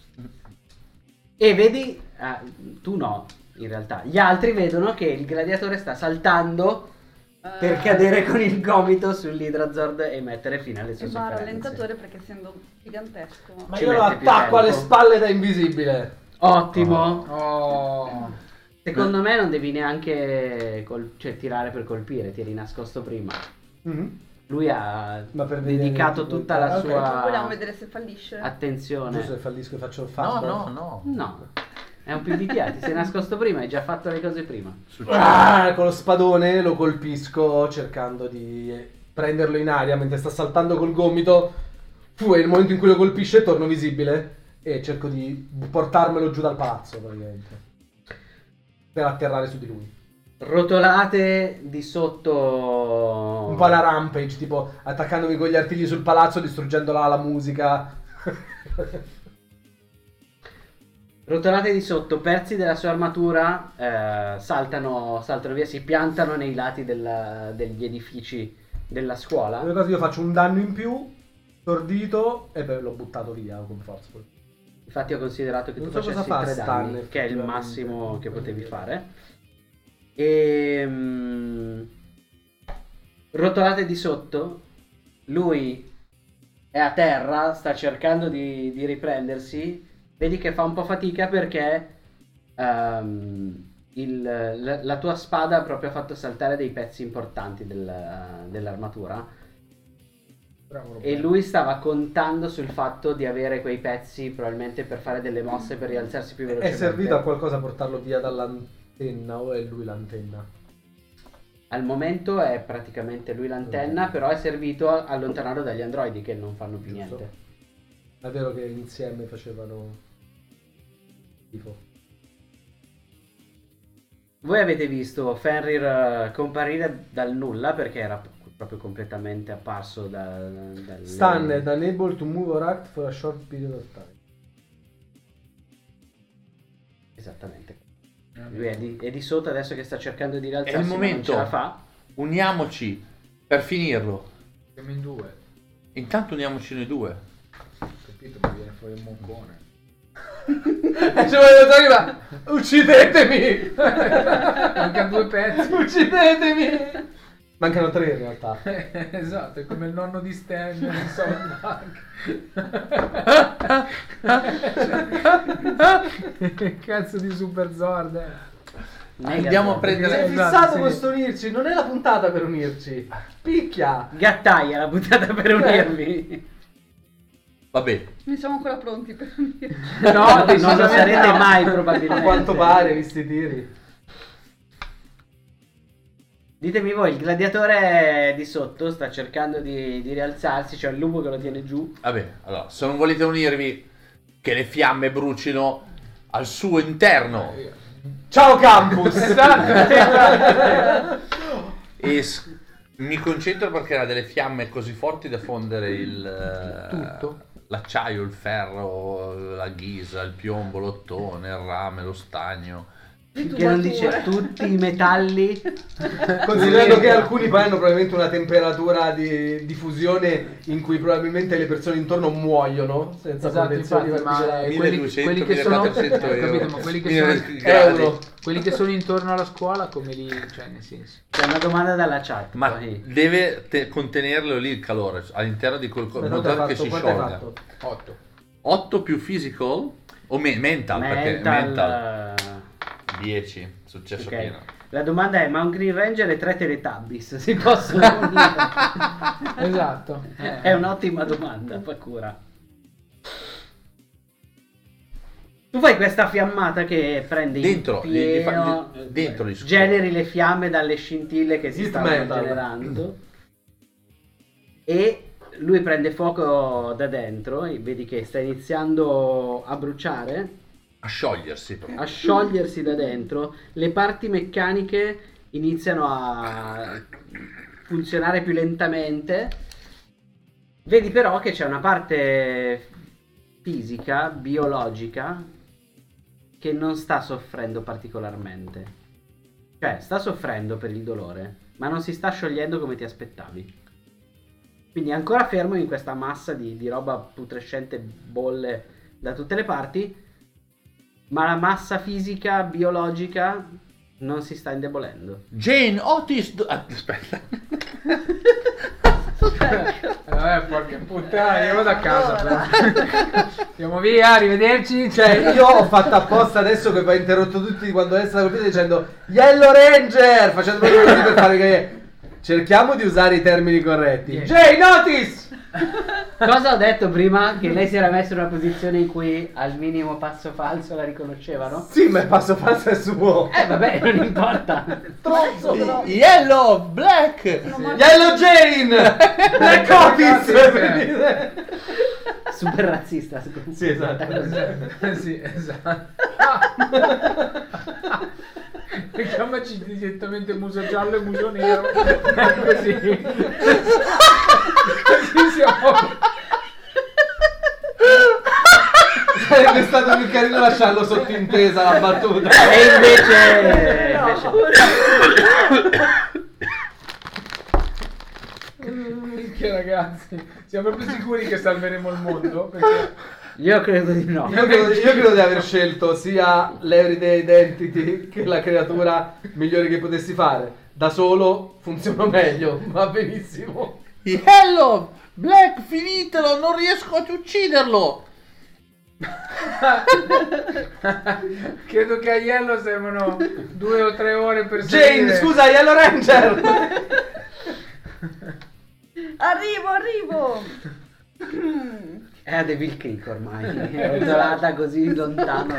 Speaker 1: E vedi, tu no, in realtà. Gli altri vedono che il gladiatore sta saltando per cadere con il gomito sull'Hydrazord e mettere fine alle sue
Speaker 5: E va a
Speaker 1: sofferenze.
Speaker 5: rallentatore perché essendo gigantesco.
Speaker 2: Ma
Speaker 1: Ci
Speaker 2: io lo
Speaker 1: mette più
Speaker 2: attacco alle
Speaker 1: tempo.
Speaker 2: spalle da invisibile.
Speaker 1: Ottimo.
Speaker 3: Oh.
Speaker 1: Secondo me non devi neanche tirare per colpire, ti eri nascosto prima.
Speaker 2: Mhm.
Speaker 1: Lui ha
Speaker 2: Ma per vedere
Speaker 1: dedicato
Speaker 2: tipo-
Speaker 1: tutta la
Speaker 2: ok.
Speaker 5: Vogliamo
Speaker 1: sua
Speaker 5: vedere se fallisce.
Speaker 1: attenzione.
Speaker 2: Giusto se fallisco e faccio il
Speaker 4: No,
Speaker 2: fast.
Speaker 4: no.
Speaker 1: No, è un più di te, ti sei nascosto prima, hai già fatto le cose prima.
Speaker 2: Con lo spadone lo colpisco cercando di prenderlo in aria mentre sta saltando col gomito. E nel momento in cui lo colpisce torno visibile e cerco di portarmelo giù dal palazzo praticamente per atterrare su di lui.
Speaker 1: Rotolate di sotto.
Speaker 2: Un po' alla Rampage, tipo attaccandomi con gli artigli sul palazzo, distruggendo la musica.
Speaker 1: Rotolate di sotto, pezzi della sua armatura saltano via, si piantano nei lati degli edifici della scuola.
Speaker 2: Nel caso io faccio un danno in più, stordito, e poi l'ho buttato via con forza.
Speaker 1: Infatti ho considerato che tu
Speaker 2: Non so cosa
Speaker 1: facessi
Speaker 2: fa
Speaker 1: 3
Speaker 2: stun,
Speaker 1: danni, che è il
Speaker 2: effettivamente.
Speaker 1: massimo che potevi fare. E rotolate di sotto, lui è a terra, sta cercando di riprendersi. Vedi che fa un po' fatica perché la tua spada ha proprio fatto saltare dei pezzi importanti dell'armatura.
Speaker 3: Bravo,
Speaker 1: E lui stava contando sul fatto di avere quei pezzi probabilmente per fare delle mosse per rialzarsi più
Speaker 2: È
Speaker 1: velocemente.
Speaker 2: servito a qualcosa portarlo via dall'antenna o è lui l'antenna?
Speaker 1: Al momento è praticamente lui l'antenna, però è servito a allontanarlo dagli androidi che non fanno più
Speaker 2: Giusto.
Speaker 1: niente.
Speaker 2: È vero che insieme facevano schifo.
Speaker 1: Voi avete visto Fenrir comparire dal nulla perché era proprio completamente apparso dal...
Speaker 2: Stunned, unable to move or act for a short period of time.
Speaker 1: Esattamente. Lui è di sotto adesso che sta cercando di rialzarsi,
Speaker 4: È il
Speaker 1: ma
Speaker 4: momento.
Speaker 1: non ce la fa.
Speaker 4: Uniamoci per finirlo.
Speaker 3: Siamo in due.
Speaker 4: Intanto uniamoci noi due.
Speaker 3: Capito? Mi viene fuori un moccone.
Speaker 2: E ci voglio arriva. Uccidetemi!
Speaker 3: Mancano 2 pezzi.
Speaker 2: Uccidetemi! Mancano 3 in realtà.
Speaker 3: Esatto, è come il nonno di Stan in South Park. Che cazzo di Super Zord è?
Speaker 4: Andiamo a prendere...
Speaker 2: Sei
Speaker 3: Esatto,
Speaker 2: fissato
Speaker 3: sì.
Speaker 2: con sto unirci, non è la puntata per unirci. Picchia!
Speaker 1: Gattaia la puntata per unirvi.
Speaker 4: Vabbè,
Speaker 5: Non siamo ancora pronti per unire.
Speaker 3: No,
Speaker 1: Non lo
Speaker 3: decisamente
Speaker 1: sarete
Speaker 3: no.
Speaker 1: mai
Speaker 2: A
Speaker 1: probabilmente.
Speaker 2: quanto pare, visti i tiri.
Speaker 1: Ditemi voi, il gladiatore di sotto sta cercando di rialzarsi, c'è il lupo che lo tiene giù.
Speaker 4: vabbè, allora, se non volete unirvi, che le fiamme brucino al suo interno.
Speaker 2: Ciao campus!
Speaker 3: Esatto.
Speaker 4: E mi concentro perché ha delle fiamme così forti da fondere
Speaker 3: Tutto.
Speaker 4: l'acciaio, il ferro, la ghisa, il piombo, l'ottone, il rame, lo stagno.
Speaker 5: Di
Speaker 1: Che non dice
Speaker 5: tubature.
Speaker 1: tutti i metalli.
Speaker 2: Considerando che alcuni poi hanno probabilmente una temperatura di fusione in cui probabilmente le persone intorno muoiono senza
Speaker 3: Esatto,
Speaker 2: protezioni
Speaker 3: infatti, ma
Speaker 2: particolari.
Speaker 3: quelli
Speaker 4: 1200,
Speaker 3: che sono
Speaker 4: 1400
Speaker 3: capito,
Speaker 4: euro.
Speaker 3: ma quelli che
Speaker 4: 1000
Speaker 3: sono
Speaker 4: gradi.
Speaker 2: Euro.
Speaker 3: quelli che sono intorno alla scuola come li, cioè nel senso.
Speaker 1: C'è una domanda dalla chat.
Speaker 4: Ma
Speaker 1: poi.
Speaker 4: deve contenerlo lì il calore all'interno di quel
Speaker 2: Quanto hai
Speaker 4: modo che
Speaker 2: fatto?
Speaker 4: si
Speaker 2: Quanto hai
Speaker 4: sciolga.
Speaker 2: fatto?
Speaker 3: 8.
Speaker 4: 8 più physical o mental, perché mental 10, successo
Speaker 1: ok.
Speaker 4: pieno.
Speaker 1: La domanda è: ma un Green Ranger e 3 Teletubbies si possono unire?
Speaker 3: Esatto.
Speaker 1: È un'ottima domanda, fa cura. Tu fai questa fiammata che prende
Speaker 4: Dentro,
Speaker 1: in pieno,
Speaker 4: dentro gli
Speaker 1: generi le fiamme dalle scintille che si
Speaker 2: Heat
Speaker 1: stavano
Speaker 2: metal.
Speaker 1: generando e lui prende fuoco da dentro e vedi che sta iniziando a bruciare,
Speaker 4: a sciogliersi.
Speaker 1: a sciogliersi da dentro, le parti meccaniche iniziano a funzionare più lentamente. Vedi però che c'è una parte fisica, biologica, che non sta soffrendo particolarmente. Cioè, sta soffrendo per il dolore, ma non si sta sciogliendo come ti aspettavi. Quindi è ancora fermo in questa massa di roba putrescente, bolle da tutte le parti, ma la massa fisica, biologica, non si sta indebolendo.
Speaker 4: Jane Otis. Aspetta.
Speaker 3: Porca puttana, io vado a casa però. Andiamo via, arrivederci.
Speaker 2: Cioè, io ho fatto apposta adesso che ho interrotto tutti quando è stata colpita dicendo Yellow Ranger, facendo proprio così per fare che cerchiamo di usare i termini corretti.
Speaker 3: Yeah.
Speaker 2: Jay, notice!
Speaker 1: Cosa ho detto prima? Che lei si era messa in una posizione in cui al minimo passo falso la riconoscevano?
Speaker 2: Sì, ma il passo falso è suo.
Speaker 1: Vabbè, non importa.
Speaker 2: Stronzo.
Speaker 4: Yellow, black.
Speaker 2: Yellow Jane! Black Otis!
Speaker 1: Super razzista.
Speaker 2: Sì, esatto.
Speaker 3: Sì, esatto. Chiamaci direttamente muso giallo e muso nero. Così. Così siamo.
Speaker 2: Sarebbe stato più carino lasciarlo sottintesa la battuta.
Speaker 1: E invece...
Speaker 3: Che ragazzi, siamo proprio sicuri che salveremo il mondo? Perché
Speaker 1: Io credo di no.
Speaker 2: Io credo di aver scelto sia l'Everyday Identity che la creatura migliore che potessi fare. Da solo funziona meglio, va benissimo.
Speaker 4: Yellow, black, finitelo, non riesco ad ucciderlo.
Speaker 3: credo che a Yellow servono 2 o 3 ore per
Speaker 2: Jane,
Speaker 3: salire.
Speaker 2: scusa, Yellow Ranger!
Speaker 5: Arrivo!
Speaker 1: È a Devil Creek ormai. È isolata così lontano.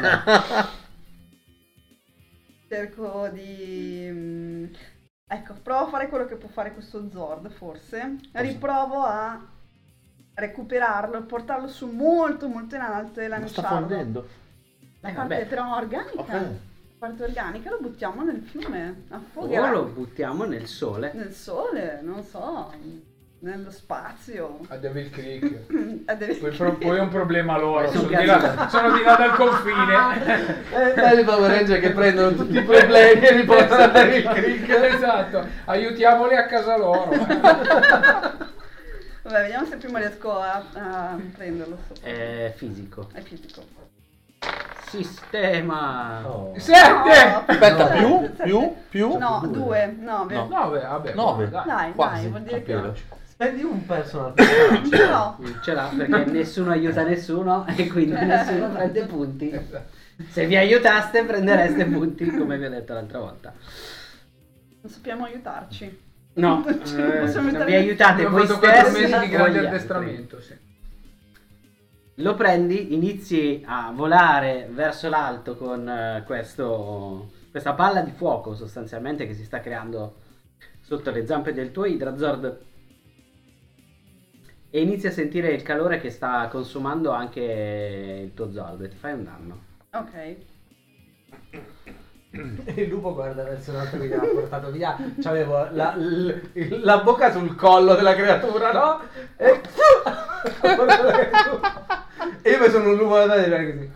Speaker 5: Cerco di... Ecco, provo a fare quello che può fare questo Zord, forse. Riprovo a recuperarlo, portarlo su molto molto in alto e lanciarlo. La parte
Speaker 1: vabbè.
Speaker 5: però organica.
Speaker 4: Ok.
Speaker 5: La parte organica lo buttiamo nel fiume.
Speaker 1: O
Speaker 5: Affogherà.
Speaker 1: lo buttiamo nel sole.
Speaker 5: Nel sole, non so. Nello spazio.
Speaker 3: A Devil Creek.
Speaker 5: Deve-
Speaker 3: Poi è un problema loro.
Speaker 1: Sono
Speaker 3: Sono di là dal confine.
Speaker 2: Belli Power Ranger che prendono tutti i problemi e li portano a Devil Creek.
Speaker 3: Esatto, aiutiamoli a casa loro.
Speaker 5: Vabbè, vediamo se prima riesco a prenderlo.
Speaker 1: È fisico.
Speaker 5: È fisico.
Speaker 1: Sistema.
Speaker 2: Oh.
Speaker 3: 7!
Speaker 4: Aspetta,
Speaker 2: No.
Speaker 4: più?
Speaker 5: No, 2, 9.
Speaker 4: No.
Speaker 3: 9, vabbè.
Speaker 4: 9.
Speaker 3: Dai.
Speaker 4: Quasi.
Speaker 5: Vuol dire che
Speaker 4: Appena.
Speaker 2: Spendi un personal.
Speaker 5: no.
Speaker 1: Ce l'ha perché nessuno aiuta nessuno e quindi nessuno prende punti. Se vi aiutaste prendereste punti, come vi ho detto l'altra volta.
Speaker 5: Non sappiamo aiutarci.
Speaker 1: No,
Speaker 5: Possiamo
Speaker 1: non
Speaker 5: aiutare-
Speaker 1: vi aiutate
Speaker 3: Abbiamo
Speaker 1: voi
Speaker 3: fatto 4
Speaker 1: stessi
Speaker 3: mesi di
Speaker 1: o
Speaker 3: grande
Speaker 1: gli altri.
Speaker 3: addestramento, sì.
Speaker 1: Lo prendi, inizi a volare verso l'alto con questa palla di fuoco sostanzialmente che si sta creando sotto le zampe del tuo Hydrazord e inizi a sentire il calore che sta consumando anche il tuo Zord e ti fai un danno.
Speaker 5: Ok.
Speaker 2: E il lupo guarda verso un altro che gli ha portato via. C'avevo la bocca sul collo della creatura, no? E e io poi sono un lupo da fare così.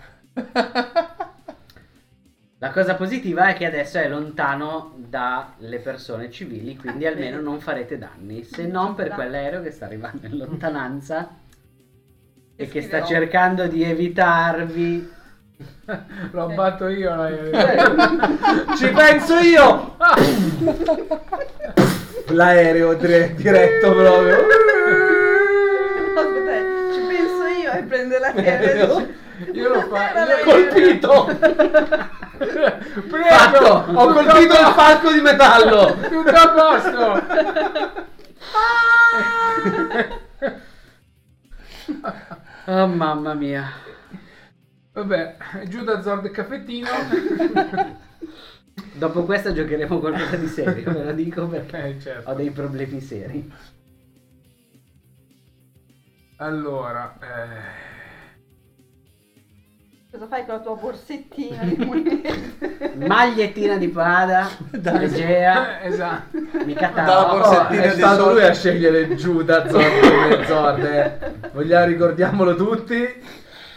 Speaker 1: La cosa positiva è che adesso è lontano dalle persone civili, quindi almeno non farete danni, se non per quell'aereo che sta arrivando in lontananza e che sta
Speaker 5: Scriverò.
Speaker 1: cercando di evitarvi.
Speaker 3: Lo abbatto io.
Speaker 2: Ci penso io! L'aereo diretto proprio.
Speaker 5: Aspetta, ci penso io e prende l'aereo.
Speaker 3: Io lo faccio.
Speaker 2: Colpito!
Speaker 3: Prego!
Speaker 1: Fatto!
Speaker 2: Ho colpito il falco di metallo!
Speaker 3: Tutto a posto!
Speaker 1: Oh mamma mia.
Speaker 3: Vabbè, giù da Zord e caffettino.
Speaker 1: Dopo questo giocheremo qualcosa di serio, ve lo dico perché
Speaker 3: Certo.
Speaker 1: ho dei problemi seri.
Speaker 3: Allora,
Speaker 5: Cosa fai con la tua borsettina di monete?
Speaker 1: Magliettina di Prada, Egea,
Speaker 3: esatto.
Speaker 1: mica
Speaker 4: Dalla
Speaker 1: tao.
Speaker 4: borsettina
Speaker 2: È
Speaker 4: di
Speaker 2: stato
Speaker 4: soldi.
Speaker 2: lui a scegliere giù da Zord come Zord. Vogliamo ricordiamolo tutti.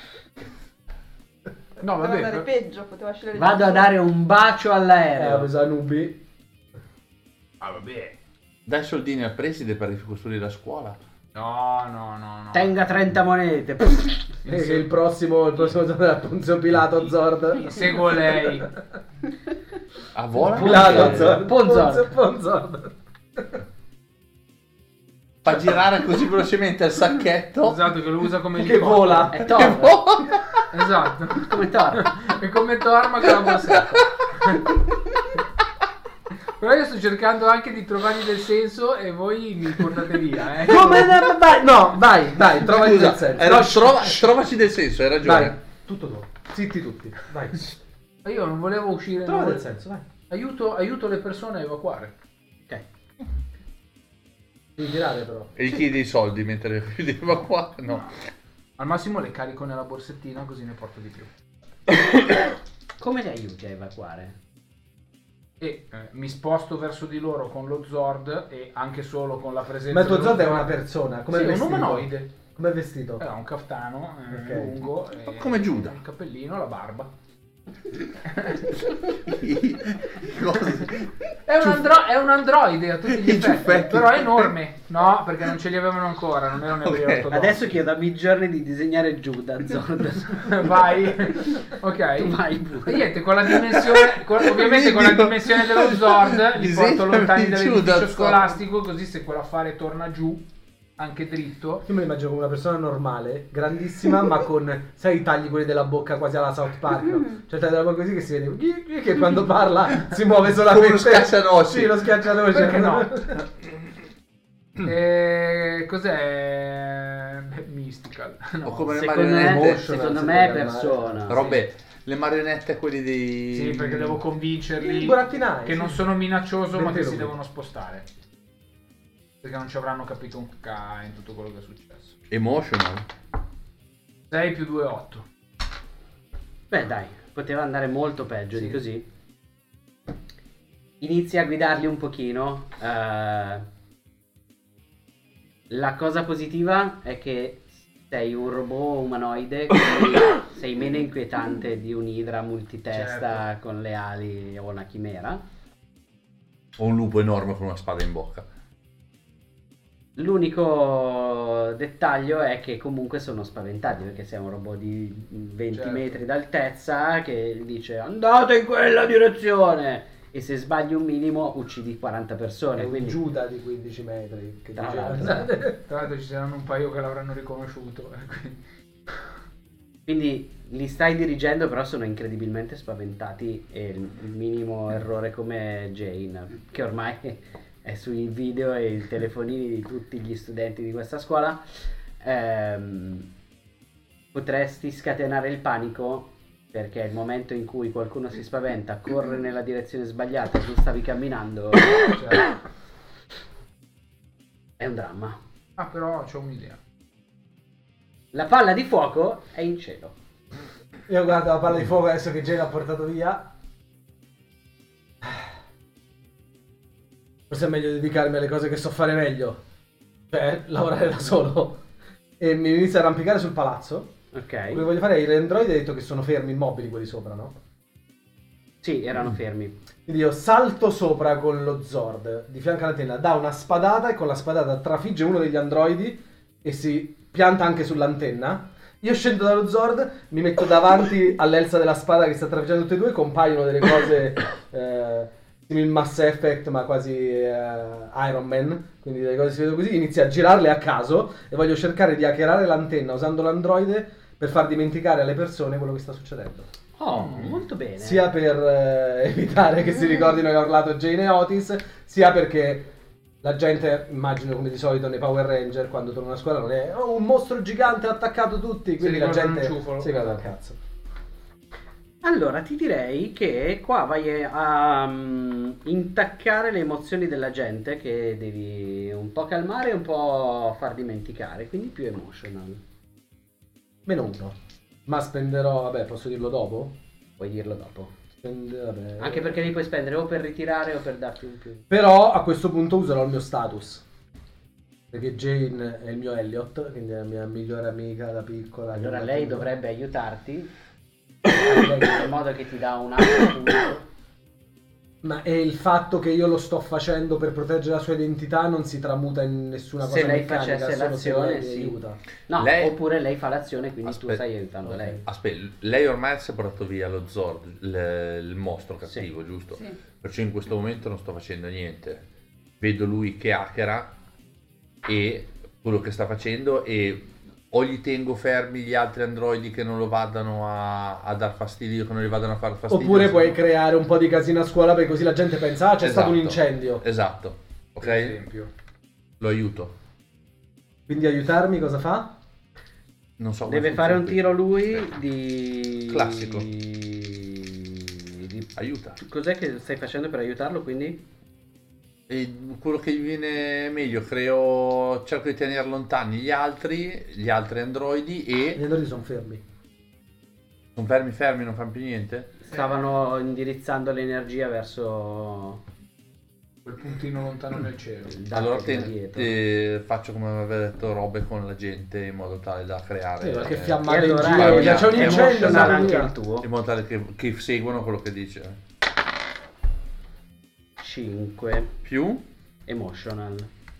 Speaker 3: No,
Speaker 5: Poteva
Speaker 3: vabbè.
Speaker 5: andare peggio, poteva scegliere
Speaker 1: Vado a dare un bacio
Speaker 2: Ha
Speaker 1: all'aereo.
Speaker 2: preso Anubi.
Speaker 3: Ah, vabbè.
Speaker 4: Dai soldini al preside per ricostruire la scuola.
Speaker 3: No.
Speaker 1: Tenga 30 monete.
Speaker 2: Che il prossimo giorno da Ponzio Pilato Zord.
Speaker 3: Seguo lei.
Speaker 4: A vola?
Speaker 2: Pilato Zord.
Speaker 1: Ponzord.
Speaker 2: Ponzord.
Speaker 4: Fa girare così velocemente il sacchetto.
Speaker 3: Esatto, che lo usa come
Speaker 2: Che vola.
Speaker 1: È Thor,
Speaker 3: Esatto.
Speaker 1: come Thor.
Speaker 3: E come Torma con la borsetta. Però io sto cercando anche di trovargli del senso e voi mi portate via, eh.
Speaker 2: Come? Vai, no, vai, trovati
Speaker 4: Scusa,
Speaker 2: del senso.
Speaker 4: era-
Speaker 2: No,
Speaker 4: trovaci del senso, hai ragione.
Speaker 2: Vai, tutto tu. Zitti tutti. Vai.
Speaker 3: Ma io non volevo uscire.
Speaker 2: Trova
Speaker 3: non
Speaker 2: del
Speaker 3: volevo-
Speaker 2: senso, vai.
Speaker 3: Aiuto le persone a evacuare.
Speaker 1: Ok.
Speaker 2: Devi tirare però.
Speaker 4: E gli chiedi i soldi mentre le chiudeva qua? No.
Speaker 3: Al massimo le carico nella borsettina così ne porto di più.
Speaker 1: Come li aiuti a evacuare?
Speaker 3: E mi sposto verso di loro con lo Zord e anche solo con la presenza.
Speaker 2: Ma il tuo
Speaker 3: dello
Speaker 2: Zord è una persona, come
Speaker 3: Sì,
Speaker 2: è
Speaker 3: un
Speaker 2: vestito?
Speaker 3: umanoide.
Speaker 2: Come è vestito?
Speaker 3: Ha un caftano
Speaker 2: Ok.
Speaker 3: lungo. E
Speaker 4: Come Giuda.
Speaker 3: Il cappellino, la barba. È un androide a tutti gli
Speaker 4: I
Speaker 3: effetti,
Speaker 4: ciuffetti.
Speaker 3: però è enorme. No, perché non ce li avevano ancora, non erano ebrei
Speaker 4: Ok.
Speaker 3: ortodossi.
Speaker 1: Adesso chiedo a Midjourney di disegnare Giuda Zord.
Speaker 3: Vai. Ok.
Speaker 1: Tu vai
Speaker 3: E
Speaker 1: pure.
Speaker 3: niente, con la dimensione, ovviamente con la dimensione dello Zord li porto
Speaker 4: Disegnami
Speaker 3: lontani
Speaker 4: giù
Speaker 3: dall'edificio
Speaker 4: da Zord.
Speaker 3: scolastico, così se quell'affare torna giù, anche dritto.
Speaker 2: Io me lo immagino come una persona normale, grandissima, ma con, sai, i tagli quelli della bocca quasi alla South Park, no? Cioè tagli della bocca così che si vede che quando parla si muove solamente.
Speaker 4: Come lo schiaccianoci.
Speaker 2: Sì, lo schiaccianoci.
Speaker 3: Perché no? Cos'è? Mystical. No.
Speaker 4: O come le
Speaker 1: Secondo
Speaker 4: marionette.
Speaker 1: me,
Speaker 2: Emotional,
Speaker 1: secondo
Speaker 2: si
Speaker 1: me è
Speaker 2: può chiamare.
Speaker 1: persona.
Speaker 4: Robe, le marionette quelli dei...
Speaker 3: Sì, perché devo
Speaker 2: I
Speaker 3: convincerli
Speaker 2: burattinai,
Speaker 3: che
Speaker 2: sì.
Speaker 3: non sono minaccioso, ma che
Speaker 2: Mentre
Speaker 3: si
Speaker 2: lui.
Speaker 3: devono spostare. Perché non ci avranno capito un ca in tutto quello che è successo.
Speaker 4: Emotional.
Speaker 3: 6 più 2 8.
Speaker 1: Beh dai, poteva andare molto peggio
Speaker 3: Sì.
Speaker 1: di così. Inizi a guidarli un pochino. La cosa positiva è che sei un robot umanoide, quindi sei meno inquietante di un'idra multitesta
Speaker 3: Certo.
Speaker 1: con le ali o una chimera.
Speaker 4: O un lupo enorme con una spada in bocca.
Speaker 1: L'unico dettaglio è che comunque sono spaventati perché sei un robot di 20
Speaker 3: Certo.
Speaker 1: metri d'altezza che dice andate in quella direzione e se sbagli un minimo uccidi 40
Speaker 2: È
Speaker 1: persone.
Speaker 2: un
Speaker 1: Quindi
Speaker 2: Giuda di 15 metri. Che
Speaker 1: Tra
Speaker 2: dice,
Speaker 1: l'altro.
Speaker 3: Tra l'altro ci saranno un paio che l'avranno riconosciuto.
Speaker 1: Quindi li stai dirigendo, però sono incredibilmente spaventati e il minimo errore come Jane, che ormai è sui video e i telefonini di tutti gli studenti di questa scuola, potresti scatenare il panico perché il momento in cui qualcuno si spaventa, corre nella direzione sbagliata e tu stavi camminando,
Speaker 3: Cioè,
Speaker 1: è un dramma.
Speaker 3: ah, però c'ho un'idea.
Speaker 1: La palla di fuoco è in cielo.
Speaker 2: Io guardo la palla di fuoco adesso che Jane l'ha portato via. Forse è meglio dedicarmi alle cose che so fare meglio. Cioè, lavorare da solo. E mi inizio a arrampicare sul palazzo. Quello che
Speaker 1: Ok.
Speaker 2: voglio fare è, gli androidi ha detto che sono fermi, immobili quelli sopra, no?
Speaker 1: Sì, erano fermi.
Speaker 2: Quindi io salto sopra con lo Zord di fianco all'antenna, dà una spadata e con la spadata trafigge uno degli androidi e si pianta anche sull'antenna. Io scendo dallo Zord, mi metto davanti all'elsa della spada che sta trafiggendo tutte e due, compaiono delle cose simili Mass Effect ma quasi Iron Man, quindi delle cose che si vedono così, inizio a girarle a caso e voglio cercare di hackerare l'antenna usando l'androide per far dimenticare alle persone quello che sta succedendo.
Speaker 1: Oh, molto bene.
Speaker 2: Sia per evitare che si ricordino che ha urlato Jane e Otis, sia perché la gente, immagino come di solito nei Power Ranger, quando torna a scuola non è "Oh, un mostro gigante ha attaccato tutti", quindi la
Speaker 3: ricordano
Speaker 2: gente
Speaker 3: un ciufolo.
Speaker 2: si ricorda al cazzo.
Speaker 1: Allora, ti direi che qua vai a intaccare le emozioni della gente che devi un po' calmare e un po' far dimenticare, quindi più emotional.
Speaker 2: -1. Ma spenderò, vabbè, posso dirlo dopo?
Speaker 1: Puoi dirlo dopo.
Speaker 2: Vabbè.
Speaker 1: Anche perché li puoi spendere o per ritirare o per darti un più.
Speaker 2: Però a questo punto userò il mio status. Perché Jane è il mio Elliot, quindi è la mia migliore amica da piccola.
Speaker 1: Allora
Speaker 2: che
Speaker 1: lei
Speaker 2: battuto.
Speaker 1: dovrebbe aiutarti in modo che ti dà un altro punto.
Speaker 2: Ma è il fatto che io lo sto facendo per proteggere la sua identità non si tramuta in nessuna cosa
Speaker 1: Se lei
Speaker 2: meccanica,
Speaker 1: facesse
Speaker 2: solo se
Speaker 1: l'azione,
Speaker 2: lei mi
Speaker 1: sì.
Speaker 2: aiuta.
Speaker 1: No,
Speaker 4: Lei-
Speaker 1: oppure lei fa l'azione, quindi tu
Speaker 4: Aspetta.
Speaker 1: stai aiutando
Speaker 2: Ok.
Speaker 1: lei.
Speaker 4: Aspetta, lei ormai si è portato via lo Zord, il mostro cattivo, giusto?
Speaker 5: Sì.
Speaker 4: Perciò in questo momento non sto facendo niente. Vedo lui che hackera e quello che sta facendo e o gli tengo fermi gli altri androidi che non lo vadano a dar fastidio, che non gli vadano a far fastidio.
Speaker 2: Oppure
Speaker 4: se
Speaker 2: puoi
Speaker 4: no-
Speaker 2: creare un po' di casino a scuola perché così la gente pensa c'è stato un
Speaker 4: Esatto.
Speaker 2: incendio.
Speaker 4: Esatto, ok?
Speaker 3: Per esempio.
Speaker 4: Lo aiuto.
Speaker 2: Quindi aiutarmi cosa fa?
Speaker 4: Non so come
Speaker 1: Deve fare un
Speaker 4: funziona
Speaker 1: tiro lui
Speaker 4: Aspetta.
Speaker 1: di...
Speaker 4: Classico.
Speaker 1: di-
Speaker 4: Aiuta.
Speaker 1: Cos'è che stai facendo per aiutarlo, quindi?
Speaker 4: E quello che gli viene meglio, cerco di tenere lontani gli altri androidi
Speaker 2: Gli
Speaker 4: e
Speaker 2: androidi sono fermi.
Speaker 4: sono fermi, non fanno più niente.
Speaker 1: Stavano indirizzando l'energia verso...
Speaker 3: Quel puntino lontano nel cielo.
Speaker 1: il dardo
Speaker 4: Allora
Speaker 1: che era dietro.
Speaker 4: faccio come aveva detto robe con la gente in modo tale da creare
Speaker 2: Sì, qualche
Speaker 1: E
Speaker 2: fiammata in
Speaker 1: allora
Speaker 2: giro,
Speaker 4: è
Speaker 2: c'è un incendio,
Speaker 1: emozionale
Speaker 2: andiamo
Speaker 1: anche
Speaker 2: via.
Speaker 1: il tuo.
Speaker 4: in modo tale che seguono quello che dice.
Speaker 1: 5
Speaker 4: Più
Speaker 1: emotional.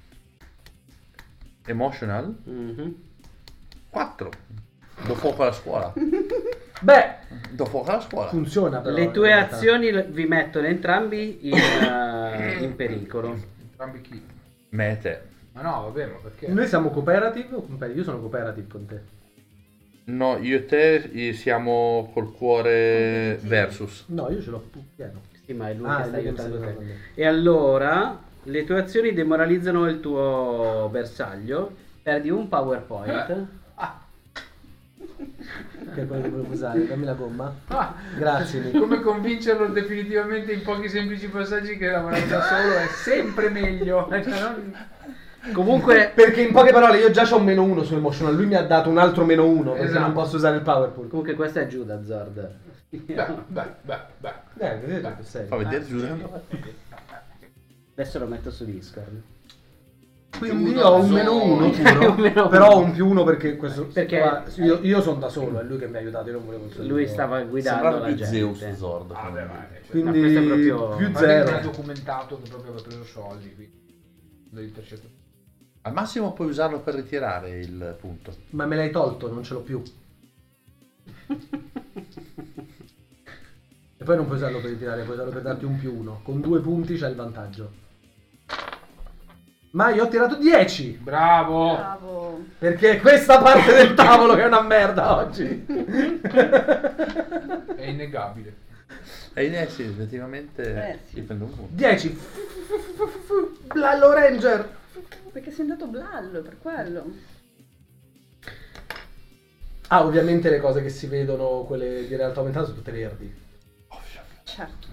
Speaker 4: emotional
Speaker 1: Mhm.
Speaker 4: 4. Do fuoco alla scuola.
Speaker 2: Beh,
Speaker 4: Do fuoco alla scuola.
Speaker 2: funziona però.
Speaker 1: Le tue
Speaker 2: in realtà.
Speaker 1: azioni vi mettono entrambi in pericolo.
Speaker 3: Entrambi chi?
Speaker 4: Me e te.
Speaker 3: Ma no, vabbè, ma perché?
Speaker 2: Noi siamo cooperative o competitive? Io sono cooperative con te.
Speaker 4: No, io e te siamo col cuore
Speaker 5: Competitivi.
Speaker 4: versus.
Speaker 2: No, io ce l'ho pieno.
Speaker 1: Sì, ma è lui
Speaker 2: Ah,
Speaker 1: che
Speaker 2: è
Speaker 1: sta
Speaker 2: lui che sta
Speaker 1: aiutando te.
Speaker 2: aiutando me.
Speaker 1: E allora le tue azioni demoralizzano il tuo bersaglio. Perdi un PowerPoint.
Speaker 2: Che è quello che volevo usare. Dammi la gomma.
Speaker 3: Ah,
Speaker 2: Grazie, Nico.
Speaker 3: come convincerlo definitivamente in pochi semplici passaggi che lavorare da solo è sempre meglio.
Speaker 1: Comunque,
Speaker 2: Perché in poche parole io già ho un -1 su emotional, lui mi ha dato un altro -1 perché
Speaker 3: Esatto.
Speaker 2: non posso usare il powerpool.
Speaker 1: comunque questo è Giuda Zord.
Speaker 3: Beh.
Speaker 2: Vedete che serio.
Speaker 4: Fa vedere Giulia.
Speaker 1: Adesso lo metto su Discord.
Speaker 2: Quindi ho un -1
Speaker 1: Hai un
Speaker 2: puro,
Speaker 1: -1.
Speaker 2: però ho un +1 perché questo
Speaker 1: Perché-
Speaker 2: qua- io sono da solo, è lui che mi ha aiutato, io non volevo il suo
Speaker 1: Lui
Speaker 2: aiuto.
Speaker 1: stava guidando
Speaker 4: Sembrava
Speaker 1: la
Speaker 4: più Zeus
Speaker 1: gente.
Speaker 4: Zord.
Speaker 3: Vabbè, ma
Speaker 2: Quindi
Speaker 1: questo è proprio-
Speaker 2: più
Speaker 3: Ma lei mi ha
Speaker 2: zero.
Speaker 3: documentato che proprio aveva preso soldi, quindi l'ho intercettato.
Speaker 4: Al massimo puoi usarlo per ritirare il punto.
Speaker 2: Ma me l'hai tolto, non ce l'ho più. E poi non puoi usarlo per ritirare, puoi usarlo per darti un +1. Con 2 punti c'hai il vantaggio. Ma io ho tirato 10!
Speaker 3: Bravo.
Speaker 5: Bravo.
Speaker 2: Perché è questa parte del tavolo che è una merda oggi.
Speaker 3: È innegabile.
Speaker 4: E sì, effettivamente
Speaker 5: Sì.
Speaker 4: ti prendo un punto.
Speaker 2: 10. Blallo Ranger.
Speaker 5: Perché sei andato blallo, per quello.
Speaker 2: Ah, ovviamente le cose che si vedono, quelle di realtà aumentata, sono tutte verdi.
Speaker 5: Certo.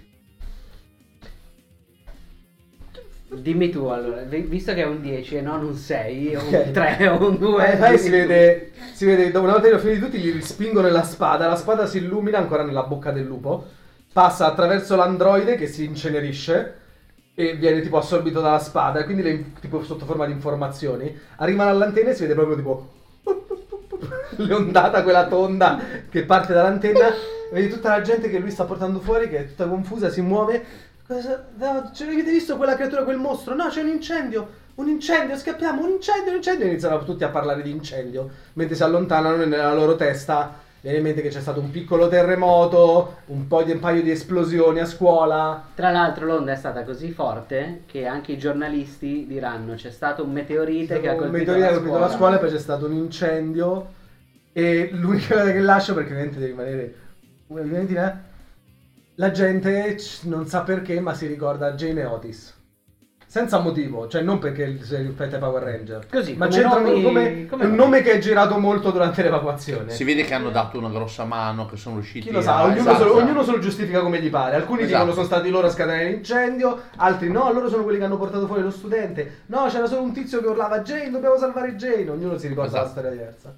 Speaker 1: Dimmi tu allora, visto che è un 10 e non un 6, o
Speaker 2: Ok.
Speaker 1: un 3 o un 2.
Speaker 2: Poi si vede, una volta che ho finito tutti, li rispingono nella spada, la spada si illumina ancora nella bocca del lupo, passa attraverso l'androide che si incenerisce e viene tipo assorbito dalla spada, e quindi tipo sotto forma di informazioni, arrivano all'antenna e si vede proprio tipo l'ondata quella tonda che parte dall'antenna, e vedi tutta la gente che lui sta portando fuori, che è tutta confusa, si muove. No, avete visto quella creatura, quel mostro? No, c'è un incendio, scappiamo, un incendio, iniziano tutti a parlare di incendio, mentre si allontanano e nella loro testa viene in mente che c'è stato un piccolo terremoto, un paio di esplosioni a scuola.
Speaker 1: Tra l'altro l'onda è stata così forte che anche i giornalisti diranno c'è stato un meteorite che ha colpito
Speaker 2: La scuola e poi c'è stato un incendio, e l'unica cosa che lascio, perché ovviamente devi rimanere, la gente non sa perché, ma si ricorda Jane e Otis. Senza motivo, cioè non perché si ripete Power Ranger.
Speaker 1: Così,
Speaker 2: ma
Speaker 1: come
Speaker 2: c'entrano
Speaker 1: nomi-
Speaker 2: come
Speaker 1: come
Speaker 2: un
Speaker 1: nomi.
Speaker 2: nome che è girato molto durante l'evacuazione.
Speaker 4: Si vede che hanno dato una grossa mano, che sono riusciti
Speaker 2: Chi lo sa,
Speaker 4: a...
Speaker 2: ognuno,
Speaker 4: Esatto.
Speaker 2: ognuno se lo giustifica come gli pare. Alcuni
Speaker 4: Esatto.
Speaker 2: dicono sono stati loro a scatenare l'incendio, altri no, loro sono quelli che hanno portato fuori lo studente. No, c'era solo un tizio che urlava Jane, dobbiamo salvare Jane. Ognuno si ricorda
Speaker 4: Esatto.
Speaker 2: la storia diversa.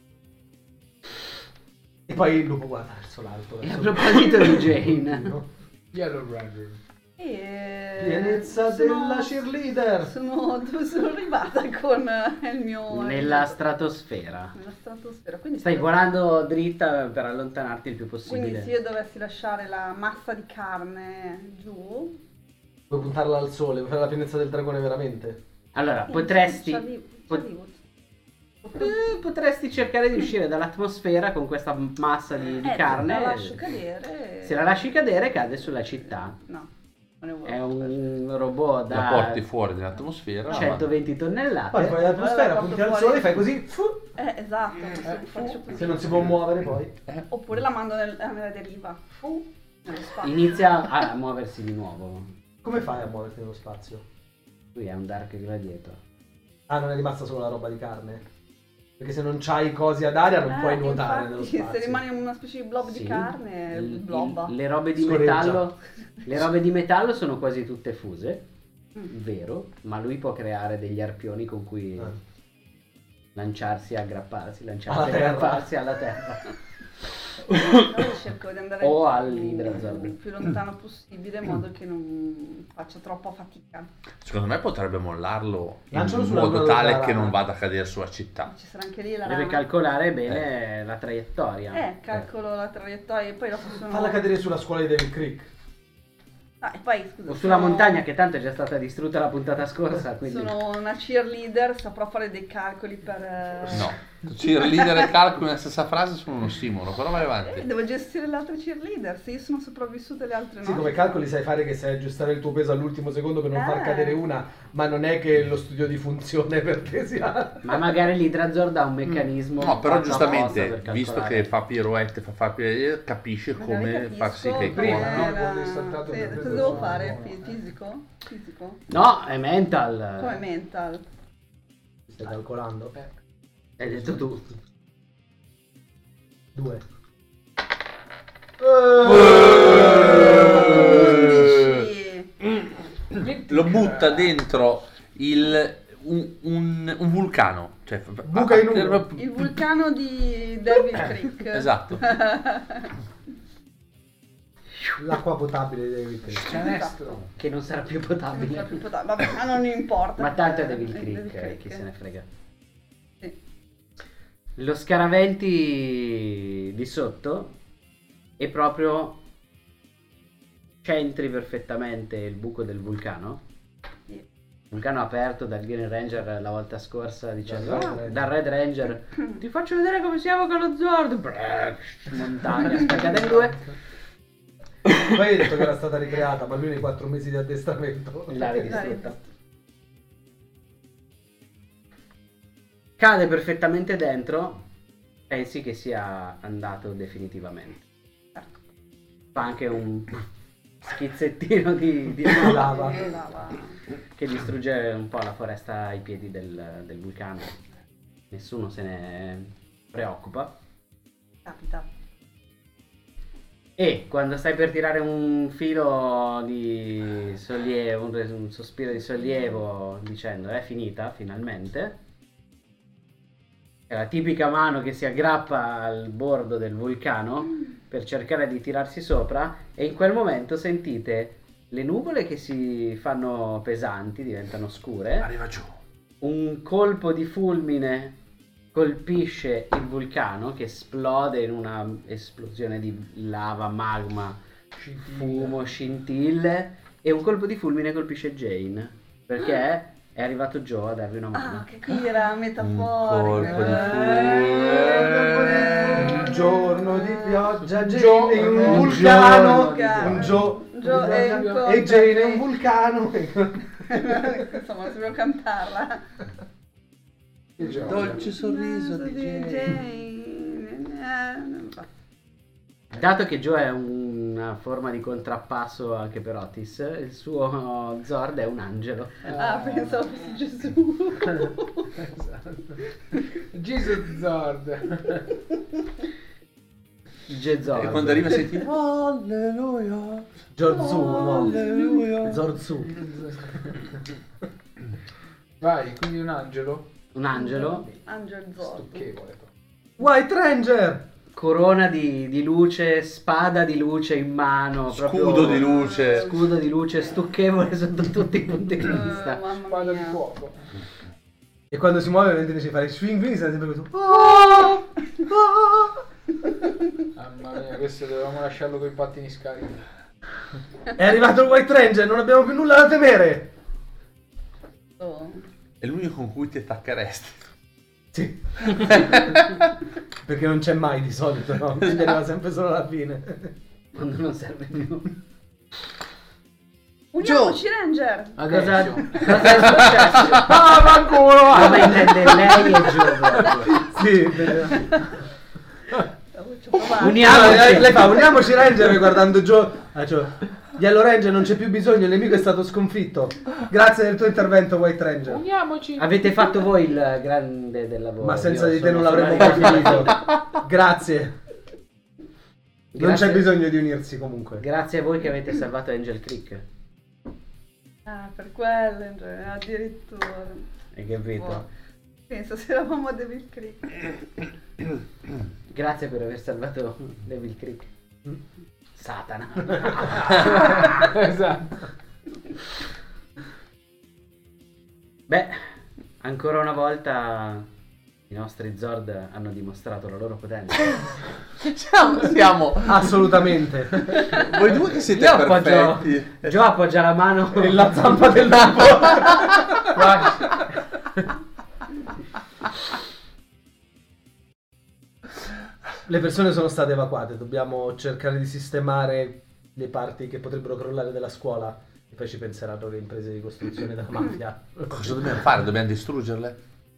Speaker 2: E poi il lupo guarda verso l'alto.
Speaker 1: E a
Speaker 2: verso
Speaker 1: proposito di Jane,
Speaker 2: no?
Speaker 3: Yellow Ranger.
Speaker 2: Pienezza della cheerleader.
Speaker 5: Sono arrivata con il mio...
Speaker 1: nella stratosfera.
Speaker 5: nella stratosfera. Quindi
Speaker 1: Stai volando dritta per allontanarti il più possibile.
Speaker 5: Quindi se io dovessi lasciare la massa di carne giù...
Speaker 2: Vuoi puntarla al sole, vuoi fare la pienezza del dragone veramente?
Speaker 1: Allora,
Speaker 5: sì,
Speaker 1: potresti...
Speaker 5: ci arrivo.
Speaker 1: Potresti cercare di uscire dall'atmosfera con questa massa di carne.
Speaker 5: La lascio cadere.
Speaker 1: Se la lasci cadere cade sulla città.
Speaker 5: No, non ne vuoi.
Speaker 1: È un robot da
Speaker 4: La porti fuori dall'atmosfera.
Speaker 1: 120 tonnellate.
Speaker 2: Poi fai l'atmosfera,
Speaker 5: la
Speaker 2: punti
Speaker 5: porto
Speaker 2: al
Speaker 5: fuori.
Speaker 2: sole, fai così.
Speaker 5: Esatto. Faccio così.
Speaker 2: Se non si può muovere poi.
Speaker 5: Oppure la mando nella deriva. Nello spazio.
Speaker 1: Inizia a muoversi di nuovo.
Speaker 2: Come fai a muoverti nello spazio?
Speaker 1: Lui è un Dark Gladiator.
Speaker 2: Ah, non è rimasta solo la roba di carne? Perché se non c'hai cosi ad aria non puoi nuotare nello
Speaker 5: infatti,
Speaker 2: spazio.
Speaker 5: se rimani una specie di blob
Speaker 1: Sì.
Speaker 5: di carne,
Speaker 1: Il-
Speaker 5: blobba.
Speaker 1: le robe di
Speaker 2: Scorreggia.
Speaker 1: metallo. Le robe di metallo sono quasi tutte fuse.
Speaker 5: Mm.
Speaker 1: Vero, ma lui può creare degli arpioni con cui lanciarsi, aggrapparsi, lanciarsi,
Speaker 2: Alla terra.
Speaker 1: aggrapparsi alla terra.
Speaker 5: Allora cerco di andare
Speaker 1: O all'Hydrazord.
Speaker 5: il più lontano possibile in modo che non faccia troppa fatica.
Speaker 4: Secondo me potrebbe mollarlo in
Speaker 2: Lancialo sulla
Speaker 4: modo
Speaker 2: luna
Speaker 4: tale
Speaker 2: della
Speaker 4: che
Speaker 2: rana.
Speaker 4: non vada a cadere sulla città.
Speaker 5: Ci sarà anche lì la
Speaker 1: Deve
Speaker 5: rana.
Speaker 1: calcolare bene la traiettoria.
Speaker 5: Calcolo la traiettoria e poi dopo sono...
Speaker 2: Falla cadere sulla scuola di Devil Creek.
Speaker 5: Ah, e poi scusa,
Speaker 1: O sulla montagna che tanto è già stata distrutta la puntata scorsa, quindi
Speaker 5: sono una cheerleader, saprò fare dei calcoli per...
Speaker 4: No, cheerleader e calcolo nella stessa frase sono un ossimoro, però vai avanti.
Speaker 5: Devo gestire le altre cheerleader, se io sono sopravvissute le altre no.
Speaker 2: Sì, come calcoli sai fare che sai aggiustare il tuo peso all'ultimo secondo per non far cadere una, ma non è che lo studio di funzione per te sia...
Speaker 1: ma magari l'Hydrazord ha un meccanismo
Speaker 4: No, però
Speaker 1: fatto apposta
Speaker 4: giustamente,
Speaker 1: per
Speaker 4: visto
Speaker 1: calcolare.
Speaker 4: che fa pirouette, capisce
Speaker 5: Magari
Speaker 4: come
Speaker 5: capisco
Speaker 4: farsi che
Speaker 5: come
Speaker 3: Prima, no?
Speaker 5: la-
Speaker 3: Quando hai saltato
Speaker 5: sì,
Speaker 3: mi ha
Speaker 5: cosa
Speaker 3: preso
Speaker 5: devo
Speaker 3: il
Speaker 5: fare?
Speaker 3: sonno.
Speaker 5: Fisico? Fisico?
Speaker 1: No, è mental.
Speaker 5: Come mental?
Speaker 2: Stai calcolando?
Speaker 1: Hai detto tu.
Speaker 2: 2.
Speaker 5: 11!
Speaker 4: lo butta dentro un vulcano. Cioè,
Speaker 2: Buca in uno.
Speaker 5: Il vulcano di Devil Creek.
Speaker 4: Esatto.
Speaker 2: L'acqua potabile di Devil Creek.
Speaker 3: Canestro.
Speaker 1: Che non sarà più potabile.
Speaker 5: Vabbè, ma non importa.
Speaker 1: Ma tanto è Devil Creek, chi se ne frega.
Speaker 5: Sì.
Speaker 1: Lo scaraventi di sotto è proprio centri perfettamente il buco del vulcano
Speaker 5: Sì.
Speaker 1: vulcano aperto dal Green Ranger la volta scorsa dicendo
Speaker 2: Dal Red Ranger.
Speaker 1: dal Red Ranger ti faccio vedere come si evoca lo Zord. Montagna spaccata in due.
Speaker 2: Poi hai detto che era stata ricreata, ma lui nei 4 mesi di addestramento
Speaker 1: L'area distrutta. Cade perfettamente dentro. Pensi che sia andato definitivamente. Fa anche un schizzettino di lava che distrugge un po' la foresta ai piedi del vulcano. Nessuno se ne preoccupa.
Speaker 5: Capita.
Speaker 1: E quando stai per tirare un filo di sollievo, un sospiro di sollievo dicendo è finita finalmente, è la tipica mano che si aggrappa al bordo del vulcano per cercare di tirarsi sopra, e in quel momento sentite le nuvole che si fanno pesanti, diventano scure.
Speaker 4: Arriva giù.
Speaker 1: Un colpo di fulmine colpisce il vulcano che esplode in una esplosione di lava, magma, fumo, scintille, e un colpo di fulmine colpisce Jane perché è arrivato Joe a darvi una mano.
Speaker 5: Ah, che qui era
Speaker 4: Un
Speaker 5: metaforica.
Speaker 4: colpo di
Speaker 2: Un giorno di pioggia, Jane
Speaker 3: Gio-
Speaker 2: è un
Speaker 3: un
Speaker 2: vulcano,
Speaker 5: giorno.
Speaker 2: un Gio
Speaker 5: È un colpo.
Speaker 2: e Jane è un vulcano.
Speaker 5: Insomma, non sapevo cantarla.
Speaker 4: Dolce sorriso di Jane.
Speaker 1: Dato che Joe è una forma di contrappasso anche per Otis, il suo Zord è un angelo.
Speaker 5: Ah, pensavo fosse Gesù.
Speaker 2: Esatto.
Speaker 3: Jesus Zord.
Speaker 1: G-Zord.
Speaker 4: E quando arriva senti alleluia.
Speaker 2: Zorzu, no.
Speaker 4: Alleluia.
Speaker 2: Zorzu.
Speaker 3: Vai, quindi un angelo.
Speaker 1: Un angelo,
Speaker 5: Angel Zord.
Speaker 3: Stucchevole.
Speaker 2: White Ranger.
Speaker 1: corona di luce, spada di luce in mano, proprio
Speaker 4: Scudo di luce.
Speaker 1: scudo di luce stucchevole sotto tutti i punti di vista.
Speaker 5: Mamma
Speaker 3: Spada di
Speaker 5: mia.
Speaker 3: fuoco.
Speaker 2: E quando si muove ovviamente invece di fare swing, quindi sarà sempre questo.
Speaker 3: Mamma mia, questo dovevamo lasciarlo con i pattini scarichi.
Speaker 2: È arrivato il White Ranger, non abbiamo più nulla da temere.
Speaker 5: Oh.
Speaker 4: È l'unico con cui ti attaccheresti.
Speaker 2: Sì. Perché non c'è mai di solito, no? Quindi arriva sempre solo alla fine.
Speaker 1: Quando non serve più.
Speaker 5: Uniamoci, Ranger!
Speaker 1: Cosa è
Speaker 3: Adesso.
Speaker 1: successo?
Speaker 2: Ah, fanculo!
Speaker 1: No, ma intende lei e Gio proprio.
Speaker 2: Sì, vero.
Speaker 5: Ci ho provato.
Speaker 1: Uniamoci.
Speaker 2: Lei fa, uniamoci Ranger guardando Joe. Ah, Joe. Yellow Ranger non c'è più bisogno, il nemico è stato sconfitto. Grazie del tuo intervento, White Ranger.
Speaker 3: Uniamoci.
Speaker 1: Avete fatto voi il grande del lavoro.
Speaker 2: Ma senza
Speaker 1: Io
Speaker 2: di te
Speaker 1: sono
Speaker 2: non l'avremmo
Speaker 1: solo
Speaker 2: mai
Speaker 1: arrivato.
Speaker 2: finito. Grazie. Non
Speaker 1: Grazie-
Speaker 2: c'è bisogno di unirsi comunque.
Speaker 1: Grazie a voi che avete salvato Angel Creek.
Speaker 5: Ah, per quello, addirittura.
Speaker 1: Hai capito?
Speaker 5: Boh. Penso se eravamo a Devil Creek.
Speaker 1: Grazie per aver salvato Devil Creek. Satana.
Speaker 3: Esatto.
Speaker 1: Beh, ancora una volta i nostri Zord hanno dimostrato la loro potenza.
Speaker 4: Siamo
Speaker 2: Assolutamente.
Speaker 4: voi due che siete
Speaker 1: Io appoggio,
Speaker 4: perfetti.
Speaker 1: Gio appoggia la mano
Speaker 2: Nella zampa del lupo. Le persone sono state evacuate, dobbiamo cercare di sistemare le parti che potrebbero crollare della scuola e poi ci penseranno le imprese di costruzione della mafia.
Speaker 4: Cosa dobbiamo fare? Dobbiamo distruggerle?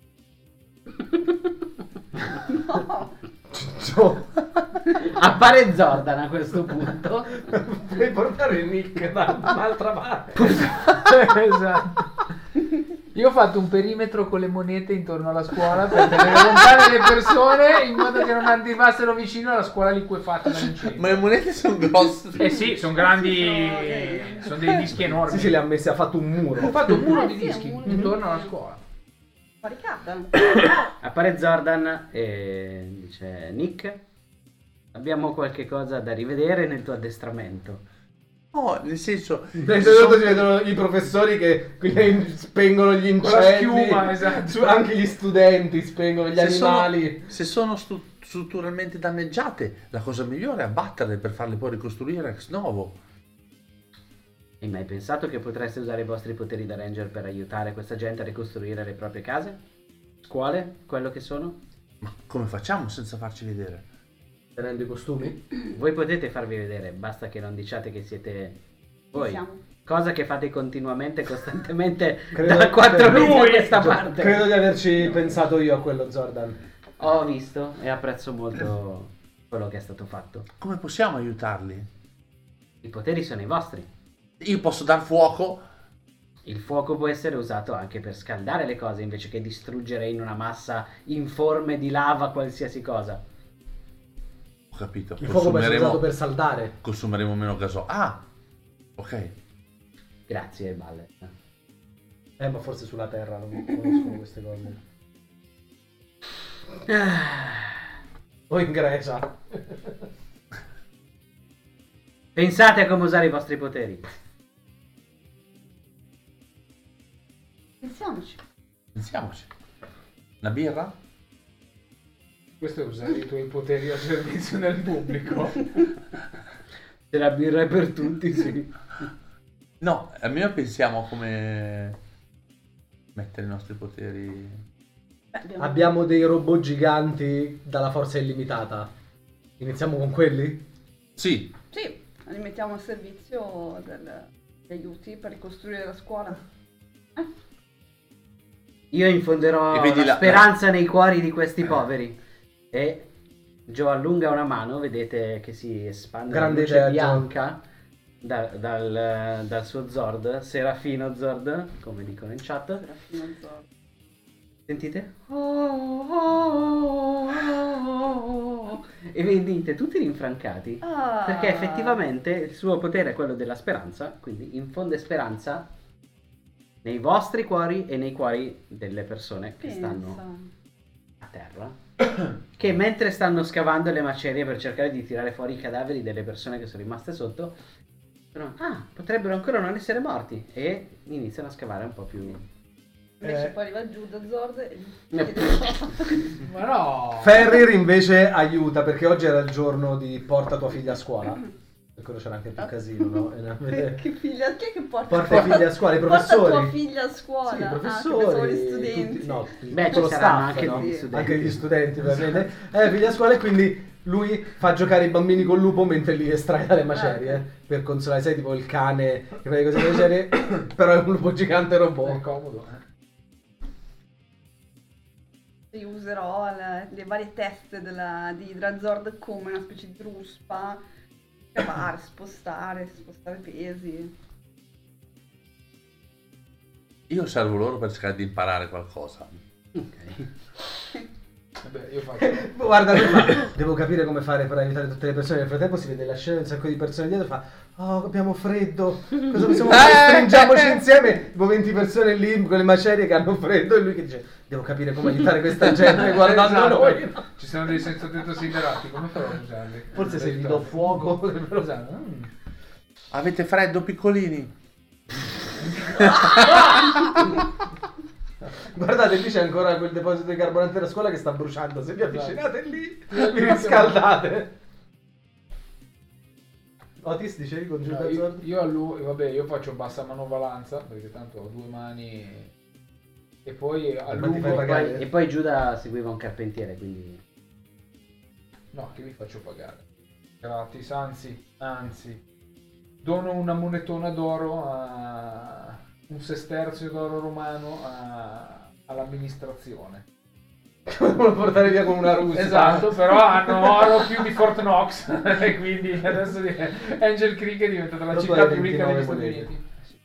Speaker 2: Joe,
Speaker 1: Appare Zordan a questo punto.
Speaker 2: puoi portare Nick da un'altra parte.
Speaker 3: Esatto. Io ho fatto un perimetro con le monete intorno alla scuola per tenere lontane le persone in modo che non arrivassero vicino alla scuola liquefatta dall'incendio.
Speaker 4: Ma le monete sono grosse.
Speaker 3: Eh sì, sono grandi, sono dei dischi enormi.
Speaker 2: Sì, sì, le ha messi, ha fatto un muro.
Speaker 3: Ho fatto un muro di
Speaker 5: Sì,
Speaker 3: dischi
Speaker 5: un muro.
Speaker 3: intorno alla scuola.
Speaker 5: Barricata.
Speaker 1: Appare Zordan e dice: Nick, abbiamo qualche cosa da rivedere nel tuo addestramento.
Speaker 4: No, nel senso
Speaker 2: Innanzitutto si vedono i professori che spengono gli
Speaker 3: Con la
Speaker 2: incendi.
Speaker 3: schiuma, esatto.
Speaker 2: Anche gli studenti spengono gli animali.
Speaker 4: se sono strutturalmente danneggiate, la cosa migliore è abbatterle per farle poi ricostruire ex novo.
Speaker 1: Hai mai pensato che potreste usare i vostri poteri da ranger per aiutare questa gente a ricostruire le proprie case? Scuole? Quello che sono?
Speaker 4: Ma come facciamo senza farci vedere?
Speaker 2: Tenendo i costumi?
Speaker 1: Voi potete farvi vedere, basta che non diciate che siete voi.
Speaker 5: Siamo.
Speaker 1: Cosa che fate continuamente, costantemente
Speaker 2: Credo-
Speaker 1: da 4
Speaker 2: credo-
Speaker 1: mesi a questa parte.
Speaker 2: Credo di averci pensato io a quello, Jordan.
Speaker 1: Ho visto e apprezzo molto quello che è stato fatto.
Speaker 4: Come possiamo aiutarli?
Speaker 1: I poteri sono i vostri.
Speaker 4: Io posso dar fuoco?
Speaker 1: Il fuoco può essere usato anche per scaldare le cose invece che distruggere in una massa informe di lava qualsiasi cosa.
Speaker 4: Ho capito.
Speaker 2: Il fuoco può essere usato per saldare.
Speaker 4: Consumeremo meno gasolio. Ah, ok.
Speaker 1: Grazie, Balle.
Speaker 2: Ma forse sulla terra non conoscono queste cose. O in Grecia.
Speaker 1: Pensate a come usare i vostri poteri.
Speaker 5: Pensiamoci.
Speaker 4: Pensiamoci. Una birra?
Speaker 3: Questo è usare i tuoi poteri a servizio del pubblico.
Speaker 1: Se la birra è per tutti, sì.
Speaker 4: No, almeno pensiamo a come mettere i nostri poteri.
Speaker 5: Beh,
Speaker 2: Abbiamo dei robot giganti dalla forza illimitata. Iniziamo con quelli?
Speaker 4: Sì,
Speaker 5: Sì, li mettiamo a servizio degli aiuti per ricostruire la scuola.
Speaker 1: Io infonderò
Speaker 4: E vedi
Speaker 1: la
Speaker 4: la-
Speaker 1: speranza nei cuori di questi poveri. E Joe allunga una mano, vedete che si espande
Speaker 2: Grande
Speaker 1: la luce
Speaker 2: idea,
Speaker 1: bianca dal suo Zord, Serafino Zord, come dicono in chat.
Speaker 5: Serafino Zord.
Speaker 1: Sentite? E venite tutti rinfrancati.
Speaker 5: Ah.
Speaker 1: Perché effettivamente il suo potere è quello della speranza, quindi infonde speranza nei vostri cuori e nei cuori delle persone che stanno a terra. Che mentre stanno scavando le macerie per cercare di tirare fuori i cadaveri delle persone che sono rimaste sotto, potrebbero ancora non essere morti. E iniziano a scavare un po' più.
Speaker 5: Invece poi arriva giù da Zord e gli
Speaker 1: Eh.
Speaker 5: chiede
Speaker 3: Ma no!
Speaker 2: Ferrir invece aiuta perché oggi era il giorno di porta tua figlia a scuola. Per quello c'era anche più casino, no?
Speaker 5: che figlia, chi è che
Speaker 2: Porta i figli a scuola, i professori.
Speaker 5: Porta tua figlia a scuola.
Speaker 2: Sì, i
Speaker 5: Ah, che
Speaker 2: professori,
Speaker 5: pensavo gli studenti.
Speaker 2: tutti- no,
Speaker 1: Beh,
Speaker 2: tutto lo
Speaker 1: ci saranno
Speaker 2: staff,
Speaker 1: anche
Speaker 2: no?
Speaker 1: gli studenti.
Speaker 2: Anche gli studenti, ovviamente. Figli a scuola e quindi lui fa giocare i bambini col lupo mentre li estrae dalle macerie per consolare, sai, tipo il cane che fa le cose alle macerie, però è un lupo gigante
Speaker 3: È
Speaker 2: robot.
Speaker 3: comodo.
Speaker 5: Io userò le varie teste di Hydrazord come una specie di ruspa. Scavare, spostare pesi.
Speaker 4: io servo loro per cercare di imparare qualcosa.
Speaker 1: Ok.
Speaker 3: Vabbè, io faccio.
Speaker 2: Guarda, lui fa, devo capire come fare per aiutare tutte le persone. Nel frattempo si vede la scena di un sacco di persone dietro. Fa, oh, abbiamo freddo. Cosa possiamo fare? Stringiamoci insieme. Tipo 20 persone lì con le macerie che hanno freddo. E lui che dice, devo capire come aiutare questa gente guardando
Speaker 3: Esatto.
Speaker 2: noi.
Speaker 3: Ci sono dei senza tetto siderati, come farò a usarli?
Speaker 2: Forse se gli do fuoco potrebbero usare.
Speaker 4: Avete freddo, piccolini?
Speaker 2: Guardate, lì c'è ancora quel deposito di carburante della scuola che sta bruciando. Se vi avvicinate lì, vi riscaldate. Otis, dicevi con Giuda Zord?
Speaker 3: Io a lui, vabbè, io faccio bassa manovalanza perché tanto ho due mani e poi
Speaker 2: Ma ti fai
Speaker 3: allungo.
Speaker 2: pagare?
Speaker 1: E poi Giuda seguiva un carpentiere, quindi.
Speaker 3: No, che mi faccio pagare? Gratis, anzi, dono una monetona d'oro un sesterzio d'oro romano all'amministrazione.
Speaker 2: Devono portare via con una russa.
Speaker 3: Esatto, però hanno oro più di Fort Knox e quindi adesso Angel Creek è diventata la
Speaker 2: Dopo
Speaker 3: città
Speaker 2: è
Speaker 3: più ricca
Speaker 2: 29
Speaker 3: degli Stati
Speaker 2: monete.
Speaker 3: Uniti.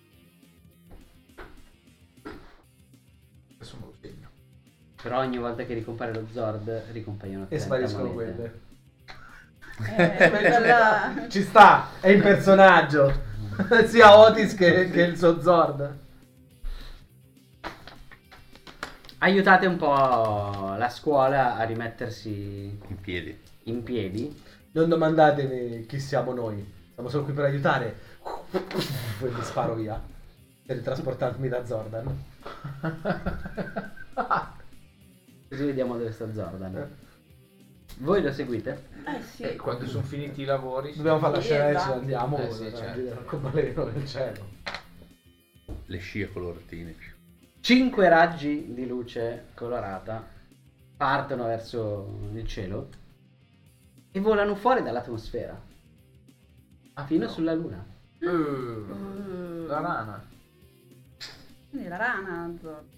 Speaker 3: Adesso me lo segno.
Speaker 1: Però ogni volta che ricompare lo Zord, ricompaiono 30
Speaker 2: E spariscono
Speaker 1: monete.
Speaker 2: quelle. Ci sta, è in personaggio. Sia Otis che il suo Zord.
Speaker 1: Aiutate un po' la scuola a rimettersi
Speaker 4: In piedi.
Speaker 1: in piedi.
Speaker 2: Non domandatevi chi siamo noi. Siamo solo qui per aiutare. Poi mi sparo via. Per trasportarmi da Zordan.
Speaker 1: Così vediamo dove sta Zordan. Voi lo seguite?
Speaker 5: Sì.
Speaker 3: Quando sono finiti i lavori.
Speaker 2: Dobbiamo fare la
Speaker 5: Sì,
Speaker 2: scena e ce
Speaker 5: esatto.
Speaker 2: ne andiamo.
Speaker 3: Sì, certo.
Speaker 2: Il arcobaleno nel cielo.
Speaker 4: Le scie coloratine.
Speaker 1: 5 raggi di luce colorata partono verso il cielo e volano fuori dall'atmosfera fino sulla luna.
Speaker 3: La rana.
Speaker 5: Quindi la rana, Zord.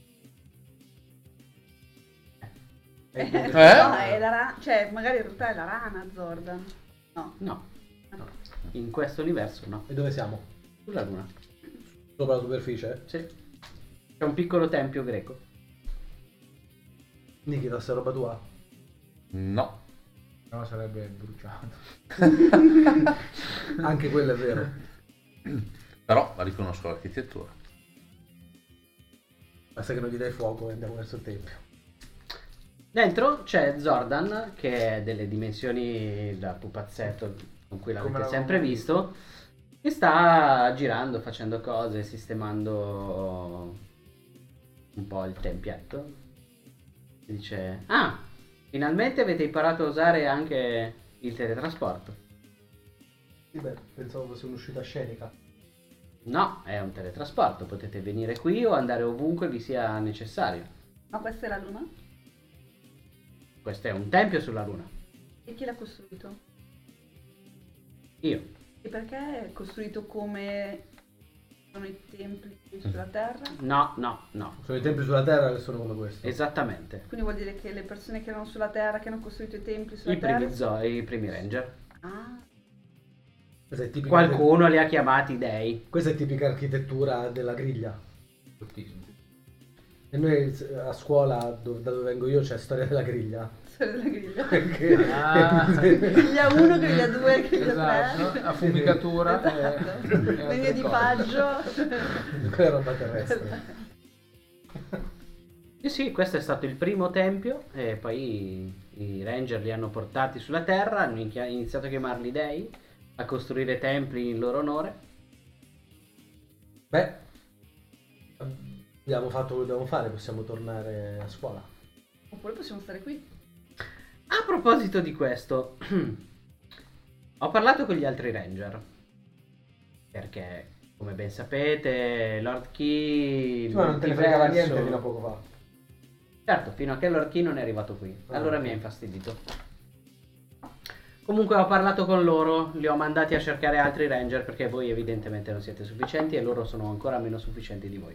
Speaker 2: Eh?
Speaker 5: No, è la rana, cioè magari in realtà è la rana Zordan. No.
Speaker 1: No, in questo universo no.
Speaker 2: E dove siamo?
Speaker 1: Sulla luna.
Speaker 2: Sopra la superficie?
Speaker 1: Sì. C'è un piccolo tempio greco.
Speaker 2: Nikita, sta roba tua?
Speaker 4: No.
Speaker 3: No, sarebbe bruciato.
Speaker 2: Anche quello è vero.
Speaker 4: Però riconosco l'architettura.
Speaker 2: Basta che non gli dai fuoco e andiamo verso il tempio.
Speaker 1: Dentro c'è Zordan, che è delle dimensioni da pupazzetto con cui l'avete
Speaker 3: l'avevamo
Speaker 1: sempre visto, che sta girando, facendo cose, sistemando un po' il tempietto. E dice: ah, finalmente avete imparato a usare anche il teletrasporto.
Speaker 2: Sì, beh, pensavo fosse un'uscita scenica.
Speaker 1: No, è un teletrasporto, potete venire qui o andare ovunque vi sia necessario.
Speaker 5: Ma questa è la luna?
Speaker 1: Questo è un tempio sulla luna.
Speaker 5: E chi l'ha costruito?
Speaker 1: Io.
Speaker 5: E perché è costruito come sono i templi sulla terra?
Speaker 1: No.
Speaker 2: Sono i templi sulla terra che sono come questo.
Speaker 1: Esattamente.
Speaker 5: Quindi vuol dire che le persone che erano sulla terra, che hanno costruito i templi sulla
Speaker 1: I
Speaker 5: terra...
Speaker 1: i primi ranger.
Speaker 5: Ah,
Speaker 2: Questa è tipica,
Speaker 1: Qualcuno li ha chiamati dei.
Speaker 2: questa è tipica architettura della griglia.
Speaker 3: Autismo.
Speaker 2: E noi a scuola, da dove vengo io, c'è storia della griglia.
Speaker 5: storia della griglia.
Speaker 2: Perché
Speaker 3: Ah.
Speaker 5: Griglia 1, griglia 2, griglia 3.
Speaker 3: Esatto, a fumicatura
Speaker 5: Esatto.
Speaker 3: e
Speaker 5: Legno
Speaker 3: altre
Speaker 5: di
Speaker 3: cose.
Speaker 5: paggio.
Speaker 2: quella è roba terrestre.
Speaker 1: Sì, questo è stato il primo tempio e poi i ranger li hanno portati sulla terra, hanno iniziato a chiamarli dei, a costruire templi in loro onore.
Speaker 2: Beh, abbiamo fatto quello che dobbiamo fare, possiamo tornare a scuola.
Speaker 5: Oppure possiamo stare qui.
Speaker 1: A proposito di questo, ho parlato con gli altri ranger, perché come ben sapete Lord Key...
Speaker 2: Ma non te ne fregava niente fino a poco fa.
Speaker 1: Certo, fino a che Lord Key non è arrivato qui.
Speaker 2: Ah,
Speaker 1: Allora
Speaker 2: ok.
Speaker 1: mi ha infastidito. Comunque ho parlato con loro, li ho mandati a cercare altri ranger perché voi evidentemente non siete sufficienti e loro sono ancora meno sufficienti di voi.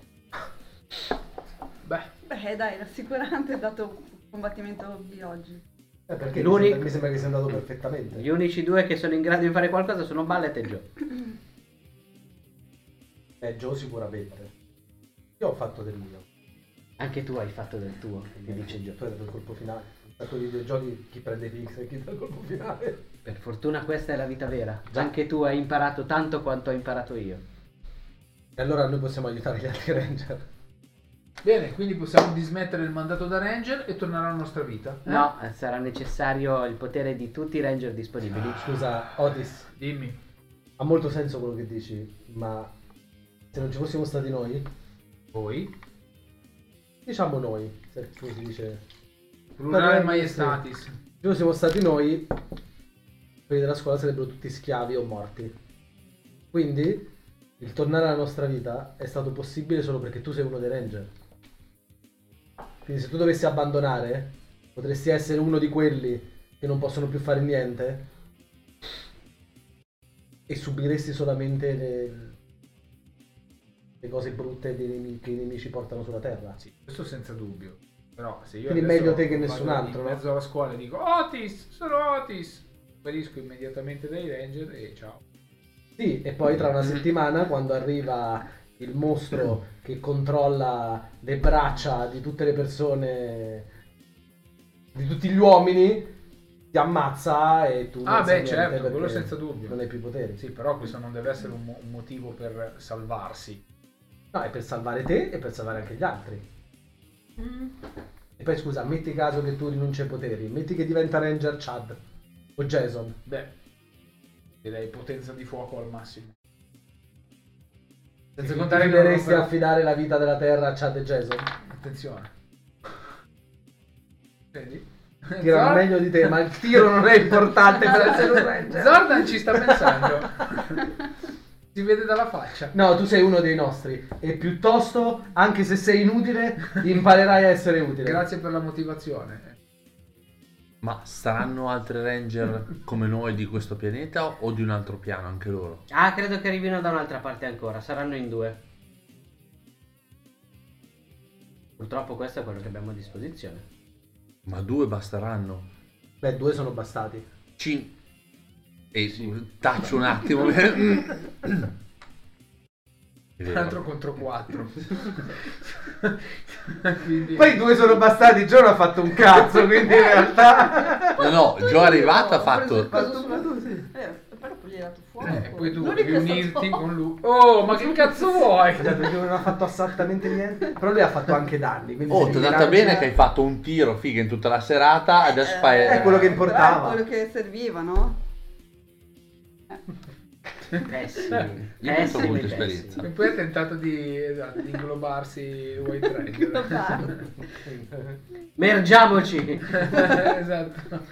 Speaker 5: Beh, dai, rassicurante dato il combattimento di oggi.
Speaker 2: Perché
Speaker 1: L'unico-
Speaker 2: mi sembra che sia andato perfettamente.
Speaker 1: Gli unici due che sono in grado di fare qualcosa sono Ballet e Joe.
Speaker 2: Joe sicuramente. Io ho fatto del mio.
Speaker 1: Anche tu hai fatto del tuo, ti dice Joe.
Speaker 2: Tu hai dato il colpo finale. Un sacco di videogiochi, chi prende Pix e chi dà il colpo finale.
Speaker 1: Per fortuna questa è la vita vera.
Speaker 2: Già.
Speaker 1: Anche tu hai imparato tanto quanto ho imparato io.
Speaker 2: E allora noi possiamo aiutare gli altri ranger.
Speaker 3: Bene, quindi possiamo dismettere il mandato da ranger e tornare alla nostra vita.
Speaker 1: No, sarà necessario il potere di tutti i ranger disponibili.
Speaker 2: Scusa, Otis,
Speaker 3: Dimmi.
Speaker 2: ha molto senso quello che dici, ma se non ci fossimo stati noi,
Speaker 3: Voi?
Speaker 2: diciamo noi, se come si dice,
Speaker 3: Plurale
Speaker 2: Sì.
Speaker 3: maiestatis.
Speaker 2: se fossimo stati noi, quelli della scuola sarebbero tutti schiavi o morti. Quindi il tornare alla nostra vita è stato possibile solo perché tu sei uno dei ranger. Quindi se tu dovessi abbandonare, potresti essere uno di quelli che non possono più fare niente e subiresti solamente le cose brutte che i nemici portano sulla terra.
Speaker 3: Sì, questo senza dubbio. Però se io
Speaker 2: Quindi
Speaker 3: adesso
Speaker 2: meglio te che nessun
Speaker 3: vado
Speaker 2: altro,
Speaker 3: in
Speaker 2: no?
Speaker 3: mezzo alla scuola e dico Otis, sono Otis, guarisco immediatamente dai ranger e ciao.
Speaker 2: Sì, e poi tra una settimana, quando arriva il mostro che controlla le braccia di tutte le persone, di tutti gli uomini, ti ammazza e tu
Speaker 3: Ah
Speaker 2: non sai
Speaker 3: beh,
Speaker 2: niente
Speaker 3: certo,
Speaker 2: perché
Speaker 3: quello senza dubbio.
Speaker 2: non hai più poteri.
Speaker 3: Sì, però questo non deve essere un motivo per salvarsi.
Speaker 2: No, è per salvare te e per salvare anche gli altri. E poi scusa, metti caso che tu rinunci ai poteri, metti che diventa Ranger Chad o Jason.
Speaker 3: Beh, direi potenza di fuoco al massimo.
Speaker 2: Senza
Speaker 3: Ti
Speaker 2: contare che
Speaker 3: loro
Speaker 2: dovresti
Speaker 3: però-
Speaker 2: affidare la vita della terra a Chad e Jason.
Speaker 3: Attenzione. Vedi?
Speaker 2: tirano meglio di te, ma il tiro non è importante per essere un ranger.
Speaker 3: Zordan ci sta pensando. Si vede dalla faccia.
Speaker 2: No, tu sei uno dei nostri e piuttosto, anche se sei inutile, imparerai a essere utile.
Speaker 3: Grazie per la motivazione.
Speaker 4: Ma saranno altri ranger come noi di questo pianeta o di un altro piano anche loro?
Speaker 1: Ah, credo che arrivino da un'altra parte ancora. Saranno in 2. Purtroppo questo è quello che abbiamo a disposizione.
Speaker 4: Ma 2 basteranno.
Speaker 2: Beh, 2 sono bastati.
Speaker 4: E taccio un attimo. È vero.
Speaker 3: 4 contro 4. Quindi...
Speaker 2: Poi 2 sono bastati, Gio non ha fatto un cazzo, quindi in realtà...
Speaker 4: No, Gio è arrivato, ha fatto...
Speaker 5: Però poi gli hai dato fuoco.
Speaker 3: poi tu
Speaker 5: Non
Speaker 3: devi
Speaker 5: è che
Speaker 3: unirti
Speaker 5: sto-
Speaker 3: con lui. Oh, ma che cazzo vuoi?
Speaker 2: Perché non ha fatto assolutamente niente. Però lui ha fatto anche danni. Quindi
Speaker 4: Oh,
Speaker 2: se
Speaker 4: ti ho
Speaker 2: ti
Speaker 4: dato
Speaker 2: rilancia-
Speaker 4: bene che hai fatto un tiro figa in tutta la serata, adesso fai...
Speaker 2: È quello che importava.
Speaker 5: È quello che serviva, no?
Speaker 1: Pessimi.
Speaker 4: Io non so
Speaker 1: Pessimi,
Speaker 4: molta
Speaker 1: pessimi.
Speaker 4: esperienza.
Speaker 3: E poi ha tentato di inglobarsi White Ranger.
Speaker 1: Mergiamoci.
Speaker 3: Esatto.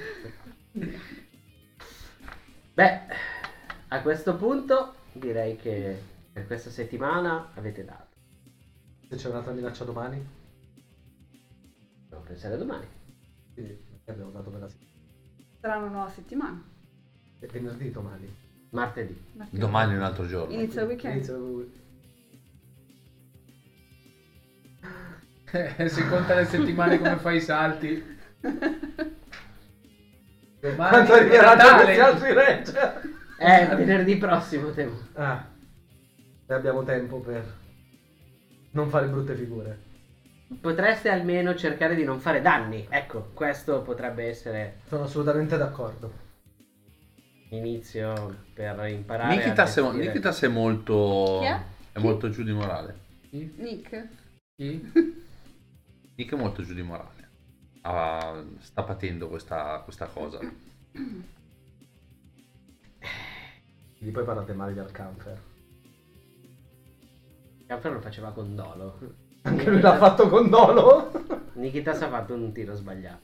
Speaker 1: Beh, a questo punto direi che per questa settimana avete dato.
Speaker 2: Se c'è un'altra minaccia domani,
Speaker 1: Devo pensare a domani.
Speaker 2: quindi abbiamo dato per la settimana.
Speaker 5: Sarà una nuova settimana.
Speaker 2: E venerdì domani.
Speaker 1: Martedì.
Speaker 4: Domani è un altro giorno.
Speaker 5: Inizia il weekend.
Speaker 3: Si conta le settimane come fai i salti. Domani
Speaker 2: Quanto
Speaker 3: è
Speaker 2: arriveranno
Speaker 3: Natale.
Speaker 2: questi altri ranger?
Speaker 1: Venerdì prossimo, temo.
Speaker 2: Ah, e abbiamo tempo per non fare brutte figure.
Speaker 1: Potreste almeno cercare di non fare danni. Ecco, questo potrebbe essere
Speaker 2: Sono assolutamente d'accordo.
Speaker 1: l'inizio per imparare
Speaker 4: Nikitas è molto...
Speaker 5: Chi è?
Speaker 4: È molto giù di morale.
Speaker 5: Nick?
Speaker 3: Chi?
Speaker 4: Nick è molto giù di morale. Sta patendo questa cosa.
Speaker 2: Quindi poi parlate male di Alcanfer.
Speaker 1: Camfer lo faceva con dolo.
Speaker 2: Anche lui l'ha fatto con dolo.
Speaker 1: Nikitas ha fatto un tiro sbagliato.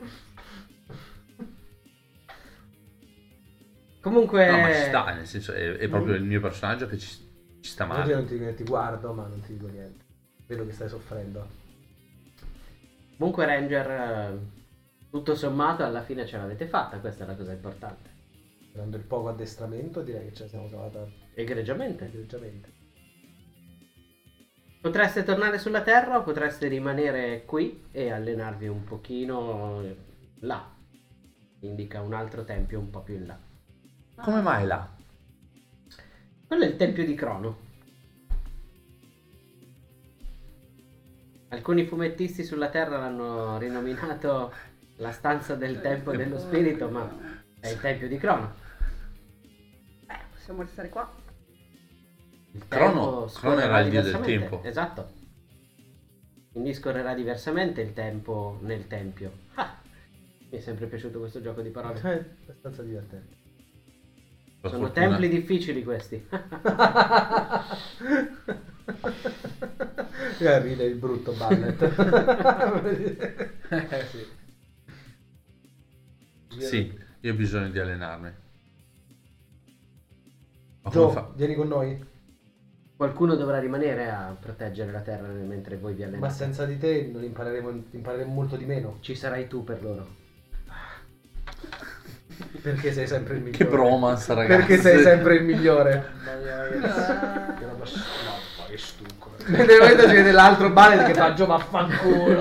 Speaker 1: Comunque...
Speaker 4: No, ma ci sta, nel senso è proprio il mio personaggio che ci sta
Speaker 2: Io
Speaker 4: male.
Speaker 2: non ti guardo, ma non ti dico niente. Vedo che stai soffrendo.
Speaker 1: Comunque Ranger, tutto sommato alla fine ce l'avete fatta, questa è la cosa importante.
Speaker 2: Prendo il poco addestramento, direi che ce la siamo cavata
Speaker 1: Egregiamente.
Speaker 2: egregiamente.
Speaker 1: Potreste tornare sulla Terra o potreste rimanere qui e allenarvi un pochino là. Indica un altro tempio un po' più in là.
Speaker 4: Come mai là?
Speaker 1: Quello è il tempio di Crono. Alcuni fumettisti sulla Terra l'hanno rinominato la stanza del tempo e dello spirito, ma è il tempio di Crono.
Speaker 5: Possiamo restare qua.
Speaker 1: Il
Speaker 4: Crono
Speaker 1: tempo scorrerà
Speaker 4: era il dio del
Speaker 1: diversamente.
Speaker 4: tempo.
Speaker 1: Esatto. Quindi scorrerà diversamente il tempo nel tempio. Ah, mi è sempre piaciuto questo gioco di parole.
Speaker 2: È abbastanza divertente.
Speaker 4: Per
Speaker 1: Sono
Speaker 4: fortuna.
Speaker 1: templi difficili questi.
Speaker 2: Ride il brutto Barnett.
Speaker 3: Sì.
Speaker 4: Sì, io ho bisogno di allenarmi. Ma come
Speaker 2: Gio,
Speaker 4: fa?
Speaker 2: vieni con noi.
Speaker 1: Qualcuno dovrà rimanere a proteggere la terra mentre voi vi allenate.
Speaker 2: Ma senza di te non impareremo molto di meno.
Speaker 1: Ci sarai tu per loro.
Speaker 2: Perché sei sempre il migliore.
Speaker 4: Che bromance, ragazzi.
Speaker 2: Perché sei sempre il migliore.
Speaker 3: Che stucco.
Speaker 2: Mentre poi si vede l'altro Barnett che fa Gio vaffanculo.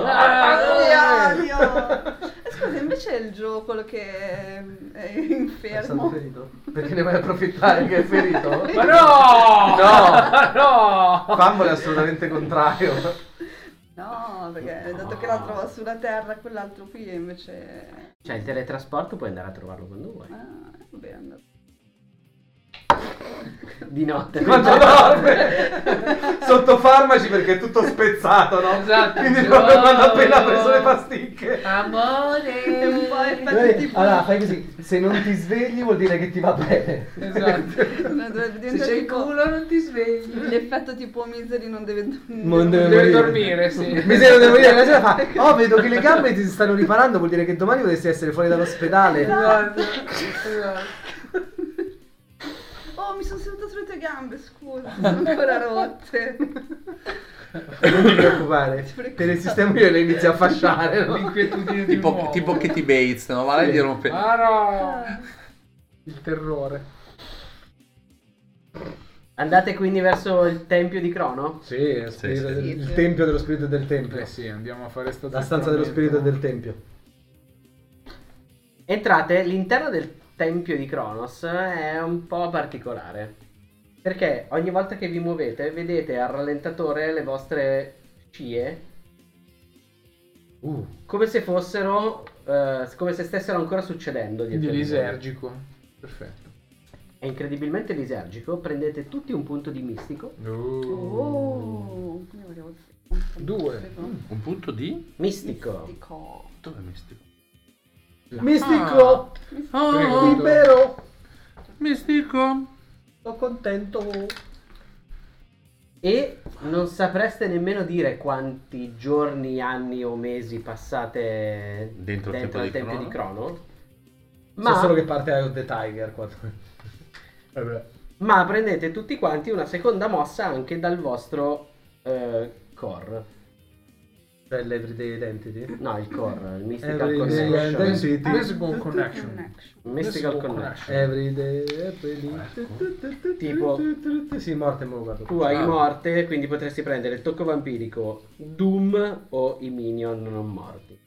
Speaker 5: Scusa, invece è il gioco quello che è
Speaker 2: È stato
Speaker 5: infermo.
Speaker 2: ferito? Perché ne vai a approfittare che è ferito?
Speaker 3: Ma no!
Speaker 2: No!
Speaker 3: No!
Speaker 2: Fumble è assolutamente contrario.
Speaker 5: No, perché dato che l'altro va sulla terra, quell'altro qui invece...
Speaker 1: Cioè il teletrasporto puoi andare a trovarlo quando vuoi.
Speaker 5: Ah, va bene, andato.
Speaker 1: Di notte.
Speaker 2: Quando dorme sotto farmaci perché è tutto spezzato, no?
Speaker 3: Esatto.
Speaker 2: Quindi proprio quando ha appena preso le pasticche.
Speaker 5: È un po' effetto
Speaker 2: Vedi?
Speaker 5: tipo...
Speaker 2: Allora fai così, se non ti svegli vuol dire che ti va bene.
Speaker 3: Esatto.
Speaker 5: Dovrebbe
Speaker 3: Se c'è il
Speaker 5: tipo...
Speaker 3: culo non ti svegli.
Speaker 5: L'effetto tipo Misery non deve...
Speaker 2: Non
Speaker 3: Deve
Speaker 2: morire.
Speaker 3: dormire, sì.
Speaker 2: Mi sembra devo dire, la sera fa, oh vedo che le gambe ti si stanno riparando, vuol dire che domani dovresti essere fuori dall'ospedale.
Speaker 3: Esatto.
Speaker 5: Oh, mi sono seduta sulle tue gambe, scusa, sono ancora rotte.
Speaker 2: Non ti preoccupare, per il sistema io le inizio a fasciare, no?
Speaker 3: L'inquietudine di un uomo.
Speaker 4: Tipo Katie Bates, no? Ma lei gli rompe.
Speaker 3: Ah no! Il terrore.
Speaker 1: Andate quindi verso il tempio di Crono?
Speaker 2: Sì, il, spirito
Speaker 4: sì.
Speaker 2: il tempio dello spirito del tempio.
Speaker 3: Sì, andiamo a fare sto
Speaker 2: La stanza dello spirito del tempio.
Speaker 1: Entrate, l'interno del tempio di Cronos è un po' particolare, perché ogni volta che vi muovete vedete al rallentatore le vostre scie come se fossero, come se stessero ancora succedendo.
Speaker 3: Quindi
Speaker 1: dietro di voi.
Speaker 3: lisergico. Perfetto.
Speaker 1: È incredibilmente lisergico, prendete tutti un punto di mistico.
Speaker 5: Oh, io volevo...
Speaker 2: 2.
Speaker 4: Un punto di?
Speaker 1: Mistico.
Speaker 5: Dico...
Speaker 4: Dov'è mistico?
Speaker 2: Mistico!
Speaker 3: Prego.
Speaker 2: Libero!
Speaker 4: Mistico.
Speaker 2: Sto contento.
Speaker 1: E non sapreste nemmeno dire quanti giorni, anni o mesi passate
Speaker 4: Dentro il
Speaker 1: al
Speaker 4: tempio
Speaker 1: tempio
Speaker 4: di
Speaker 1: di Crono.
Speaker 2: Ma so solo che parte Eye of the Tiger quando...
Speaker 1: Ma prendete tutti quanti una seconda mossa anche dal vostro core.
Speaker 2: Cioè l'Everyday Identity?
Speaker 1: No, il core, il Mystical
Speaker 2: Everyday
Speaker 1: Connection.
Speaker 2: Identity.
Speaker 3: Mystical Connection.
Speaker 1: Mystical Connection.
Speaker 2: Everyday
Speaker 1: Tipo-
Speaker 2: Sì, morte me lo guardo.
Speaker 1: Tu hai morte, quindi potresti prendere il tocco vampirico, Doom o i minion non morti.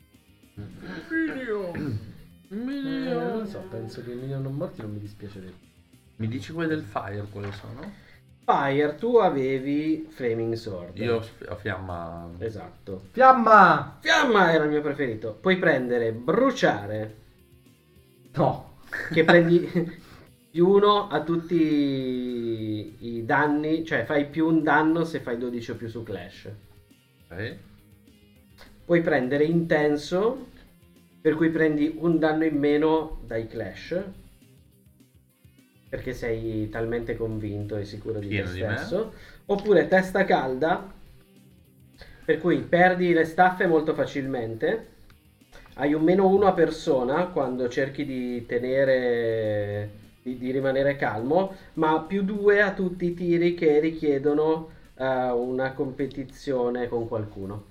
Speaker 2: Non lo so, penso che i minion non morti non mi dispiacerebbe.
Speaker 4: Mi dici quelli del fire quali sono?
Speaker 1: Fire, tu avevi Flaming Sword.
Speaker 4: Io a fiamma.
Speaker 1: Esatto.
Speaker 2: Fiamma!
Speaker 1: Fiamma era il mio preferito. Puoi prendere bruciare,
Speaker 2: No.
Speaker 1: che prendi più 1 a tutti i danni, cioè fai più un danno se fai 12 o più su Clash.
Speaker 4: Ok.
Speaker 1: Puoi prendere intenso, per cui prendi un danno in meno dai Clash, perché sei talmente convinto e sicuro di te
Speaker 4: Pieno di me.
Speaker 1: stesso. Oppure testa calda, per cui perdi le staffe molto facilmente. Hai un -1 a persona quando cerchi di tenere, di rimanere calmo, ma +2 a tutti i tiri che richiedono una competizione con qualcuno.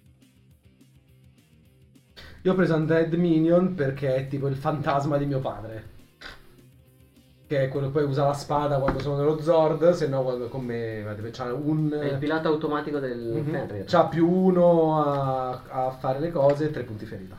Speaker 2: Io ho preso Undead Minion perché è tipo il fantasma di mio padre. Che è quello che poi usa la spada quando sono nello Zord, se no quando con me c'ha un...
Speaker 1: È il pilota automatico del Fenrir.
Speaker 2: C'ha +1 a fare le cose e 3 punti ferita.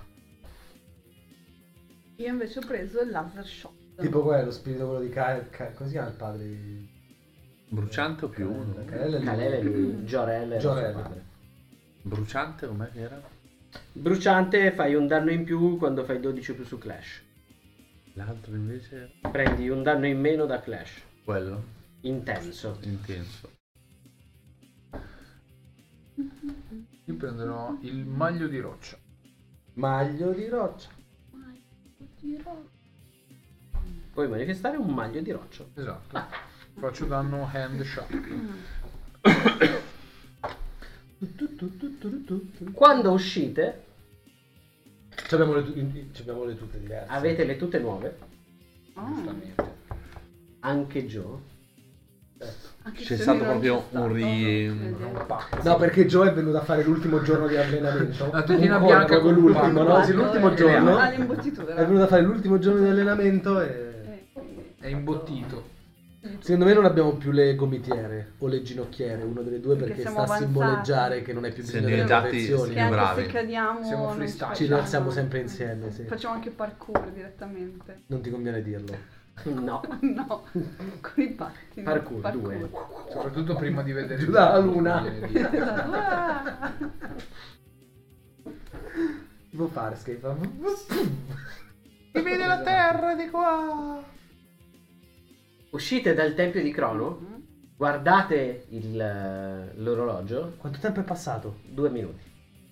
Speaker 5: Io invece ho preso il laser shot.
Speaker 2: Tipo quello, spirito quello di come si chiama il padre di...
Speaker 4: Bruciante o +1?
Speaker 1: Calele è lui, Jor-El era suo
Speaker 2: Jor-El.
Speaker 1: padre.
Speaker 4: Bruciante com'è che era?
Speaker 1: Bruciante, fai un danno in più quando fai 12 o più su Clash.
Speaker 4: L'altro invece era
Speaker 1: Prendi un danno in meno da Clash.
Speaker 4: quello,
Speaker 1: Intenso.
Speaker 4: intenso.
Speaker 3: Io prenderò il maglio di roccia.
Speaker 2: Maglio di roccia.
Speaker 1: Puoi manifestare un maglio di roccia.
Speaker 3: Esatto. Faccio danno hand shot.
Speaker 1: Quando uscite,
Speaker 2: Abbiamo le tutte diverse.
Speaker 1: avete le tute nuove.
Speaker 3: Giustamente.
Speaker 1: Anche Joe.
Speaker 5: Anche
Speaker 4: C'è
Speaker 5: se
Speaker 4: stato
Speaker 5: lui non
Speaker 4: proprio
Speaker 5: c'è stato.
Speaker 4: un
Speaker 3: Un pacco.
Speaker 2: No, perché Joe è venuto a fare l'ultimo giorno di allenamento.
Speaker 3: La tutina
Speaker 2: Un
Speaker 3: bianca
Speaker 2: proprio
Speaker 3: con
Speaker 2: l'ultimo,
Speaker 3: l'ultimo,
Speaker 2: no? Sì, l'ultimo giorno.
Speaker 5: All'imbottitura.
Speaker 2: È venuto a fare l'ultimo giorno di allenamento e...
Speaker 3: È imbottito.
Speaker 2: Secondo me non abbiamo più le gomitiere o le ginocchiere, uno delle due,
Speaker 5: Perché
Speaker 2: perché
Speaker 5: siamo
Speaker 2: sta a
Speaker 5: avanzati.
Speaker 2: simboleggiare che non è più
Speaker 4: Siamo
Speaker 2: bisogno delle
Speaker 4: diventati
Speaker 2: protezioni.
Speaker 5: Che
Speaker 4: più
Speaker 5: anche
Speaker 4: bravi.
Speaker 5: se cadiamo
Speaker 3: Siamo
Speaker 5: non
Speaker 3: freestyle.
Speaker 2: Ci
Speaker 5: facciamo-
Speaker 2: alziamo sempre insieme, sì.
Speaker 5: Facciamo anche parkour direttamente.
Speaker 2: Non ti conviene dirlo.
Speaker 1: No.
Speaker 5: No, con i pattini.
Speaker 1: Parkour, 2.
Speaker 3: Soprattutto prima di vedere
Speaker 2: Giù dalla luna.
Speaker 5: Ah,
Speaker 2: Tipo Farscape.
Speaker 3: Si vede la terra di qua.
Speaker 1: Uscite dal tempio di Crono, guardate l'orologio.
Speaker 2: Quanto tempo è passato?
Speaker 1: 2 minuti.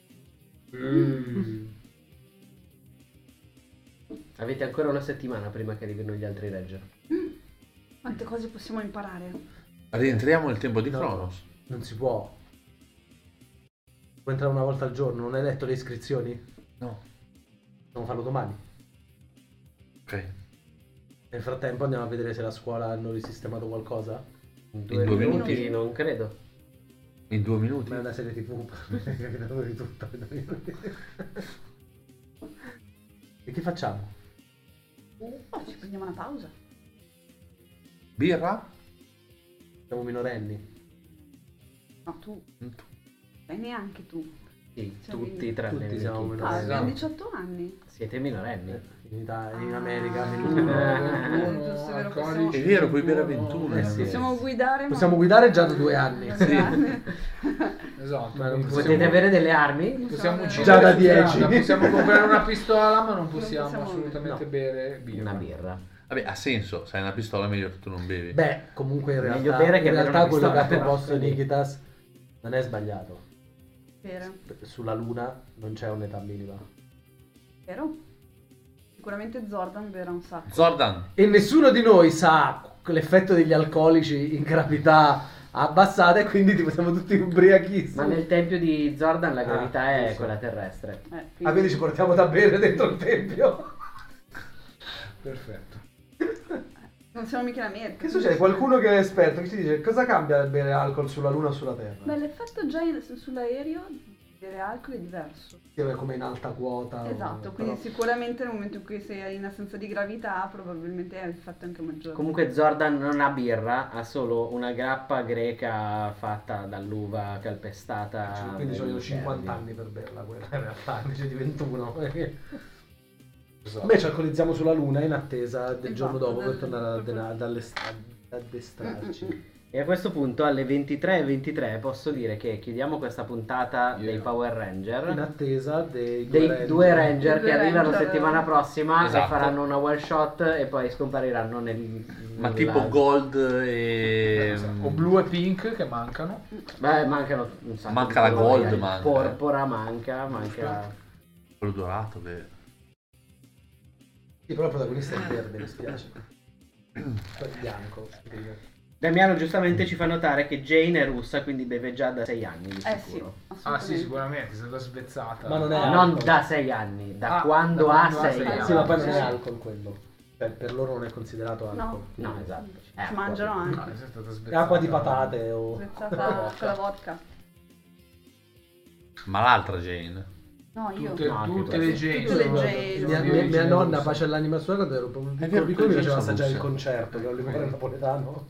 Speaker 1: Avete ancora una settimana prima che arrivino gli altri Ranger.
Speaker 5: Quante cose possiamo imparare?
Speaker 4: Rientriamo nel tempo di
Speaker 2: No.
Speaker 4: Cronos.
Speaker 2: Non si può. Puoi entrare una volta al giorno, non hai letto le iscrizioni?
Speaker 4: No.
Speaker 2: Dobbiamo farlo domani.
Speaker 4: Ok.
Speaker 2: Nel frattempo andiamo a vedere se la scuola hanno risistemato qualcosa.
Speaker 1: In 2
Speaker 4: 2
Speaker 1: minuti
Speaker 5: minuti?
Speaker 1: non credo.
Speaker 4: In 2 minuti?
Speaker 2: Ma è una serie TV, mi è capitato di tutto. E che facciamo?
Speaker 5: Oh, ci prendiamo una pausa.
Speaker 4: Birra?
Speaker 2: Siamo minorenni.
Speaker 5: No, tu. E neanche tu.
Speaker 1: Sì,
Speaker 5: Siamo
Speaker 1: tutti tranne
Speaker 2: tutti siamo
Speaker 1: tutti.
Speaker 2: minorenni.
Speaker 5: Abbiamo 18 anni.
Speaker 1: Siete minorenni.
Speaker 2: In Italia, in America,
Speaker 5: Ah.
Speaker 2: 21.
Speaker 5: Giusto, vero, possiamo-
Speaker 4: È vero, puoi bere a 21.
Speaker 2: Eh sì.
Speaker 5: Possiamo guidare. ma-
Speaker 2: Possiamo guidare già da 2 anni.
Speaker 5: Sì.
Speaker 3: Esatto.
Speaker 2: Ma non
Speaker 3: quindi
Speaker 1: Potete avere delle armi?
Speaker 3: possiamo uccidere
Speaker 2: Già da
Speaker 3: su
Speaker 2: 10.
Speaker 3: strada, possiamo comprare una pistola, ma non possiamo
Speaker 5: possiamo-
Speaker 3: assolutamente
Speaker 2: no.
Speaker 3: bere birra.
Speaker 1: Una birra.
Speaker 4: Vabbè, ha senso. Se hai una pistola meglio che tu non bevi.
Speaker 2: Beh, comunque in
Speaker 1: Meglio
Speaker 2: realtà,
Speaker 1: bere che
Speaker 2: in
Speaker 1: avere
Speaker 2: realtà
Speaker 1: una
Speaker 2: quello che ha
Speaker 1: pistola,
Speaker 2: proposto
Speaker 1: però, quindi-
Speaker 2: Nikitas non è sbagliato.
Speaker 5: Vero.
Speaker 2: Sulla Luna non c'è un'età minima.
Speaker 5: Vero? Sicuramente Zordan berrà un sacco.
Speaker 4: Zordan.
Speaker 2: E nessuno di noi sa l'effetto degli alcolici in gravità abbassata e quindi siamo tutti ubriachissimi.
Speaker 1: Ma nel tempio di Zordan la gravità è
Speaker 2: giusto.
Speaker 1: quella terrestre.
Speaker 2: Ah, quindi ci portiamo da bere dentro il tempio?
Speaker 3: Perfetto.
Speaker 5: Non siamo mica in America.
Speaker 2: Che succede? Qualcuno che è esperto che ci dice cosa cambia bere alcol sulla Luna o sulla Terra?
Speaker 5: Beh, l'effetto già sull'aereo di bere alcol è diverso.
Speaker 2: Sì, vabbè, come in alta quota.
Speaker 5: Esatto, quindi sicuramente nel momento in cui sei in assenza di gravità probabilmente è il fatto anche maggiore.
Speaker 1: Comunque Zordan non ha birra, ha solo una grappa greca fatta dall'uva calpestata.
Speaker 2: Quindi ci vogliono
Speaker 1: degli
Speaker 2: 50
Speaker 1: cervi.
Speaker 2: anni per berla quella in realtà invece di 21.
Speaker 3: Esatto.
Speaker 2: Beh, ci alcolizziamo sulla Luna in attesa del
Speaker 5: Esatto,
Speaker 2: giorno dopo per
Speaker 5: del-
Speaker 2: tornare ad addestrarci.
Speaker 1: E a questo punto alle 23:23 posso dire che chiudiamo questa puntata dei Power
Speaker 2: In
Speaker 1: Ranger.
Speaker 2: attesa dei
Speaker 1: Due Ranger
Speaker 5: Due
Speaker 1: che arrivano
Speaker 5: Ranger.
Speaker 1: settimana prossima
Speaker 4: Esatto.
Speaker 1: e faranno una one shot e poi scompariranno
Speaker 4: Ma
Speaker 1: nella-
Speaker 4: tipo Gold e...
Speaker 3: O blu e pink che mancano.
Speaker 1: Beh, mancano un sacco.
Speaker 4: Manca
Speaker 1: di
Speaker 4: la
Speaker 1: colori,
Speaker 4: gold,
Speaker 1: il
Speaker 4: manca,
Speaker 1: porpora manca.
Speaker 4: quello dorato che...
Speaker 2: Sì, però il protagonista è verde, mi spiace. Poi è bianco.
Speaker 1: Damiano giustamente ci fa notare che Jane è russa, quindi beve già da 6 anni di
Speaker 5: Sì,
Speaker 1: sicuro.
Speaker 3: Ah
Speaker 5: assolutamente.
Speaker 3: sì, sicuramente, è stata svezzata.
Speaker 2: Ma non è
Speaker 1: Non
Speaker 2: alcol.
Speaker 1: da 6 anni, da
Speaker 3: Ah,
Speaker 1: quando
Speaker 3: da
Speaker 1: ha
Speaker 3: quando ha
Speaker 1: 6
Speaker 3: sei
Speaker 1: anni.
Speaker 3: anni.
Speaker 2: Sì, ma poi non è
Speaker 5: Sì.
Speaker 2: alcol quello. Cioè, per loro non è considerato alcol.
Speaker 5: No.
Speaker 1: No, esatto. È
Speaker 5: Ci
Speaker 1: acqua.
Speaker 5: mangiano anche.
Speaker 3: No, è stata
Speaker 2: È
Speaker 3: svezzata.
Speaker 2: acqua di patate o...
Speaker 5: Spezzata con la vodka.
Speaker 4: Ma l'altra Jane.
Speaker 5: No, io.
Speaker 3: Tutte,
Speaker 1: No,
Speaker 3: tutte
Speaker 1: anche
Speaker 3: le
Speaker 1: questo.
Speaker 3: Jane.
Speaker 5: Tutte le
Speaker 3: sono-
Speaker 5: Jane.
Speaker 3: sono
Speaker 2: Mia,
Speaker 3: di
Speaker 2: mia
Speaker 3: origine
Speaker 2: nonna,
Speaker 3: russa.
Speaker 2: pace all'anima sua, quando ero proprio
Speaker 4: vero,
Speaker 2: piccolo piccolo, mi
Speaker 4: tutte
Speaker 2: faceva
Speaker 4: sono
Speaker 2: assaggiare il
Speaker 4: russe.
Speaker 2: concerto, che è un liquore napoletano.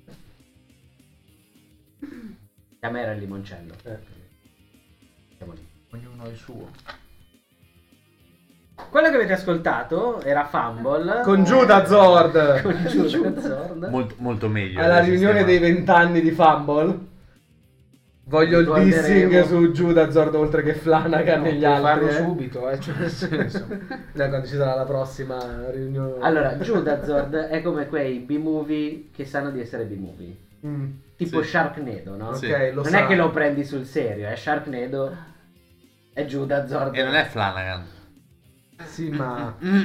Speaker 1: A me era il limoncello. Siamo lì.
Speaker 3: Ognuno ha il suo.
Speaker 1: Quello che avete ascoltato era Fumble
Speaker 2: Con Giuda Zord!
Speaker 1: con Giuda Zord.
Speaker 4: Molto, molto meglio.
Speaker 2: Alla
Speaker 4: del
Speaker 2: riunione
Speaker 4: sistema.
Speaker 2: dei 20 anni di Fumble. Voglio il
Speaker 1: Ricorderemo.
Speaker 2: dissing su Giuda Zord oltre che Flanagan
Speaker 3: No,
Speaker 2: e gli
Speaker 3: puoi
Speaker 2: altri.
Speaker 3: farlo subito, cioè nel senso.
Speaker 2: Quando ci sarà la prossima riunione.
Speaker 1: Allora, Giuda Zord è come quei B-movie che sanno di essere B-movie.
Speaker 2: Mm,
Speaker 1: Tipo
Speaker 4: Sì.
Speaker 1: Sharknado, no?
Speaker 2: ok,
Speaker 4: Sì.
Speaker 2: lo
Speaker 1: Non
Speaker 2: sa.
Speaker 1: è che lo prendi sul serio, è Sharknado, è Giuda Zord.
Speaker 4: E non è Flanagan.
Speaker 2: Sì, ma... È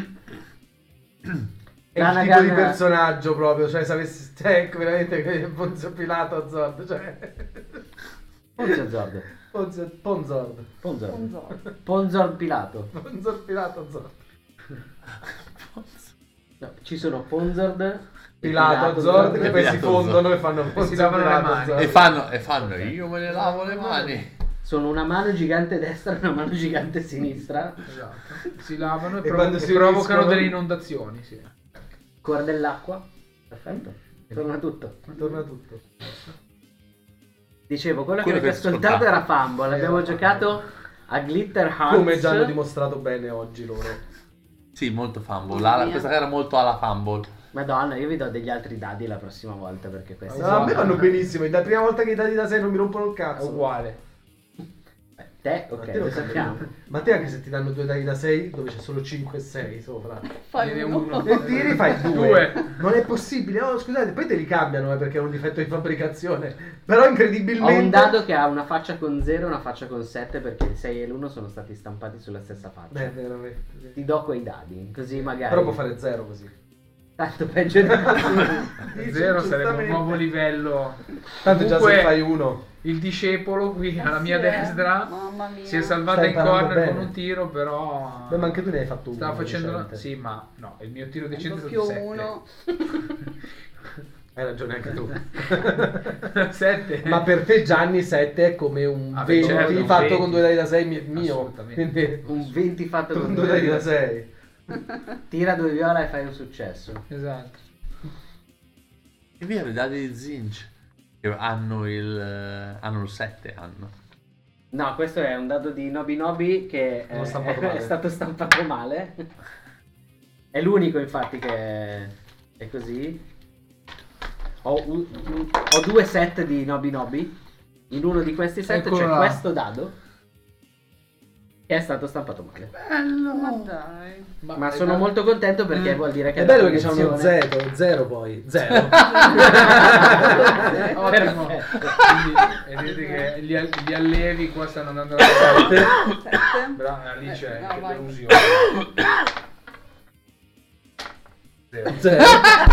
Speaker 2: il
Speaker 1: Flanagan-
Speaker 2: tipo di personaggio proprio, cioè se avessi... Cioè, veramente che Ponzio Pilato Zord, cioè...
Speaker 1: Ponzio Zord.
Speaker 2: Ponzord.
Speaker 1: Ponzord.
Speaker 5: Ponzor.
Speaker 1: Ponzord Pilato.
Speaker 2: Ponzor Pilato Zord.
Speaker 1: No, ci sono Ponzord e
Speaker 2: Pilato Zord che poi si
Speaker 4: Pilato
Speaker 2: fondono e fanno
Speaker 3: si
Speaker 2: Ponzio
Speaker 3: lavano le
Speaker 2: Pilato
Speaker 3: mani.
Speaker 2: Zord.
Speaker 4: E fanno io me ne lavo le mani.
Speaker 1: sono una mano gigante destra e una mano gigante sinistra.
Speaker 3: Esatto. Si lavano e,
Speaker 2: E quando si
Speaker 3: provocano
Speaker 2: uniscono-
Speaker 3: delle inondazioni, sì.
Speaker 1: Cuore dell'acqua. Perfetto. Torna tutto.
Speaker 2: Torna tutto.
Speaker 1: Dicevo, quello che
Speaker 4: Quello
Speaker 1: avete
Speaker 4: che
Speaker 1: ascoltato
Speaker 4: ascoltate.
Speaker 1: era Fumble. Abbiamo
Speaker 2: Era
Speaker 1: giocato a Glitter Hearts.
Speaker 2: Come già hanno dimostrato bene oggi loro.
Speaker 4: Sì, molto fumble.
Speaker 5: Mamma mia.
Speaker 4: Questa era molto alla fumble.
Speaker 1: Madonna, io vi do degli altri dadi la prossima volta perché questi
Speaker 2: No, a me vanno benissimo. È la prima volta che i dati da 6 non mi rompono il
Speaker 3: È
Speaker 2: cazzo.
Speaker 3: uguale.
Speaker 1: Te, ok,
Speaker 2: Matteo
Speaker 1: lo sappiamo.
Speaker 2: Ma te anche se ti danno 2 dadi da 6 dove c'è solo 5 e 6 sopra.
Speaker 5: Fai
Speaker 3: Viene
Speaker 5: uno.
Speaker 3: uno.
Speaker 2: E tiri fai 2.
Speaker 3: Due.
Speaker 2: Non è possibile. Oh, scusate, poi te li cambiano perché è un difetto di fabbricazione. Però incredibilmente
Speaker 1: Ho un dado che ha una faccia con 0 e una faccia con 7 perché il 6 e l'1 sono stati stampati sulla stessa faccia.
Speaker 2: Beh, veramente.
Speaker 1: Ti do quei dadi, così magari.
Speaker 2: Però può fare 0 così.
Speaker 1: Tanto peggio di così.
Speaker 3: 0 sarebbe un nuovo livello.
Speaker 2: Tanto già
Speaker 3: Comunque,
Speaker 2: se fai 1.
Speaker 3: il discepolo qui alla mia
Speaker 5: Sì,
Speaker 3: destra
Speaker 5: mamma mia.
Speaker 3: si è salvata
Speaker 2: Stai
Speaker 3: in
Speaker 2: imparando
Speaker 3: corner
Speaker 2: bene.
Speaker 3: con un tiro, però
Speaker 2: Beh, ma anche tu ne hai fatto 1.
Speaker 3: stava facendo sì, ma no, il mio tiro decente è stato
Speaker 5: Doppio
Speaker 3: 7.
Speaker 5: 1.
Speaker 2: Hai ragione anche tu.
Speaker 3: 7.
Speaker 2: Ma per te Gianni 7 è come un
Speaker 3: Ah,
Speaker 2: 20
Speaker 3: certo, un
Speaker 2: fatto
Speaker 3: 20.
Speaker 2: con 2 dadi da 6 mio.
Speaker 3: Assolutamente.
Speaker 2: Quindi
Speaker 1: Un 20 fatto
Speaker 2: con
Speaker 1: con
Speaker 2: 2 dadi da 6.
Speaker 1: Tira 2 viola e fai un successo.
Speaker 3: Esatto.
Speaker 4: È vero, i dadi di Zinch che hanno il 7 hanno.
Speaker 1: No, questo è un dado di Nobi Nobi che
Speaker 2: L'ho stampato male.
Speaker 1: è stato stampato male. È l'unico infatti che è così. Ho 2 set di Nobi Nobi. In uno di questi set
Speaker 3: Eccolo
Speaker 1: c'è
Speaker 3: là.
Speaker 1: questo dado che è stato stampato male.
Speaker 5: Ma dai.
Speaker 1: Ma sono molto contento perché vuol dire che
Speaker 2: È
Speaker 1: la
Speaker 2: bello perché c'è uno
Speaker 1: collezione-
Speaker 2: 0 poi. 0.
Speaker 3: Ottimo.
Speaker 1: Perfetto.
Speaker 3: Quindi vedete che gli allievi qua stanno andando alla parte.
Speaker 5: 7.
Speaker 3: Brava, lì c'è
Speaker 5: No,
Speaker 3: che
Speaker 5: vai.
Speaker 3: delusione. 0.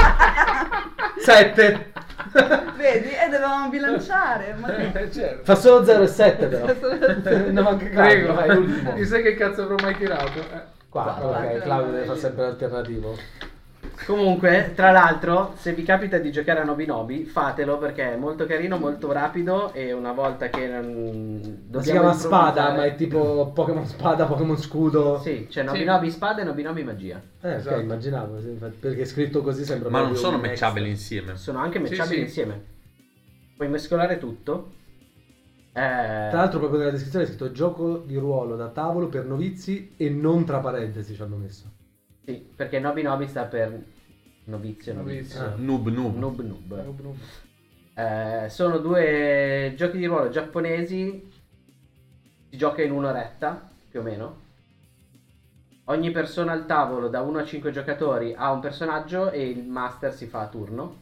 Speaker 2: 7.
Speaker 5: Vedi? E dovevamo bilanciare. Ma che...
Speaker 3: Certo.
Speaker 2: Fa solo 0 e 7 però. No, anche
Speaker 3: Prego,
Speaker 2: Claudio, vai l'ultimo.
Speaker 3: mi sai che cazzo avrò mai tirato?
Speaker 2: 4, ok, Claudio deve fare sempre l'alternativo.
Speaker 1: Comunque, tra l'altro, se vi capita di giocare a Nobi Nobi, fatelo perché è molto carino, molto rapido e una volta che
Speaker 2: Ma si chiama spada, ma è tipo Pokémon spada, Pokémon scudo.
Speaker 1: Sì, c'è Nobi
Speaker 3: Sì.
Speaker 1: Nobi spada e Nobi Nobi magia.
Speaker 3: Esatto.
Speaker 2: Ok, immaginavo, sì, infatti, perché è scritto così sembra
Speaker 4: Ma non
Speaker 2: proprio
Speaker 4: sono
Speaker 2: un
Speaker 4: matchabili
Speaker 2: extra.
Speaker 4: insieme.
Speaker 1: Sono anche matchabili
Speaker 3: sì.
Speaker 1: insieme. Puoi mescolare tutto.
Speaker 2: Tra l'altro proprio nella descrizione è scritto gioco di ruolo da tavolo per novizi e non tra parentesi ci hanno messo.
Speaker 1: Sì, perché Nobi Nobi sta per novizio, novizio.
Speaker 3: Novizio.
Speaker 4: Noob.
Speaker 1: Noob noob. Sono 2 giochi di ruolo giapponesi. Si gioca in un'oretta, più o meno. Ogni persona al tavolo, da 1 a 5 giocatori, ha un personaggio e il master si fa a turno.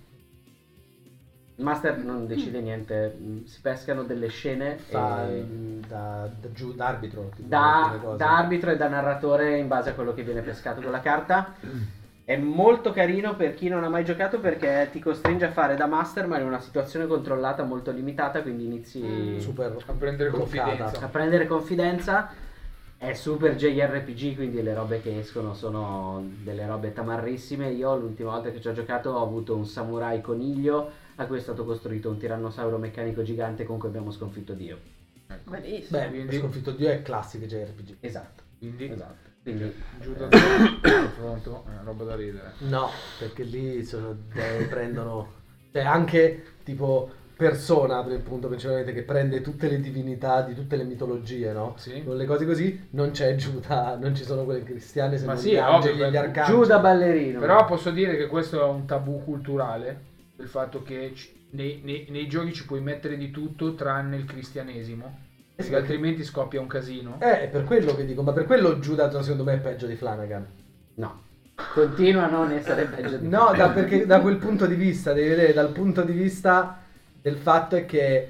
Speaker 1: Il master non decide niente, si pescano delle scene
Speaker 2: Fa
Speaker 1: e
Speaker 2: da giù da arbitro. tipo,
Speaker 1: da
Speaker 2: alcune cose.
Speaker 1: arbitro e da narratore in base a quello che viene pescato con la carta. È molto carino per chi non ha mai giocato perché ti costringe a fare da master ma in una situazione controllata molto limitata, quindi inizi
Speaker 2: Super
Speaker 3: A prendere
Speaker 2: bloccata.
Speaker 3: confidenza.
Speaker 1: a prendere confidenza. È super JRPG, quindi le robe che escono sono delle robe tamarrissime. Io l'ultima volta che ci ho giocato ho avuto un samurai coniglio a cui è stato costruito un tirannosauro meccanico gigante con cui abbiamo sconfitto Dio.
Speaker 5: Bellissimo.
Speaker 2: Beh,
Speaker 3: Quindi-
Speaker 2: sconfitto Dio è classico JRPG.
Speaker 1: Esatto,
Speaker 3: Quindi
Speaker 1: esatto. Quindi
Speaker 3: giù da confronto, roba da ridere.
Speaker 2: No, perché lì prendono cioè anche tipo Persona, per il punto principalmente che prende tutte le divinità di tutte le mitologie, no?
Speaker 3: Sì.
Speaker 2: Con le cose così non c'è Giuda, non ci sono quelle cristiane, se
Speaker 3: Ma
Speaker 2: non
Speaker 3: sì,
Speaker 2: gli
Speaker 3: è
Speaker 2: angeli
Speaker 3: ovvio,
Speaker 2: e gli arcangeli.
Speaker 1: Giuda ballerino.
Speaker 3: Però posso dire che questo è un tabù culturale, il fatto che nei giochi ci puoi mettere di tutto tranne il cristianesimo, perché
Speaker 2: sì,
Speaker 3: altrimenti scoppia un casino.
Speaker 2: È per quello che dico, ma per quello Giuda secondo me è peggio di Flanagan.
Speaker 1: No, continua a non essere peggio di
Speaker 2: No, perché da quel punto di vista, devi vedere dal punto di vista del fatto è che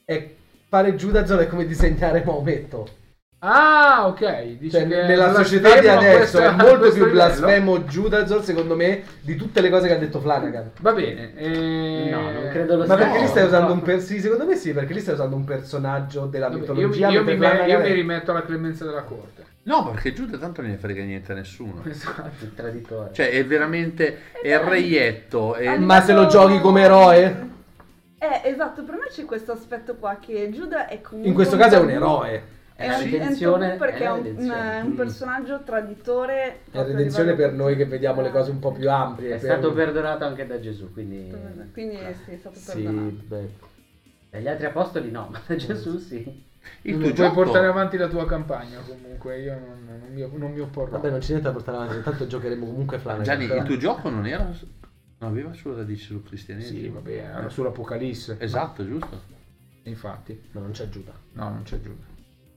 Speaker 2: fare Giudazol è come disegnare Maometto.
Speaker 3: Ah, ok. Dici
Speaker 2: Cioè,
Speaker 3: che
Speaker 2: nella società di
Speaker 3: blasfemo a
Speaker 2: adesso è
Speaker 3: a
Speaker 2: molto
Speaker 3: questo
Speaker 2: più
Speaker 3: livello?
Speaker 2: blasfemo Giudazol secondo me di tutte le cose che ha detto Flanagan.
Speaker 3: Va bene.
Speaker 1: No, non credo lo
Speaker 2: Ma
Speaker 1: sia.
Speaker 2: perché lì stai
Speaker 1: No,
Speaker 2: usando
Speaker 1: no.
Speaker 2: sì, secondo me sì, perché lì stai usando un personaggio della
Speaker 3: Vabbè,
Speaker 2: mitologia.
Speaker 3: io
Speaker 2: mentre
Speaker 3: mi
Speaker 2: Flanagan è-
Speaker 3: rimetto alla clemenza della corte.
Speaker 4: No, perché Giuda tanto non ne frega niente a nessuno.
Speaker 3: Esatto.
Speaker 1: Il traditore.
Speaker 4: Cioè, è veramente è il reietto. È...
Speaker 2: Ma se lo giochi come eroe?
Speaker 5: Esatto, per me c'è questo aspetto qua che Giuda è comunque
Speaker 2: In questo caso è un eroe.
Speaker 1: È
Speaker 5: È
Speaker 1: la
Speaker 5: un
Speaker 1: redenzione,
Speaker 5: tabù perché
Speaker 1: è
Speaker 5: è
Speaker 1: la
Speaker 5: un,
Speaker 1: redenzione.
Speaker 5: un personaggio traditore.
Speaker 2: È
Speaker 5: proprio a
Speaker 2: redenzione
Speaker 5: livello
Speaker 2: per noi che vediamo le cose un po' più ampie.
Speaker 1: È stato perdonato anche da Gesù, quindi
Speaker 5: Quindi sì, è stato
Speaker 2: Sì,
Speaker 5: perdonato.
Speaker 2: beh.
Speaker 1: dagli altri apostoli no, ma da Gesù sì.
Speaker 4: Il
Speaker 3: Puoi
Speaker 4: tuo gioco...
Speaker 3: portare avanti la tua campagna comunque, io non mi opporrò.
Speaker 2: Vabbè, non c'è niente da portare avanti, intanto giocheremo comunque Flanagan.
Speaker 4: Gianni,
Speaker 2: però-
Speaker 4: il tuo gioco non era... Non aveva solo radici sul cristianesimo?
Speaker 3: Sì, vabbè, era sull'Apocalisse.
Speaker 4: Esatto, giusto?
Speaker 3: Infatti.
Speaker 2: Ma non c'è Giuda.
Speaker 3: No, non c'è Giuda.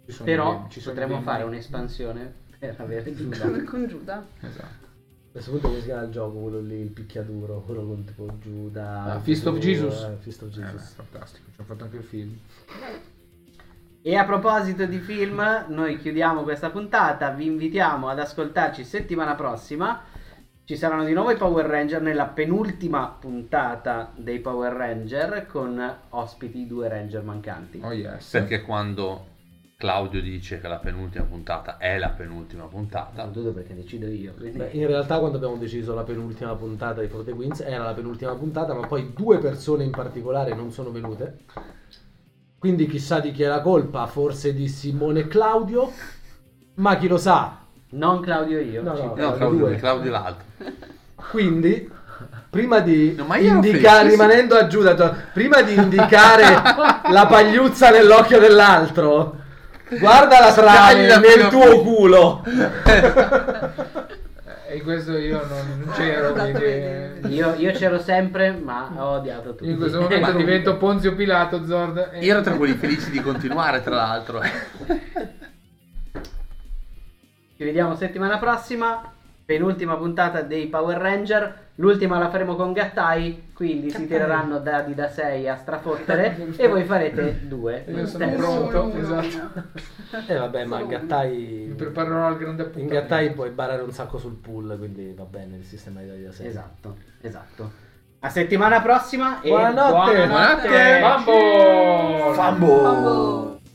Speaker 1: Però
Speaker 3: ci sono
Speaker 1: potremmo
Speaker 3: dei-
Speaker 1: fare un'espansione per avere Giuda.
Speaker 5: Con Giuda.
Speaker 3: Esatto.
Speaker 2: A questo punto come si chiama il gioco, quello lì, il picchiaduro, quello con tipo Giuda.
Speaker 3: Fist of Jesus.
Speaker 2: Fist of Jesus.
Speaker 3: Fantastico, ci hanno fatto anche il film.
Speaker 1: E a proposito di film, noi chiudiamo questa puntata, vi invitiamo ad ascoltarci settimana prossima. Ci saranno di nuovo i Power Ranger nella penultima puntata dei Power Ranger con ospiti i 2 Ranger mancanti.
Speaker 3: Oh yes.
Speaker 4: Perché quando Claudio dice che la penultima puntata è la penultima puntata,
Speaker 1: Non tutto perché decido io. Quindi...
Speaker 2: Beh, in realtà quando abbiamo deciso la penultima puntata di For the Queens era la penultima puntata, ma poi 2 persone in particolare non sono venute. Quindi chissà di chi è la colpa, forse di Simone e Claudio, ma chi lo sa.
Speaker 1: Non Claudio io.
Speaker 2: No, no.
Speaker 4: no, Claudio l'altro.
Speaker 2: Quindi, prima di
Speaker 4: No, ma io ero
Speaker 2: indicare,
Speaker 4: felicissimo.
Speaker 2: rimanendo a Giuda, prima di indicare la pagliuzza nell'occhio dell'altro, guarda la
Speaker 4: Scagli
Speaker 2: trave
Speaker 4: la
Speaker 2: nel
Speaker 4: prima
Speaker 2: tuo culo.
Speaker 3: E questo io non c'ero, quindi...
Speaker 1: Io c'ero sempre, ma ho odiato tutti.
Speaker 3: Io in questo momento divento Ponzio Pilato, Zord.
Speaker 4: Io ero tra quelli felici di continuare, tra l'altro.
Speaker 1: Ci vediamo settimana prossima, penultima puntata dei Power Ranger. L'ultima la faremo con Gattai, quindi si tireranno dadi da 6 a strafottere e voi farete 2.
Speaker 3: Io sono pronto, esatto.
Speaker 2: Vabbè, ma
Speaker 3: Mi
Speaker 2: Gattai...
Speaker 3: preparerò al grande
Speaker 2: In
Speaker 3: appuntamento.
Speaker 2: Gattai puoi barare un sacco sul pool, quindi va bene il sistema di da 6.
Speaker 1: Esatto. A settimana prossima e
Speaker 2: Buonanotte.
Speaker 1: buonanotte.
Speaker 3: Bambo!
Speaker 4: Fambo!
Speaker 5: Fambo.